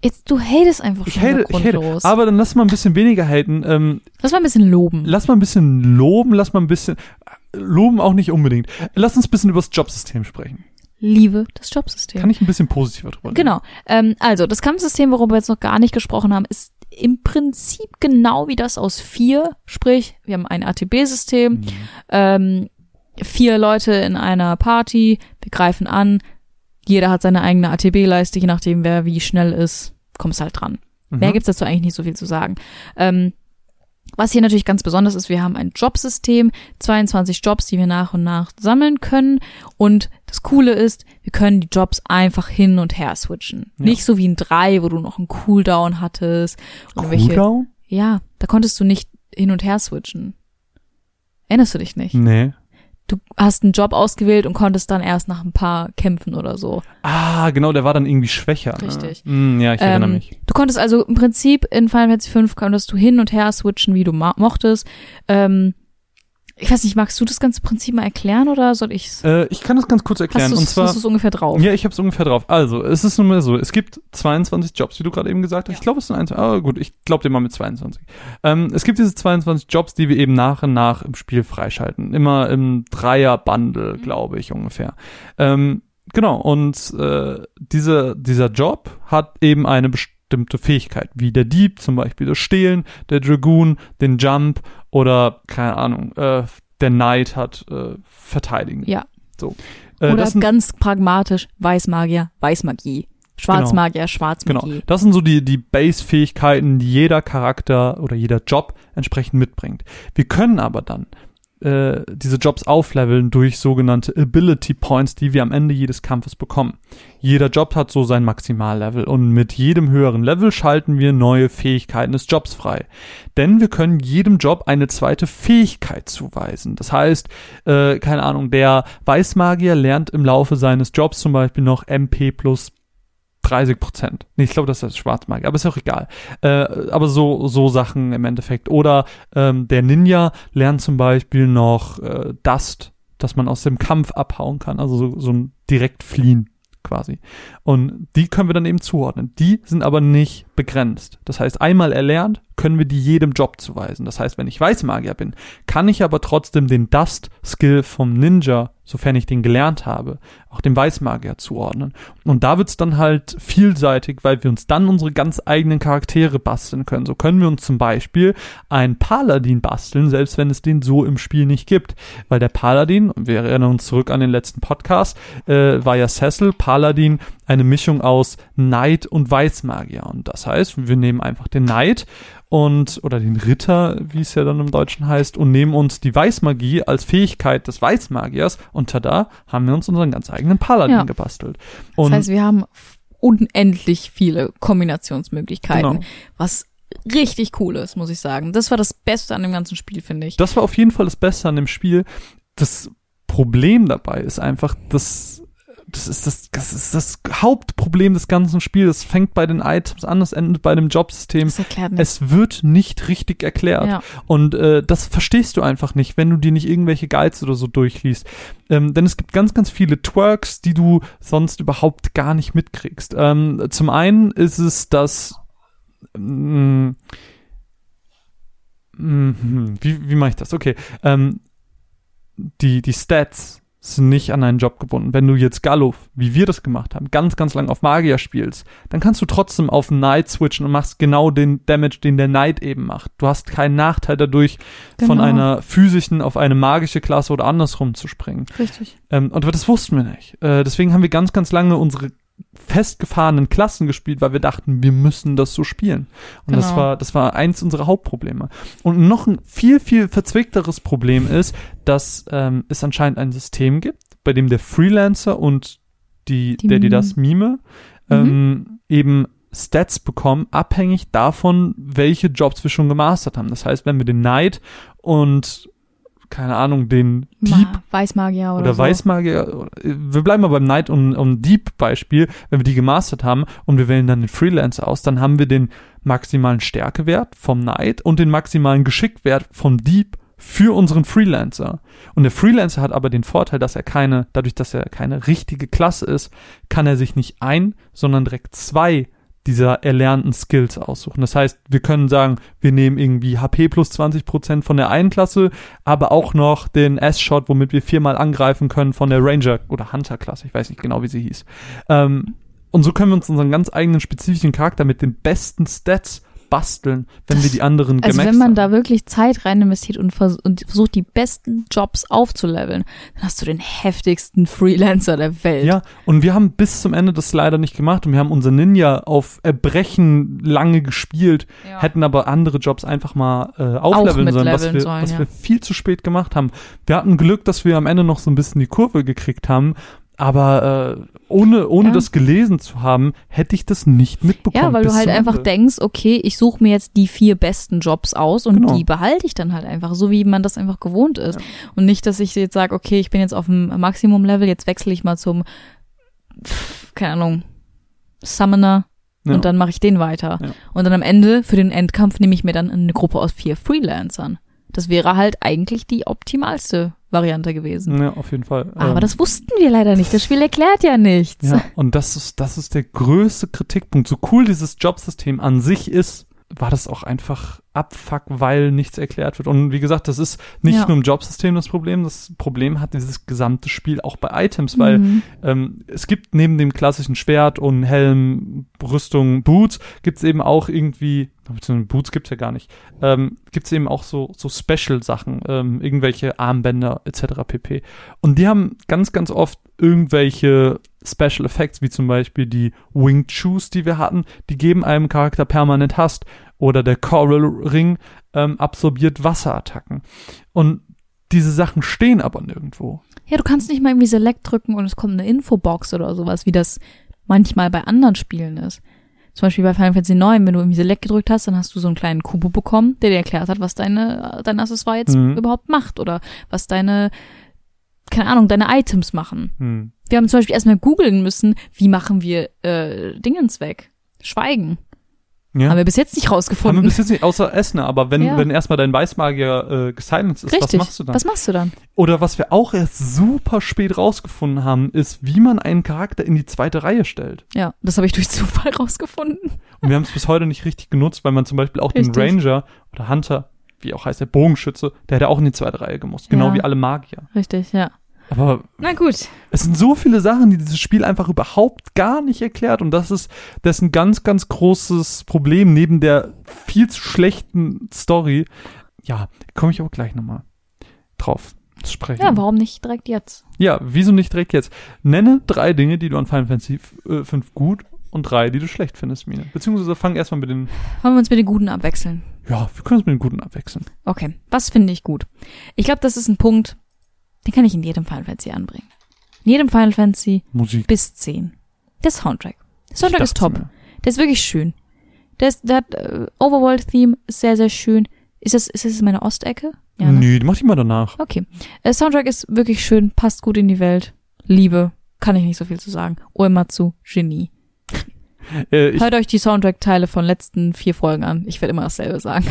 Jetzt, du hatest einfach Ich schon hate, so ich hate. grundlos. Aber dann lass mal ein bisschen weniger haten. Ähm, Lass mal ein bisschen loben. lass mal ein bisschen loben, lass mal ein bisschen, loben auch nicht unbedingt. Lass uns ein bisschen über das Jobsystem sprechen. Liebe das Jobsystem. Kann ich ein bisschen positiver drüber reden? Genau. Ähm, also, das Kampfsystem, worüber wir jetzt noch gar nicht gesprochen haben, ist im Prinzip genau wie das aus vier. Sprich, wir haben ein A T B-System, Mhm. ähm, vier Leute in einer Party, wir greifen an, jeder hat seine eigene A T B-Leiste, je nachdem, wer wie schnell ist, kommst halt dran. Mhm. Mehr gibt's dazu eigentlich nicht so viel zu sagen. Ähm, was hier natürlich ganz besonders ist, wir haben ein Jobsystem, zweiundzwanzig Jobs, die wir nach und nach sammeln können. Und das Coole ist, wir können die Jobs einfach hin und her switchen. Ja. Nicht so wie in drei, wo du noch einen Cooldown hattest. Oder welche, Cooldown? ja, da konntest du nicht hin und her switchen. Erinnerst du dich nicht? Nee. Du hast einen Job ausgewählt und konntest dann erst nach ein paar kämpfen oder so. Ah, genau, der war dann irgendwie schwächer. Richtig. Ne? Mm, ja, ich erinnere Ähm, mich. Du konntest also im Prinzip in Final Fantasy fünf konntest du hin und her switchen, wie du ma- mochtest. Ähm, ich weiß nicht, magst du das ganze Prinzip mal erklären oder soll ich's? Äh, ich kann das ganz kurz erklären. Hast Und du zwar, es ungefähr drauf? ja, ich habe es ungefähr drauf. Also, es ist nun mal so, es gibt zweiundzwanzig Jobs, wie du gerade eben gesagt hast. Ja. Ich glaube, es sind eins, aber gut, ich glaube dir mal mit zweiundzwanzig. Ähm, es gibt diese zweiundzwanzig Jobs, die wir eben nach und nach im Spiel freischalten. Immer im Dreier-Bundle, glaube ich, ungefähr. Ähm, genau, und äh, diese, dieser Job hat eben eine bestimmte Fähigkeit, wie der Dieb, zum Beispiel das Stehlen, der Dragoon, den Jump oder, keine Ahnung, äh, der Knight hat äh, Verteidigen. Ja. So. Äh, Oder das sind, ganz pragmatisch, Weißmagier, Weißmagie. Schwarzmagier, Schwarzmagie. Genau, das sind so die, die Base-Fähigkeiten, die jeder Charakter oder jeder Job entsprechend mitbringt. Wir können aber dann äh, diese Jobs aufleveln durch sogenannte Ability Points, die wir am Ende jedes Kampfes bekommen. Jeder Job hat so sein Maximallevel und mit jedem höheren Level schalten wir neue Fähigkeiten des Jobs frei. Denn wir können jedem Job eine zweite Fähigkeit zuweisen. Das heißt, äh, keine Ahnung, der Weißmagier lernt im Laufe seines Jobs zum Beispiel noch M P plus dreißig Prozent. Nee, ich glaube, das ist Schwarzmagier, aber ist auch egal. Äh, aber so so Sachen im Endeffekt. Oder ähm, der Ninja lernt zum Beispiel noch äh, Dust, dass man aus dem Kampf abhauen kann. Also so, so ein direkt fliehen quasi. Und die können wir dann eben zuordnen. Die sind aber nicht begrenzt. Das heißt, einmal erlernt, können wir die jedem Job zuweisen. Das heißt, wenn ich Weißmagier bin, kann ich aber trotzdem den Dust-Skill vom Ninja, sofern ich den gelernt habe, auch dem Weißmagier zuordnen. Und da wird's dann halt vielseitig, weil wir uns dann unsere ganz eigenen Charaktere basteln können. So können wir uns zum Beispiel einen Paladin basteln, selbst wenn es den so im Spiel nicht gibt. Weil der Paladin, wir erinnern uns zurück an den letzten Podcast, äh, war ja Cecil, Paladin, eine Mischung aus Knight und Weißmagier. Und das heißt, wir nehmen einfach den Knight und oder den Ritter, wie es ja dann im Deutschen heißt, und nehmen uns die Weißmagie als Fähigkeit des Weißmagiers und tada, haben wir uns unseren ganz eigenen Paladin Ja. gebastelt. Und Das heißt, wir haben unendlich viele Kombinationsmöglichkeiten, Genau. was richtig cool ist, muss ich sagen. Das war das Beste an dem ganzen Spiel, finde ich. das war auf jeden Fall das Beste an dem Spiel. Das Problem dabei ist einfach, dass das ist das, das ist das Hauptproblem des ganzen Spiels. Das fängt bei den Items an, das endet bei dem Jobsystem. Das erklärt nicht. Es wird nicht richtig erklärt. Ja. Und äh, das verstehst du einfach nicht, wenn du dir nicht irgendwelche Guides oder so durchliest. Ähm, denn es gibt ganz, ganz viele Twerks, die du sonst überhaupt gar nicht mitkriegst. Ähm, zum einen ist es, dass mh, mh, wie, wie mache ich das? Okay. Ähm, die, die Stats sind nicht an einen Job gebunden. Wenn du jetzt Galluf, wie wir das gemacht haben, ganz, ganz lang auf Magier spielst, dann kannst du trotzdem auf Knight switchen und machst genau den Damage, den der Knight eben macht. Du hast keinen Nachteil dadurch, Genau. von einer physischen auf eine magische Klasse oder andersrum zu springen. Richtig. Ähm, und das wussten wir nicht. Äh, deswegen haben wir ganz, ganz lange unsere festgefahrenen Klassen gespielt, weil wir dachten, wir müssen das so spielen. Und das Genau. war, das war eins unserer Hauptprobleme. Und noch ein viel, viel verzwickteres Problem ist, dass ähm, es anscheinend ein System gibt, bei dem der Freelancer und die, Die der, die Mime. das Mime, ähm, eben Stats bekommen, abhängig davon, welche Jobs wir schon gemastert haben. Das heißt, wenn wir den Knight und keine Ahnung, den Dieb Ma- Weißmagier oder, oder so. Weißmagier, wir bleiben mal beim Knight und, und Dieb-Beispiel, wenn wir die gemastert haben und wir wählen dann den Freelancer aus, dann haben wir den maximalen Stärkewert vom Knight und den maximalen Geschickwert vom Dieb für unseren Freelancer. Und der Freelancer hat aber den Vorteil, dass er keine, dadurch, dass er keine richtige Klasse ist, kann er sich nicht ein, sondern direkt zwei dieser erlernten Skills aussuchen. Das heißt, wir können sagen, wir nehmen irgendwie H P plus zwanzig Prozent von der einen Klasse, aber auch noch den S-Shot, womit wir viermal angreifen können von der Ranger- oder Hunter-Klasse. Ich weiß nicht genau, wie sie hieß. Ähm, und so können wir uns unseren ganz eigenen spezifischen Charakter mit den besten Stats basteln, wenn das, wir die anderen gemaxt haben. Also wenn man da wirklich Zeit rein investiert und, vers- und versucht, die besten Jobs aufzuleveln, dann hast du den heftigsten Freelancer der Welt. Ja, und wir haben bis zum Ende das leider nicht gemacht und wir haben unser Ninja auf Erbrechen lange gespielt, ja. hätten aber andere Jobs einfach mal äh, aufleveln sollen, was, wir, sollen, was ja. wir viel zu spät gemacht haben. Wir hatten Glück, dass wir am Ende noch so ein bisschen die Kurve gekriegt haben, aber äh, ohne, ohne ja. das gelesen zu haben, hätte ich das nicht mitbekommen. Ja, weil du halt einfach Ende. denkst, okay, ich suche mir jetzt die vier besten Jobs aus und genau. die behalte ich dann halt einfach, so wie man das einfach gewohnt ist. Ja. Und nicht, dass ich jetzt sage, okay, ich bin jetzt auf dem Maximum-Level, jetzt wechsle ich mal zum, keine Ahnung, Summoner ja. und dann mache ich den weiter. Ja. Und dann am Ende, für den Endkampf, nehme ich mir dann eine Gruppe aus vier Freelancern. Das wäre halt eigentlich die optimalste Variante gewesen. Ja, auf jeden Fall. Aber ähm, das wussten wir leider nicht. Das Spiel erklärt ja nichts. Ja, und das ist, das ist der größte Kritikpunkt. So cool dieses Jobsystem an sich ist, war das auch einfach Abfuck, weil nichts erklärt wird. Und wie gesagt, das ist nicht ja. nur im Jobsystem das Problem. Das Problem hat dieses gesamte Spiel auch bei Items, weil mhm. ähm, es gibt neben dem klassischen Schwert und Helm, Rüstung, Boots, gibt es eben auch irgendwie, Boots gibt's ja gar nicht, ähm, gibt es eben auch so, so Special-Sachen, ähm, irgendwelche Armbänder et cetera pp. Und die haben ganz, ganz oft irgendwelche Special Effects, wie zum Beispiel die Winged Shoes, die wir hatten, die geben einem Charakter permanent Hast. Oder der Coral Ring ähm, absorbiert Wasserattacken. Und diese Sachen stehen aber nirgendwo. Ja, du kannst nicht mal irgendwie Select drücken und es kommt eine Infobox oder sowas, wie das manchmal bei anderen Spielen ist. Zum Beispiel bei Final Fantasy neun, wenn du irgendwie Select gedrückt hast, dann hast du so einen kleinen Kubo bekommen, der dir erklärt hat, was deine, dein Accessoire jetzt mhm. überhaupt macht oder was deine, keine Ahnung, deine Items machen. Mhm. Wir haben zum Beispiel erstmal googeln müssen, wie machen wir äh, Dingens weg? Schweigen. Ja. Haben wir bis jetzt nicht rausgefunden. Haben wir bis jetzt nicht, außer Esner, aber wenn, ja. wenn erstmal dein Weißmagier äh, gesilenced ist, Richtig. was machst du dann? Was machst du dann? Oder was wir auch erst super spät rausgefunden haben, ist, wie man einen Charakter in die zweite Reihe stellt. Ja, das habe ich durch Zufall rausgefunden. Und wir haben es bis heute nicht richtig genutzt, weil man zum Beispiel auch richtig. den Ranger oder Hunter, wie auch heißt der Bogenschütze, der hätte auch in die zweite Reihe gemusst. Genau ja. wie alle Magier. Richtig, ja. Aber na gut. Es sind so viele Sachen, die dieses Spiel einfach überhaupt gar nicht erklärt. Und das ist, das ist ein ganz, ganz großes Problem neben der viel zu schlechten Story. Ja, komme ich aber gleich nochmal drauf zu sprechen. Ja, warum nicht direkt jetzt? Ja, wieso nicht direkt jetzt? Nenne drei Dinge, die du an Final Fantasy fünf gut und drei, die du schlecht findest, Mine. Beziehungsweise fang erstmal mit den... Wollen wir uns mit den Guten abwechseln? Ja, wir können uns mit den Guten abwechseln. Okay, was finde ich gut? Ich glaube, das ist ein Punkt... Den kann ich in jedem Final Fantasy anbringen. In jedem Final Fantasy Musik. Bis zehn. Der Soundtrack. Der Soundtrack ist top. Mir. Der ist wirklich schön. Der, ist, der uh, Overworld-Theme ist sehr, sehr schön. Ist das, ist das meine Ostecke? Ja, ne? Nee, die mach ich mal danach. Okay. Der Soundtrack ist wirklich schön, passt gut in die Welt. Liebe, kann ich nicht so viel zu sagen. Uematsu, Genie. äh, Hört euch die Soundtrack-Teile von letzten vier Folgen an. Ich werde immer dasselbe sagen.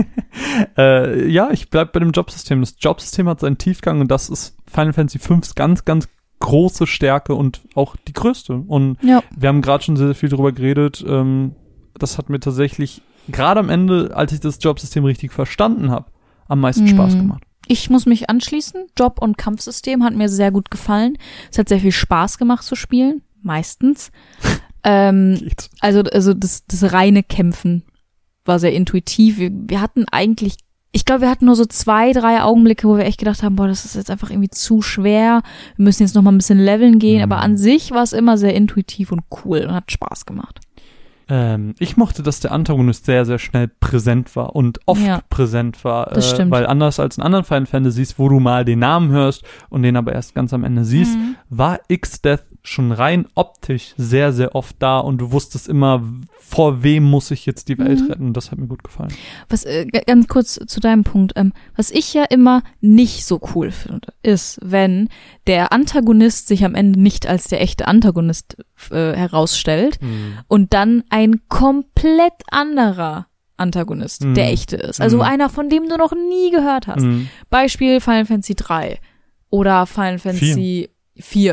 Äh, ja, ich bleib bei dem Jobsystem. Das Jobsystem hat seinen Tiefgang und das ist Final Fantasy fünfs ganz, ganz große Stärke und auch die größte. Und ja. wir haben gerade schon sehr, sehr viel drüber geredet. Ähm, das hat mir tatsächlich gerade am Ende, als ich das Jobsystem richtig verstanden habe, am meisten mhm. Spaß gemacht. Ich muss mich anschließen. Job- und Kampfsystem hat mir sehr gut gefallen. Es hat sehr viel Spaß gemacht zu spielen. Meistens. ähm, also also das, das reine Kämpfen war sehr intuitiv. Wir, wir hatten eigentlich, ich glaube, wir hatten nur so zwei, drei Augenblicke, wo wir echt gedacht haben, boah, das ist jetzt einfach irgendwie zu schwer. Wir müssen jetzt noch mal ein bisschen leveln gehen. Mhm. Aber an sich war es immer sehr intuitiv und cool und hat Spaß gemacht. Ähm, ich mochte, dass der Antagonist sehr, sehr schnell präsent war und oft ja, präsent war. Das äh, stimmt. Weil anders als in anderen Final Fantasies, wo du mal den Namen hörst und den aber erst ganz am Ende siehst, mhm. war X-Death schon rein optisch sehr, sehr oft da und du wusstest immer, vor wem muss ich jetzt die Welt mhm. retten. Das hat mir gut gefallen. Was äh, ganz kurz zu deinem Punkt. Ähm, was ich ja immer nicht so cool finde, ist, wenn der Antagonist sich am Ende nicht als der echte Antagonist äh, herausstellt mhm. und dann ein komplett anderer Antagonist, mhm. der echte ist. Also mhm. einer, von dem du noch nie gehört hast. Mhm. Beispiel Final Fantasy drei oder Final Fantasy vier.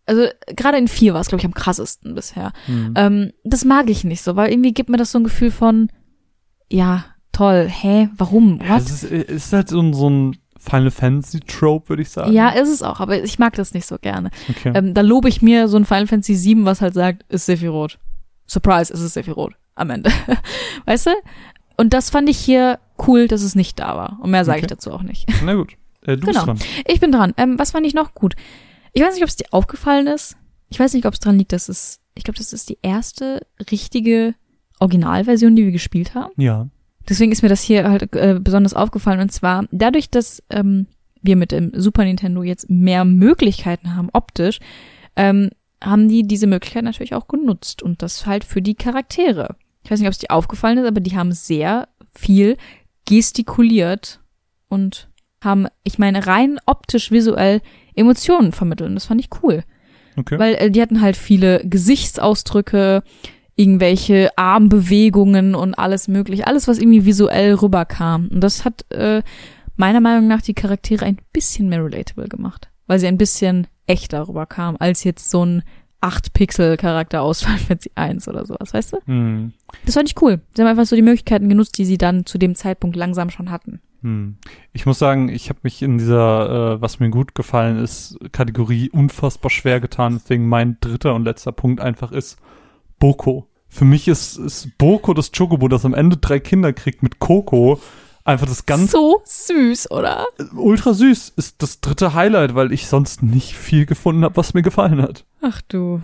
Also gerade in vier war es, glaube ich, am krassesten bisher. Hm. Ähm, das mag ich nicht so, weil irgendwie gibt mir das so ein Gefühl von, ja, toll, hä, warum, Ja, what? es ist, ist halt so ein, so ein Final Fantasy Trope, würde ich sagen. Ja, ist es auch, aber ich mag das nicht so gerne. Okay. Ähm, da lobe ich mir so ein Final Fantasy sieben, was halt sagt, ist Sephiroth. Surprise, ist es Sephiroth am Ende. Weißt du? Und das fand ich hier cool, dass es nicht da war. Und mehr sage Okay. ich dazu auch nicht. Na gut, äh, du Genau. bist dran. Ich bin dran. Ähm, was fand ich noch gut? Ich weiß nicht, ob es dir aufgefallen ist. Ich weiß nicht, ob es dran liegt, dass es, ich glaube, das ist die erste richtige Originalversion, die wir gespielt haben. Ja. Deswegen ist mir das hier halt äh, besonders aufgefallen. Und zwar dadurch, dass ähm, wir mit dem Super Nintendo jetzt mehr Möglichkeiten haben, optisch, ähm, haben die diese Möglichkeit natürlich auch genutzt. Und das halt für die Charaktere. Ich weiß nicht, ob es dir aufgefallen ist, aber die haben sehr viel gestikuliert und haben, ich meine, rein optisch, visuell Emotionen vermitteln. Das fand ich cool. Okay. Weil äh, die hatten halt viele Gesichtsausdrücke, irgendwelche Armbewegungen und alles mögliche. Alles, was irgendwie visuell rüberkam. Und das hat äh, meiner Meinung nach die Charaktere ein bisschen mehr relatable gemacht. Weil sie ein bisschen echter rüberkamen, als jetzt so ein acht Pixel Charakter aus Final Fantasy eins oder sowas, weißt du? Hm. Das fand ich cool. Sie haben einfach so die Möglichkeiten genutzt, die sie dann zu dem Zeitpunkt langsam schon hatten. Hm. Ich muss sagen, ich habe mich in dieser, äh, was mir gut gefallen ist, Kategorie unfassbar schwer getan. Deswegen mein dritter und letzter Punkt einfach ist Boko. Für mich ist, ist Boko das Chocobo, das am Ende drei Kinder kriegt mit Coco. Einfach das ganz So süß, oder? ultra süß. Ist das dritte Highlight, weil ich sonst nicht viel gefunden habe, was mir gefallen hat. Ach du.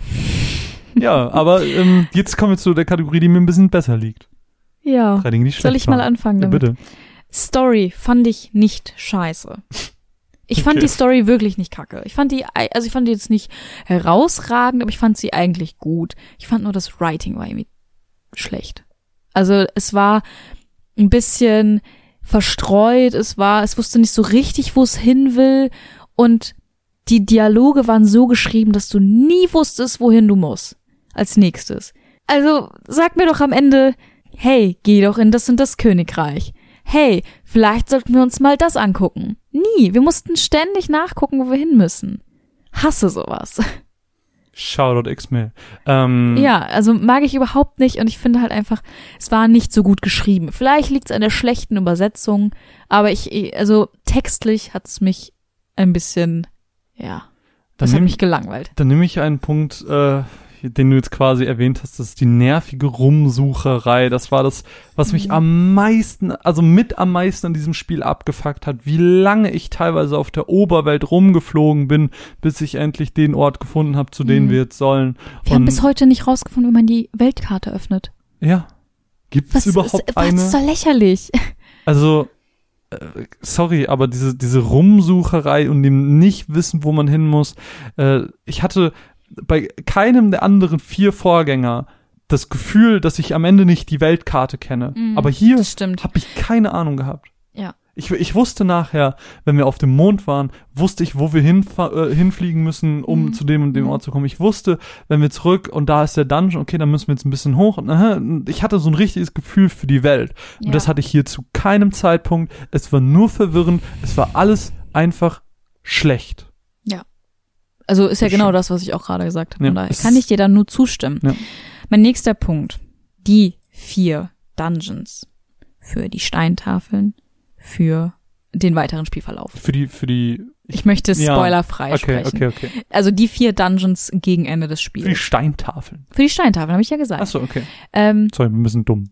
Ja, aber ähm, jetzt kommen wir zu der Kategorie, die mir ein bisschen besser liegt. Ja. Drei Dinge, die schlecht Soll ich mal waren. anfangen Ja, damit? bitte. Story fand ich nicht scheiße. Ich fand Okay. die Story wirklich nicht kacke. Ich fand die, also ich fand die jetzt nicht herausragend, aber ich fand sie eigentlich gut. Ich fand nur das Writing war irgendwie schlecht. Also es war ein bisschen verstreut, es war, es wusste nicht so richtig, wo es hin will und die Dialoge waren so geschrieben, dass du nie wusstest, wohin du musst als nächstes. Also sag mir doch am Ende, hey, geh doch in das und das Königreich. Hey, vielleicht sollten wir uns mal das angucken. Nie. Wir mussten ständig nachgucken, wo wir hin müssen. Hasse sowas. Shoutout X-Mail. Ähm, Ja, also mag ich überhaupt nicht und ich finde halt einfach, es war nicht so gut geschrieben. Vielleicht liegt es an der schlechten Übersetzung, aber ich, also textlich hat's mich ein bisschen, ja, das Dann hat nehm- mich gelangweilt. Dann nehme ich einen Punkt, äh, den du jetzt quasi erwähnt hast, das ist die nervige Rumsucherei. Das war das, was mich Mhm. am meisten, also mit am meisten an diesem Spiel abgefuckt hat, wie lange ich teilweise auf der Oberwelt rumgeflogen bin, bis ich endlich den Ort gefunden habe, zu dem Mhm. wir jetzt sollen. Wir haben Und- bis heute nicht rausgefunden, wie man die Weltkarte öffnet. Ja. Gibt es Was überhaupt ist, was eine? ist so lächerlich? Also, äh, sorry, aber diese, diese Rumsucherei und dem nicht wissen, wo man hin muss. Äh, ich hatte bei keinem der anderen vier Vorgänger das Gefühl, dass ich am Ende nicht die Weltkarte kenne. Mhm, aber hier das stimmt. habe ich keine Ahnung gehabt. Ja. Ich, ich wusste nachher, wenn wir auf dem Mond waren, wusste ich, wo wir hinfa- äh, hinfliegen müssen, um Mhm. zu dem und dem Mhm. Ort zu kommen. Ich wusste, wenn wir zurück und da ist der Dungeon, okay, dann müssen wir jetzt ein bisschen hoch. Und, aha, ich hatte so ein richtiges Gefühl für die Welt. Und Ja. das hatte ich hier zu keinem Zeitpunkt. Es war nur verwirrend. Es war alles einfach schlecht. Also ist ja Das genau stimmt. das, was ich auch gerade gesagt habe. Ja, Von daher es kann ich dir da nur zustimmen. Ja. Mein nächster Punkt. Die vier Dungeons. Für die Steintafeln. Für den weiteren Spielverlauf. Für die, für die. Ich möchte Ja. spoilerfrei Okay, sprechen. okay, okay. Also die vier Dungeons gegen Ende des Für die Spiels. Steintafeln. Für die Steintafeln, habe ich ja gesagt. Achso, okay. Ähm, Sorry, wir sind dumm.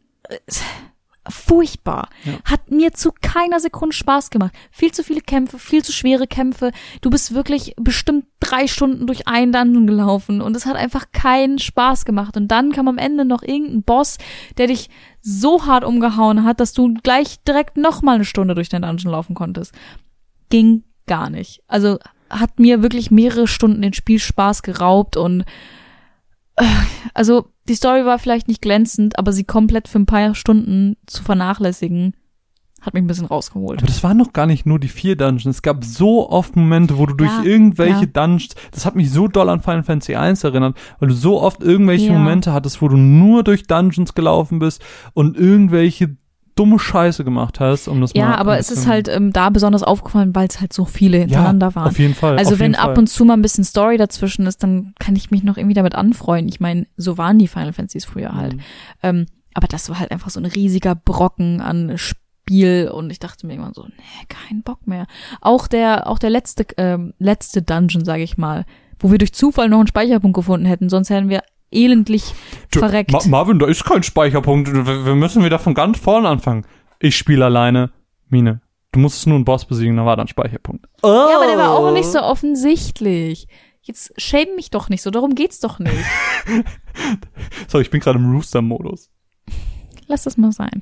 furchtbar. Ja. Hat mir zu keiner Sekunde Spaß gemacht. Viel zu viele Kämpfe, viel zu schwere Kämpfe. Du bist wirklich bestimmt drei Stunden durch einen Dungeon gelaufen und es hat einfach keinen Spaß gemacht. Und dann kam am Ende noch irgendein Boss, der dich so hart umgehauen hat, dass du gleich direkt noch mal eine Stunde durch den Dungeon laufen konntest. Ging gar nicht. Also hat mir wirklich mehrere Stunden den Spielspaß geraubt und äh, also die Story war vielleicht nicht glänzend, aber sie komplett für ein paar Stunden zu vernachlässigen, hat mich ein bisschen rausgeholt. Aber das waren noch gar nicht nur die vier Dungeons. Es gab so oft Momente, wo du durch Ja, irgendwelche ja. Dungeons, das hat mich so doll an Final Fantasy eins erinnert, weil du so oft irgendwelche Ja. Momente hattest, wo du nur durch Dungeons gelaufen bist und irgendwelche dumme Scheiße gemacht hast, um das Ja, mal aber ein es ist bisschen- halt ähm, da besonders aufgefallen, weil es halt so viele hintereinander ja, waren. auf jeden Fall. Also auf wenn jeden Fall. ab und zu mal ein bisschen Story dazwischen ist, dann kann ich mich noch irgendwie damit anfreunden. Ich meine, so waren die Final Fantasies früher halt. Mhm. Ähm, aber das war halt einfach so ein riesiger Brocken an Spiel und ich dachte mir immer so, nee, kein Bock mehr. Auch der, auch der letzte, ähm, letzte Dungeon, sage ich mal, wo wir durch Zufall noch einen Speicherpunkt gefunden hätten, sonst hätten wir elendlich Tja, verreckt. Ma- Marvin, da ist kein Speicherpunkt. Wir wir müssen wieder von ganz vorne anfangen. Ich spiele alleine. Mine, du musstest nur einen Boss besiegen, da war dann Speicherpunkt. Oh. Ja, aber der war auch nicht so offensichtlich. Jetzt shame mich doch nicht so, darum geht's doch nicht. So, ich bin gerade im Rooster-Modus. Lass das mal sein.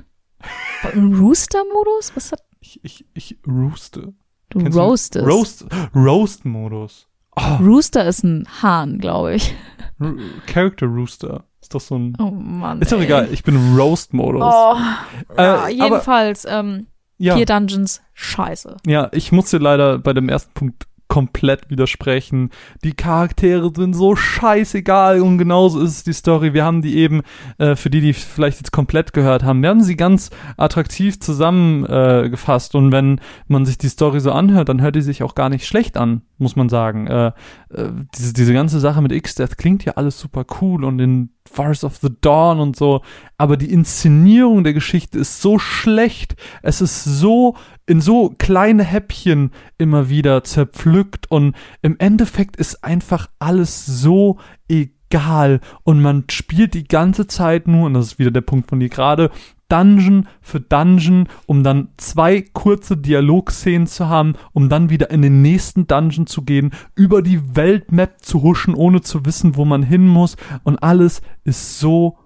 Im Rooster-Modus? Was hat Ich, ich, ich rooste. du Kennst roastest? Roast, Roast-Modus. Oh, Rooster ist ein Hahn, glaube ich. R- Character Rooster. Ist doch so ein... Oh Mann. Ist doch ey. egal, ich bin im Roast-Modus. Oh, Äh, ja, aber- jedenfalls, ähm, Ja. vier Dungeons, scheiße. Ja, ich muss dir leider bei dem ersten Punkt komplett widersprechen. Die Charaktere sind so scheißegal und genauso ist es die Story. Wir haben die eben, äh, für die, die vielleicht jetzt komplett gehört haben, wir haben sie ganz attraktiv zusammengefasst äh, gefasst. Und wenn man sich die Story so anhört, dann hört die sich auch gar nicht schlecht an, muss man sagen. Äh, äh, diese, diese ganze Sache mit X-Death klingt ja alles super cool und in Wars of the Dawn und so, aber die Inszenierung der Geschichte ist so schlecht. Es ist so in so kleine Häppchen immer wieder zerpflückt und im Endeffekt ist einfach alles so egal und man spielt die ganze Zeit nur, und das ist wieder der Punkt von dir gerade, Dungeon für Dungeon, um dann zwei kurze Dialogszenen zu haben, um dann wieder in den nächsten Dungeon zu gehen, über die Weltmap zu huschen, ohne zu wissen, wo man hin muss und alles ist so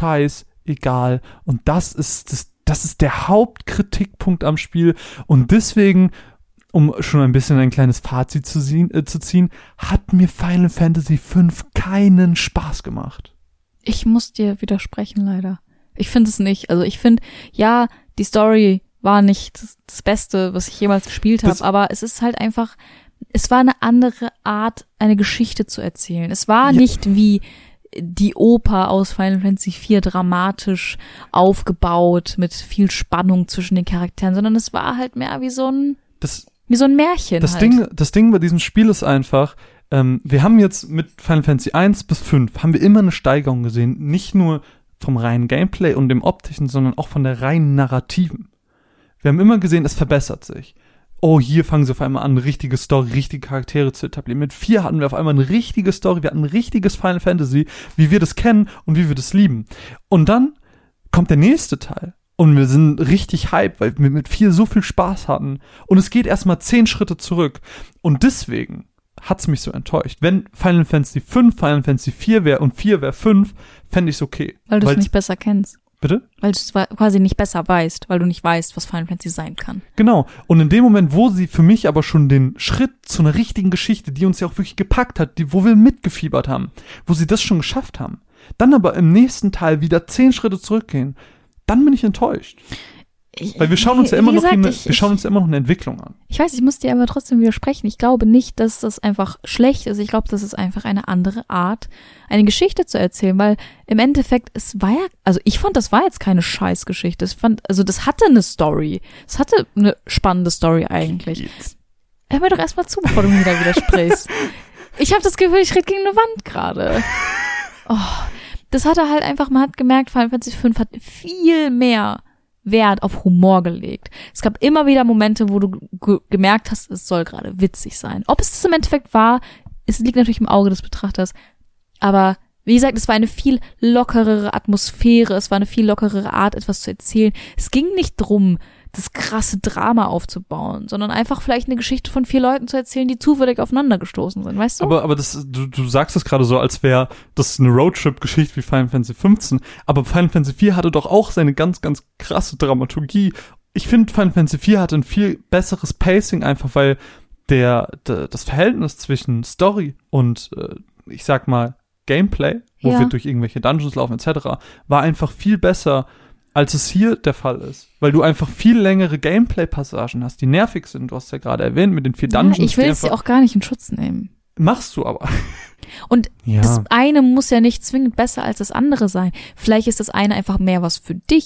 scheißegal und das ist das Das ist der Hauptkritikpunkt am Spiel und deswegen, um schon ein bisschen ein kleines Fazit zu ziehen, äh, zu ziehen, hat mir Final Fantasy fünf keinen Spaß gemacht. Ich muss dir widersprechen, leider. Ich finde es nicht. Also ich finde, ja, die Story war nicht das, das Beste, was ich jemals gespielt habe, Das- aber es ist halt einfach, es war eine andere Art, eine Geschichte zu erzählen. Es war Ja. nicht wie die Oper aus Final Fantasy vier dramatisch aufgebaut mit viel Spannung zwischen den Charakteren, sondern es war halt mehr wie so ein, Das, wie so ein Märchen das, halt. Ding, das Ding bei diesem Spiel ist einfach, ähm, wir haben jetzt mit Final Fantasy eins bis fünf haben wir immer eine Steigerung gesehen, nicht nur vom reinen Gameplay und dem optischen, sondern auch von der reinen Narrativen. Wir haben immer gesehen, es verbessert sich. Oh, hier fangen sie auf einmal an, eine richtige Story, richtige Charaktere zu etablieren. Mit vier hatten wir auf einmal eine richtige Story, wir hatten ein richtiges Final Fantasy, wie wir das kennen und wie wir das lieben. Und dann kommt der nächste Teil. Und wir sind richtig hyped, weil wir mit vier so viel Spaß hatten. Und es geht erstmal zehn Schritte zurück. Und deswegen hat's mich so enttäuscht. Wenn Final Fantasy fünf Final Fantasy vier wäre und vier wäre fünf, fände ich's okay. Weil du es Weil's- nicht besser kennst. Bitte? Weil du es quasi nicht besser weißt, weil du nicht weißt, was Final Fantasy sein kann. Genau. Und in dem Moment, wo sie für mich aber schon den Schritt zu einer richtigen Geschichte, die uns ja auch wirklich gepackt hat, die, wo wir mitgefiebert haben, wo sie das schon geschafft haben, dann aber im nächsten Teil wieder zehn Schritte zurückgehen, dann bin ich enttäuscht. Ich, Weil wir schauen uns ja wie immer noch gesagt, eine, ich, wir schauen uns ja immer noch eine Entwicklung an. Ich weiß, ich muss dir aber trotzdem widersprechen. Ich glaube nicht, dass das einfach schlecht ist. Ich glaube, das ist einfach eine andere Art, eine Geschichte zu erzählen, weil im Endeffekt, es war ja, also ich fand, das war jetzt keine Scheißgeschichte. Ich fand, also das hatte eine Story. Es hatte eine spannende Story eigentlich. Hör mir doch erstmal zu, bevor du mir da widersprichst. Ich habe das Gefühl, ich rede gegen eine Wand gerade. Oh, das hatte halt einfach, man hat gemerkt, Final Fantasy fünf hat viel mehr Wert auf Humor gelegt. Es gab immer wieder Momente, wo du ge- gemerkt hast, es soll gerade witzig sein. Ob es das im Endeffekt war, es liegt natürlich im Auge des Betrachters. Aber wie gesagt, es war eine viel lockerere Atmosphäre, es war eine viel lockerere Art, etwas zu erzählen. Es ging nicht drum, das krasse Drama aufzubauen, sondern einfach vielleicht eine Geschichte von vier Leuten zu erzählen, die zufällig aufeinander gestoßen sind, weißt du? Aber, aber das, du, du sagst es gerade so, als wäre das eine Roadtrip-Geschichte wie Final Fantasy fünfzehn. Aber Final Fantasy vier hatte doch auch seine ganz, ganz krasse Dramaturgie. Ich finde, Final Fantasy vier hatte ein viel besseres Pacing, einfach weil der, der das Verhältnis zwischen Story und, äh, ich sag mal, Gameplay, wo Ja. wir durch irgendwelche Dungeons laufen et cetera, war einfach viel besser, als es hier der Fall ist. Weil du einfach viel längere Gameplay-Passagen hast, die nervig sind. Du hast ja gerade erwähnt mit den vier ja, Dungeons. ich will die es ja einfach- auch gar nicht in Schutz nehmen. Machst du aber. Und Ja. das eine muss ja nicht zwingend besser als das andere sein. Vielleicht ist das eine einfach mehr was für dich.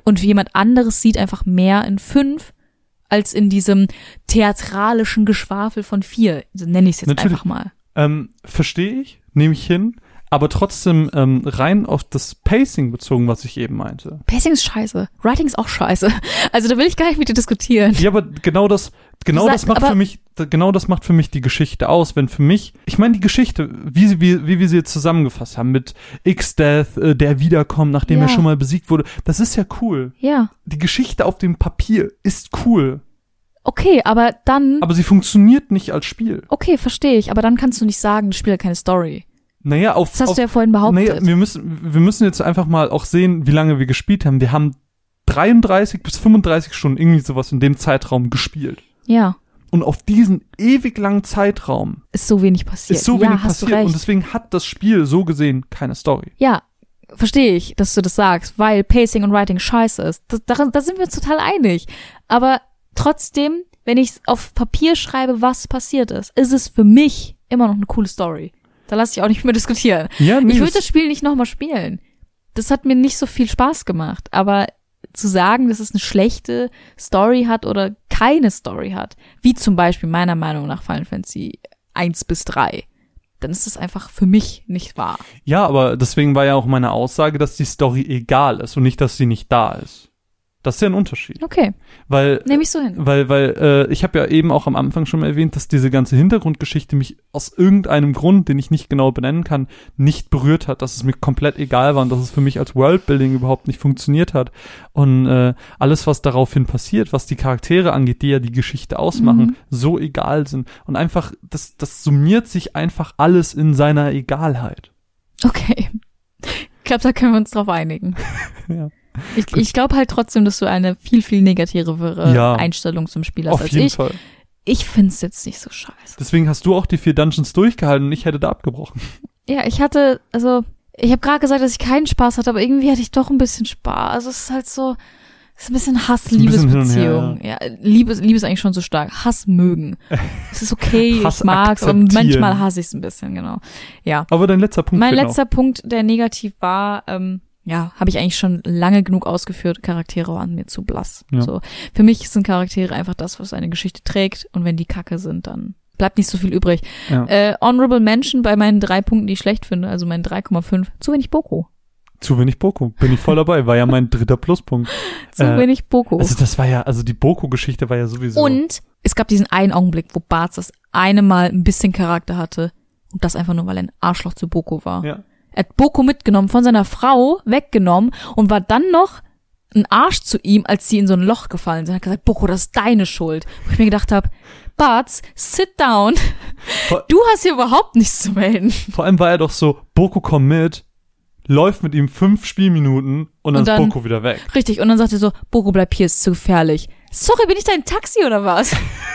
Und jemand anderes sieht einfach mehr in fünf als in diesem theatralischen Geschwafel von vier. So nenne ich es jetzt Natürlich. einfach mal. Ähm, verstehe ich, nehme ich hin. Aber trotzdem ähm, rein auf das Pacing bezogen, was ich eben meinte. Pacing ist scheiße. Writing ist auch scheiße. Also da will ich gar nicht mit dir diskutieren. Ja, aber genau das, genau Sag, das macht aber, für mich, genau das macht für mich die Geschichte aus. Wenn für mich, ich meine die Geschichte, wie, sie, wie, wie wir sie jetzt zusammengefasst haben, mit X-Death, äh, der wiederkommt, nachdem ja. er schon mal besiegt wurde, das ist ja cool. Ja. Die Geschichte auf dem Papier ist cool. Okay, aber dann... Aber sie funktioniert nicht als Spiel. Okay, verstehe ich. Aber dann kannst du nicht sagen, das Spiel hat keine Story. Naja, auf, das hast auf, du ja vorhin behauptet. Naja, wir müssen, wir müssen jetzt einfach mal auch sehen, wie lange wir gespielt haben. Wir haben dreiunddreißig bis fünfunddreißig Stunden irgendwie sowas in dem Zeitraum gespielt. Ja. Und auf diesen ewig langen Zeitraum ist so wenig passiert. Ist so ja, wenig hast passiert. Du recht. Und deswegen hat das Spiel so gesehen keine Story. Ja, verstehe ich, dass du das sagst, weil Pacing und Writing scheiße ist. Das, daran, da sind wir uns total einig. Aber trotzdem, wenn ich auf Papier schreibe, was passiert ist, ist es für mich immer noch eine coole Story. Da lasse ich auch nicht mehr diskutieren. Ja, nee, ich würde das Spiel nicht nochmal spielen. Das hat mir nicht so viel Spaß gemacht. Aber zu sagen, dass es eine schlechte Story hat oder keine Story hat, wie zum Beispiel meiner Meinung nach Final Fantasy eins bis drei, dann ist das einfach für mich nicht wahr. Ja, aber deswegen war ja auch meine Aussage, dass die Story egal ist und nicht, dass sie nicht da ist. Das ist ja ein Unterschied. Okay. Weil, nehme ich so hin. Weil, weil äh, ich habe ja eben auch am Anfang schon mal erwähnt, dass diese ganze Hintergrundgeschichte mich aus irgendeinem Grund, den ich nicht genau benennen kann, nicht berührt hat, dass es mir komplett egal war und dass es für mich als Worldbuilding überhaupt nicht funktioniert hat. Und äh, alles, was daraufhin passiert, was die Charaktere angeht, die ja die Geschichte ausmachen, Mhm. so egal sind. Und einfach, das, das summiert sich einfach alles in seiner Egalheit. Okay. Ich glaube, da können wir uns drauf einigen. Ja. Ich, ich glaube halt trotzdem, dass du eine viel, viel negativere Ja. Einstellung zum Spiel hast Auf als jeden ich. Fall. Ich find's jetzt nicht so scheiße. Deswegen hast du auch die vier Dungeons durchgehalten und ich hätte da abgebrochen. Ja, ich hatte, also, ich habe gerade gesagt, dass ich keinen Spaß hatte, aber irgendwie hatte ich doch ein bisschen Spaß. Also es ist halt so, es ist ein bisschen Hass-Liebesbeziehung. Ja, Liebe, Liebe ist eigentlich schon so stark. Hass mögen. Es ist okay, Hass ich mag's, aber akzeptieren. manchmal hasse ich es ein bisschen, genau. Ja. Aber dein letzter Punkt. Mein genau. letzter Punkt, der negativ war, ähm, ja, habe ich eigentlich schon lange genug ausgeführt, Charaktere waren mir zu blass. Ja. So, für mich sind Charaktere einfach das, was eine Geschichte trägt, und wenn die kacke sind, dann bleibt nicht so viel übrig. Ja. Äh, Honorable Mention bei meinen drei Punkten, die ich schlecht finde, also meinen drei Komma fünf, zu wenig Boko. Zu wenig Boko. Bin ich voll dabei. War ja mein dritter Pluspunkt. Zu Äh, wenig Boko. Also das war ja, also die Boko-Geschichte war ja sowieso. Und es gab diesen einen Augenblick, wo Bartz das eine Mal ein bisschen Charakter hatte, und das einfach nur, weil er ein Arschloch zu Boko war. Ja. Er hat Boko mitgenommen, von seiner Frau weggenommen und war dann noch ein Arsch zu ihm, als sie in so ein Loch gefallen sind. Er hat gesagt, Boko, das ist deine Schuld. Wo ich mir gedacht habe, Bartz, sit down. Vor- Du hast hier überhaupt nichts zu melden. Vor allem war er doch so, Boko komm mit, läuft mit ihm fünf Spielminuten und dann, Und dann- ist Boko wieder weg. Richtig, und dann sagt er so, Boko, bleib hier, ist zu gefährlich. Sorry, bin ich dein Taxi oder was?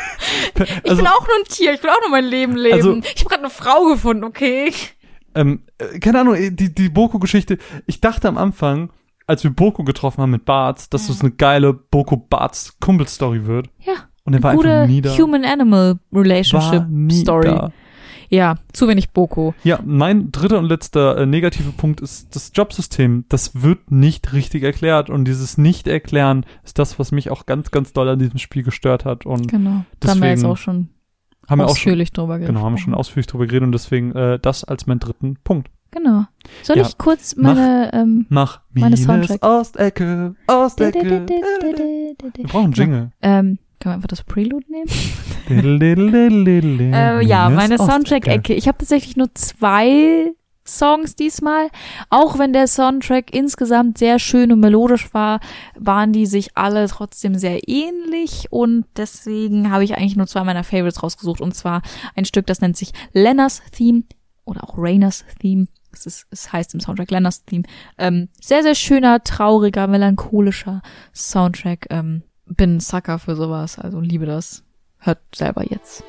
Ich Also- bin auch nur ein Tier, ich will auch nur mein Leben leben. Also- ich habe gerade eine Frau gefunden, okay? Ähm, äh, keine Ahnung, die, die Boko-Geschichte, ich dachte am Anfang, als wir Boko getroffen haben mit Bartz, dass das eine geile Boko-Bartz-Kumpel-Story wird. Ja. Und er war Gute einfach nie da. Human-Animal-Relationship War nie Story. da. Ja, zu wenig Boko. Ja, mein dritter und letzter äh, negative Punkt ist das Jobsystem. Das wird nicht richtig erklärt und dieses Nicht-Erklären ist das, was mich auch ganz, ganz doll an diesem Spiel gestört hat. Und Genau. Da haben wir jetzt deswegen auch schon haben wir auch schon, ausführlich drüber gesprochen. genau, haben wir schon ausführlich drüber geredet und deswegen äh, das als mein dritten Punkt. Genau. Soll Ja. ich kurz meine, ähm, Mach Meine Mines Soundtrack. Ostecke, Ostecke. Wir brauchen einen Jingle. ähm, können wir einfach das Prelude nehmen? äh, Äh, ja, meine Soundtrack-Ecke. Ich habe tatsächlich nur zwei Songs diesmal. Auch wenn der Soundtrack insgesamt sehr schön und melodisch war, waren die sich alle trotzdem sehr ähnlich, und deswegen habe ich eigentlich nur zwei meiner Favorites rausgesucht, und zwar ein Stück, das nennt sich Lenna's Theme oder auch Rainer's Theme. Es, ist, es heißt im Soundtrack Lenna's Theme. Ähm, sehr, sehr schöner, trauriger, melancholischer Soundtrack. Ähm, bin ein Sucker für sowas, also liebe das. Hört selber jetzt.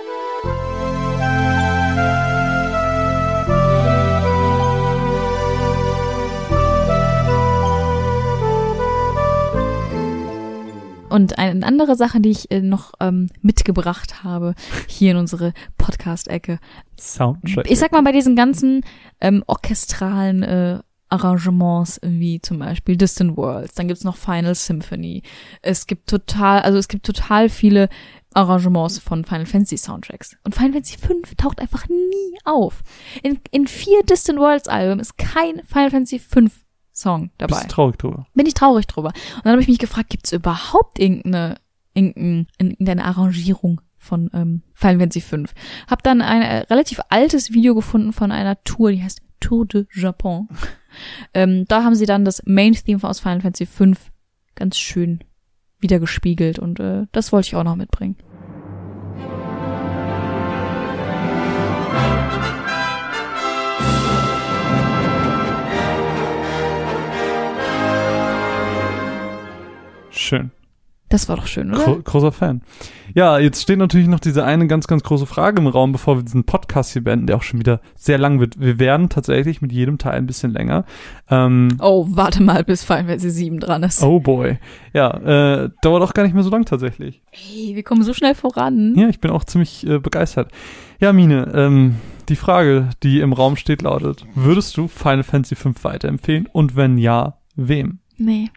Und eine andere Sache, die ich äh, noch ähm, mitgebracht habe, hier in unsere Podcast-Ecke. Soundtrack. Ich sag mal, bei diesen ganzen ähm, orchestralen äh, Arrangements wie zum Beispiel Distant Worlds. Dann gibt's noch Final Symphony. Es gibt total, also es gibt total viele Arrangements von Final Fantasy Soundtracks. Und Final Fantasy fünf taucht einfach nie auf. In, in vier Distant Worlds Alben ist kein Final Fantasy fünf Song dabei. Bist du traurig drüber? Bin ich traurig drüber. Und dann habe ich mich gefragt, gibt's überhaupt irgendeine, irgendeine, irgendeine Arrangierung von ähm, Final Fantasy fünf? Hab dann ein äh, relativ altes Video gefunden von einer Tour, die heißt Tour de Japon. ähm, da haben sie dann das Main-Theme aus Final Fantasy fünf ganz schön wieder gespiegelt und äh, das wollte ich auch noch mitbringen. Schön. Das war doch schön, oder? Gro- großer Fan. Ja, jetzt steht natürlich noch diese eine ganz, ganz große Frage im Raum, bevor wir diesen Podcast hier beenden, der auch schon wieder sehr lang wird. Wir werden tatsächlich mit jedem Teil ein bisschen länger. Ähm, oh, warte mal, bis Final Fantasy sieben dran ist. Oh boy. Ja, äh, dauert auch gar nicht mehr so lang tatsächlich. Hey, wir kommen so schnell voran. Ja, ich bin auch ziemlich äh, begeistert. Ja, Mine, ähm, die Frage, die im Raum steht, lautet, würdest du Final Fantasy fünf weiterempfehlen? Und wenn ja, wem? Nee.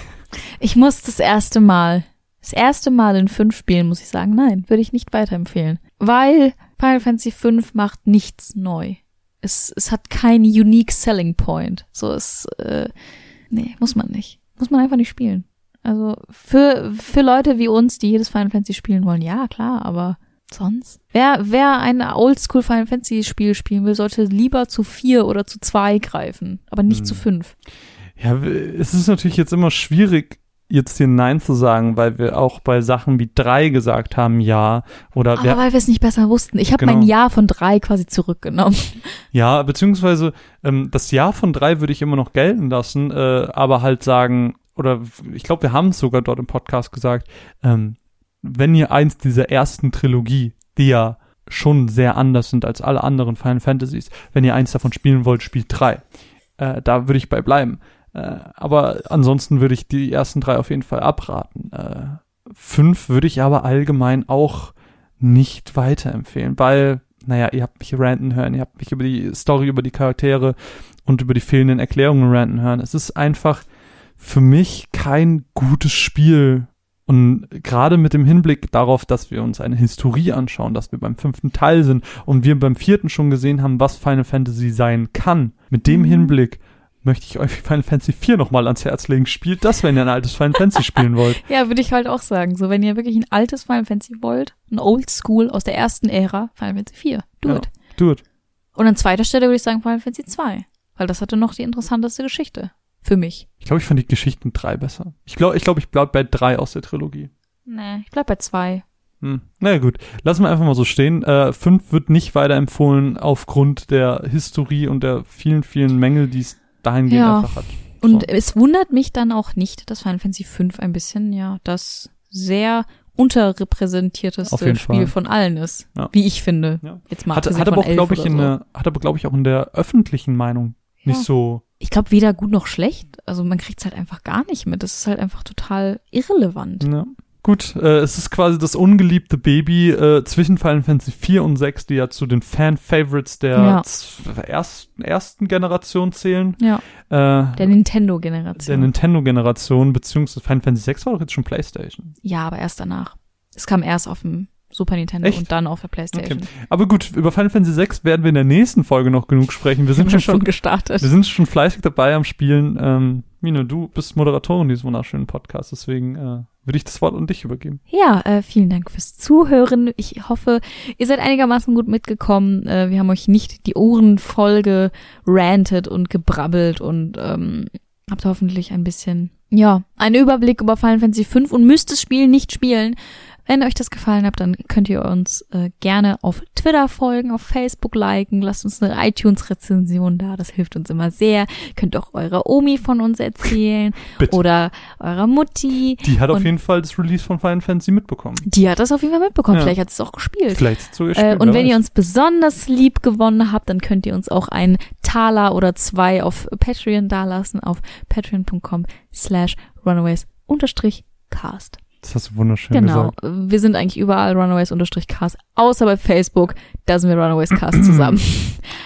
Ich muss das erste Mal, das erste Mal in fünf Spielen, muss ich sagen, nein, würde ich nicht weiterempfehlen. Weil Final Fantasy fünf macht nichts neu. Es, es hat keinen unique selling point. So ist, äh, nee, muss man nicht. Muss man einfach nicht spielen. Also für, für Leute wie uns, die jedes Final Fantasy spielen wollen, ja, klar, aber sonst? Wer, wer ein Oldschool Final Fantasy Spiel spielen will, sollte lieber zu vier oder zu zwei greifen, aber nicht hm. zu fünf. Ja, es ist natürlich jetzt immer schwierig, jetzt hier Nein zu sagen, weil wir auch bei Sachen wie drei gesagt haben, ja. Oder Aber wir, weil wir es nicht besser wussten. Ich habe genau. mein Ja von drei quasi zurückgenommen. Ja, beziehungsweise ähm, das Ja von drei würde ich immer noch gelten lassen, äh, aber halt sagen, oder ich glaube, wir haben es sogar dort im Podcast gesagt, ähm, wenn ihr eins dieser ersten Trilogie, die ja schon sehr anders sind als alle anderen Final Fantasies, wenn ihr eins davon spielen wollt, spielt drei. Äh, da würde ich bei bleiben. Äh, aber ansonsten würde ich die ersten drei auf jeden Fall abraten. Äh, fünf würde ich aber allgemein auch nicht weiterempfehlen, weil, naja, ihr habt mich ranten hören, ihr habt mich über die Story, über die Charaktere und über die fehlenden Erklärungen ranten hören. Es ist einfach für mich kein gutes Spiel. Und gerade mit dem Hinblick darauf, dass wir uns eine Historie anschauen, dass wir beim fünften Teil sind und wir beim vierten schon gesehen haben, was Final Fantasy sein kann, mit dem mhm. Hinblick möchte ich euch Final Fantasy vier nochmal ans Herz legen. Spielt das, wenn ihr ein altes Final Fantasy spielen wollt. Ja, würde ich halt auch sagen. So, wenn ihr wirklich ein altes Final Fantasy wollt, ein Oldschool aus der ersten Ära, Final Fantasy vier. Do ja, it. Do it. Und an zweiter Stelle würde ich sagen Final Fantasy zwei. Weil das hatte noch die interessanteste Geschichte. Für mich. Ich glaube, ich fand die Geschichten drei besser. Ich glaube, ich, glaub, ich bleib bei drei aus der Trilogie. Nee, ich bleib bei zwei. Hm. Naja gut, lassen wir einfach mal so stehen. Äh, fünf wird nicht weiterempfohlen aufgrund der Historie und der vielen, vielen Mängel, die es dahingehend ja. einfach hat. So. Und es wundert mich dann auch nicht, dass Final Fantasy fünf ein bisschen, ja, das sehr unterrepräsentierteste Spiel Fall. von allen ist. Ja. Wie ich finde. Ja. Jetzt mal hat, hat aber auch, glaube ich, so. in der, hat aber, glaube ich, auch in der öffentlichen Meinung ja. nicht so. Ich glaube, weder gut noch schlecht. Also man kriegt es halt einfach gar nicht mit. Das ist halt einfach total irrelevant. Ja. Gut, äh, es ist quasi das ungeliebte Baby äh, zwischen Final Fantasy vier und sechs, die ja zu den Fan-Favorites der ja. z- ersten, ersten Generation zählen. Ja, äh, der Nintendo-Generation. Der Nintendo-Generation, beziehungsweise Final Fantasy sechs war doch jetzt schon PlayStation. Ja, aber erst danach. Es kam erst auf dem Super Nintendo Echt? und dann auf der PlayStation. Okay. Aber gut, über Final Fantasy sechs werden wir in der nächsten Folge noch genug sprechen. Wir sind schon, schon gestartet. Wir sind schon fleißig dabei am Spielen. Ähm, Mine, du bist Moderatorin dieses wunderschönen Podcasts, deswegen äh, würde ich das Wort an dich übergeben. Ja, äh, vielen Dank fürs Zuhören. Ich hoffe, ihr seid einigermaßen gut mitgekommen. Äh, wir haben euch nicht die Ohren voll gerantet und gebrabbelt und ähm, habt hoffentlich ein bisschen, ja, einen Überblick über Final Fantasy fünf und müsst das Spiel nicht spielen. Wenn euch das gefallen hat, dann könnt ihr uns äh, gerne auf Twitter folgen, auf Facebook liken, lasst uns eine iTunes-Rezension da, das hilft uns immer sehr. Könnt auch eurer Omi von uns erzählen Bitte. Oder eurer Mutti. Die hat und auf jeden Fall das Release von Final Fantasy mitbekommen. Die hat das auf jeden Fall mitbekommen, ja. Vielleicht hat sie es auch gespielt. Vielleicht sogar gespielt, äh, Und wenn weiß. ihr uns besonders lieb gewonnen habt, dann könnt ihr uns auch einen Taler oder zwei auf Patreon dalassen, auf patreon.com slash runaways unterstrich cast. Das hast du wunderschön genau. gesagt. Genau. Wir sind eigentlich überall Runaways-Cast, außer bei Facebook. Da sind wir Runaways-Cast zusammen.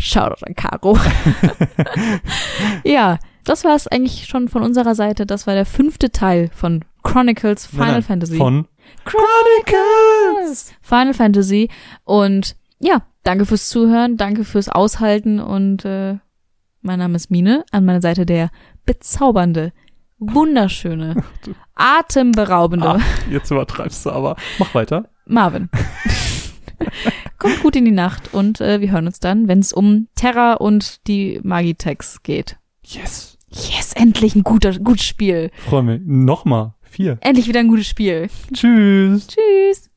Shoutout an Caro. Ja, das war es eigentlich schon von unserer Seite. Das war der fünfte Teil von Chronicles Final nein, nein, Fantasy. Von Chronicles! Final Fantasy. Und ja, danke fürs Zuhören, danke fürs Aushalten und äh, mein Name ist Mine, an meiner Seite der bezaubernde, wunderschöne, atemberaubende Ah, jetzt übertreibst du aber. Mach weiter. Marvin. Kommt gut in die Nacht und äh, wir hören uns dann, wenn es um Terra und die Magitex geht. Yes. Yes, endlich ein guter, gutes Spiel. Freue mich. Nochmal. Vier. Endlich wieder ein gutes Spiel. Tschüss. Tschüss.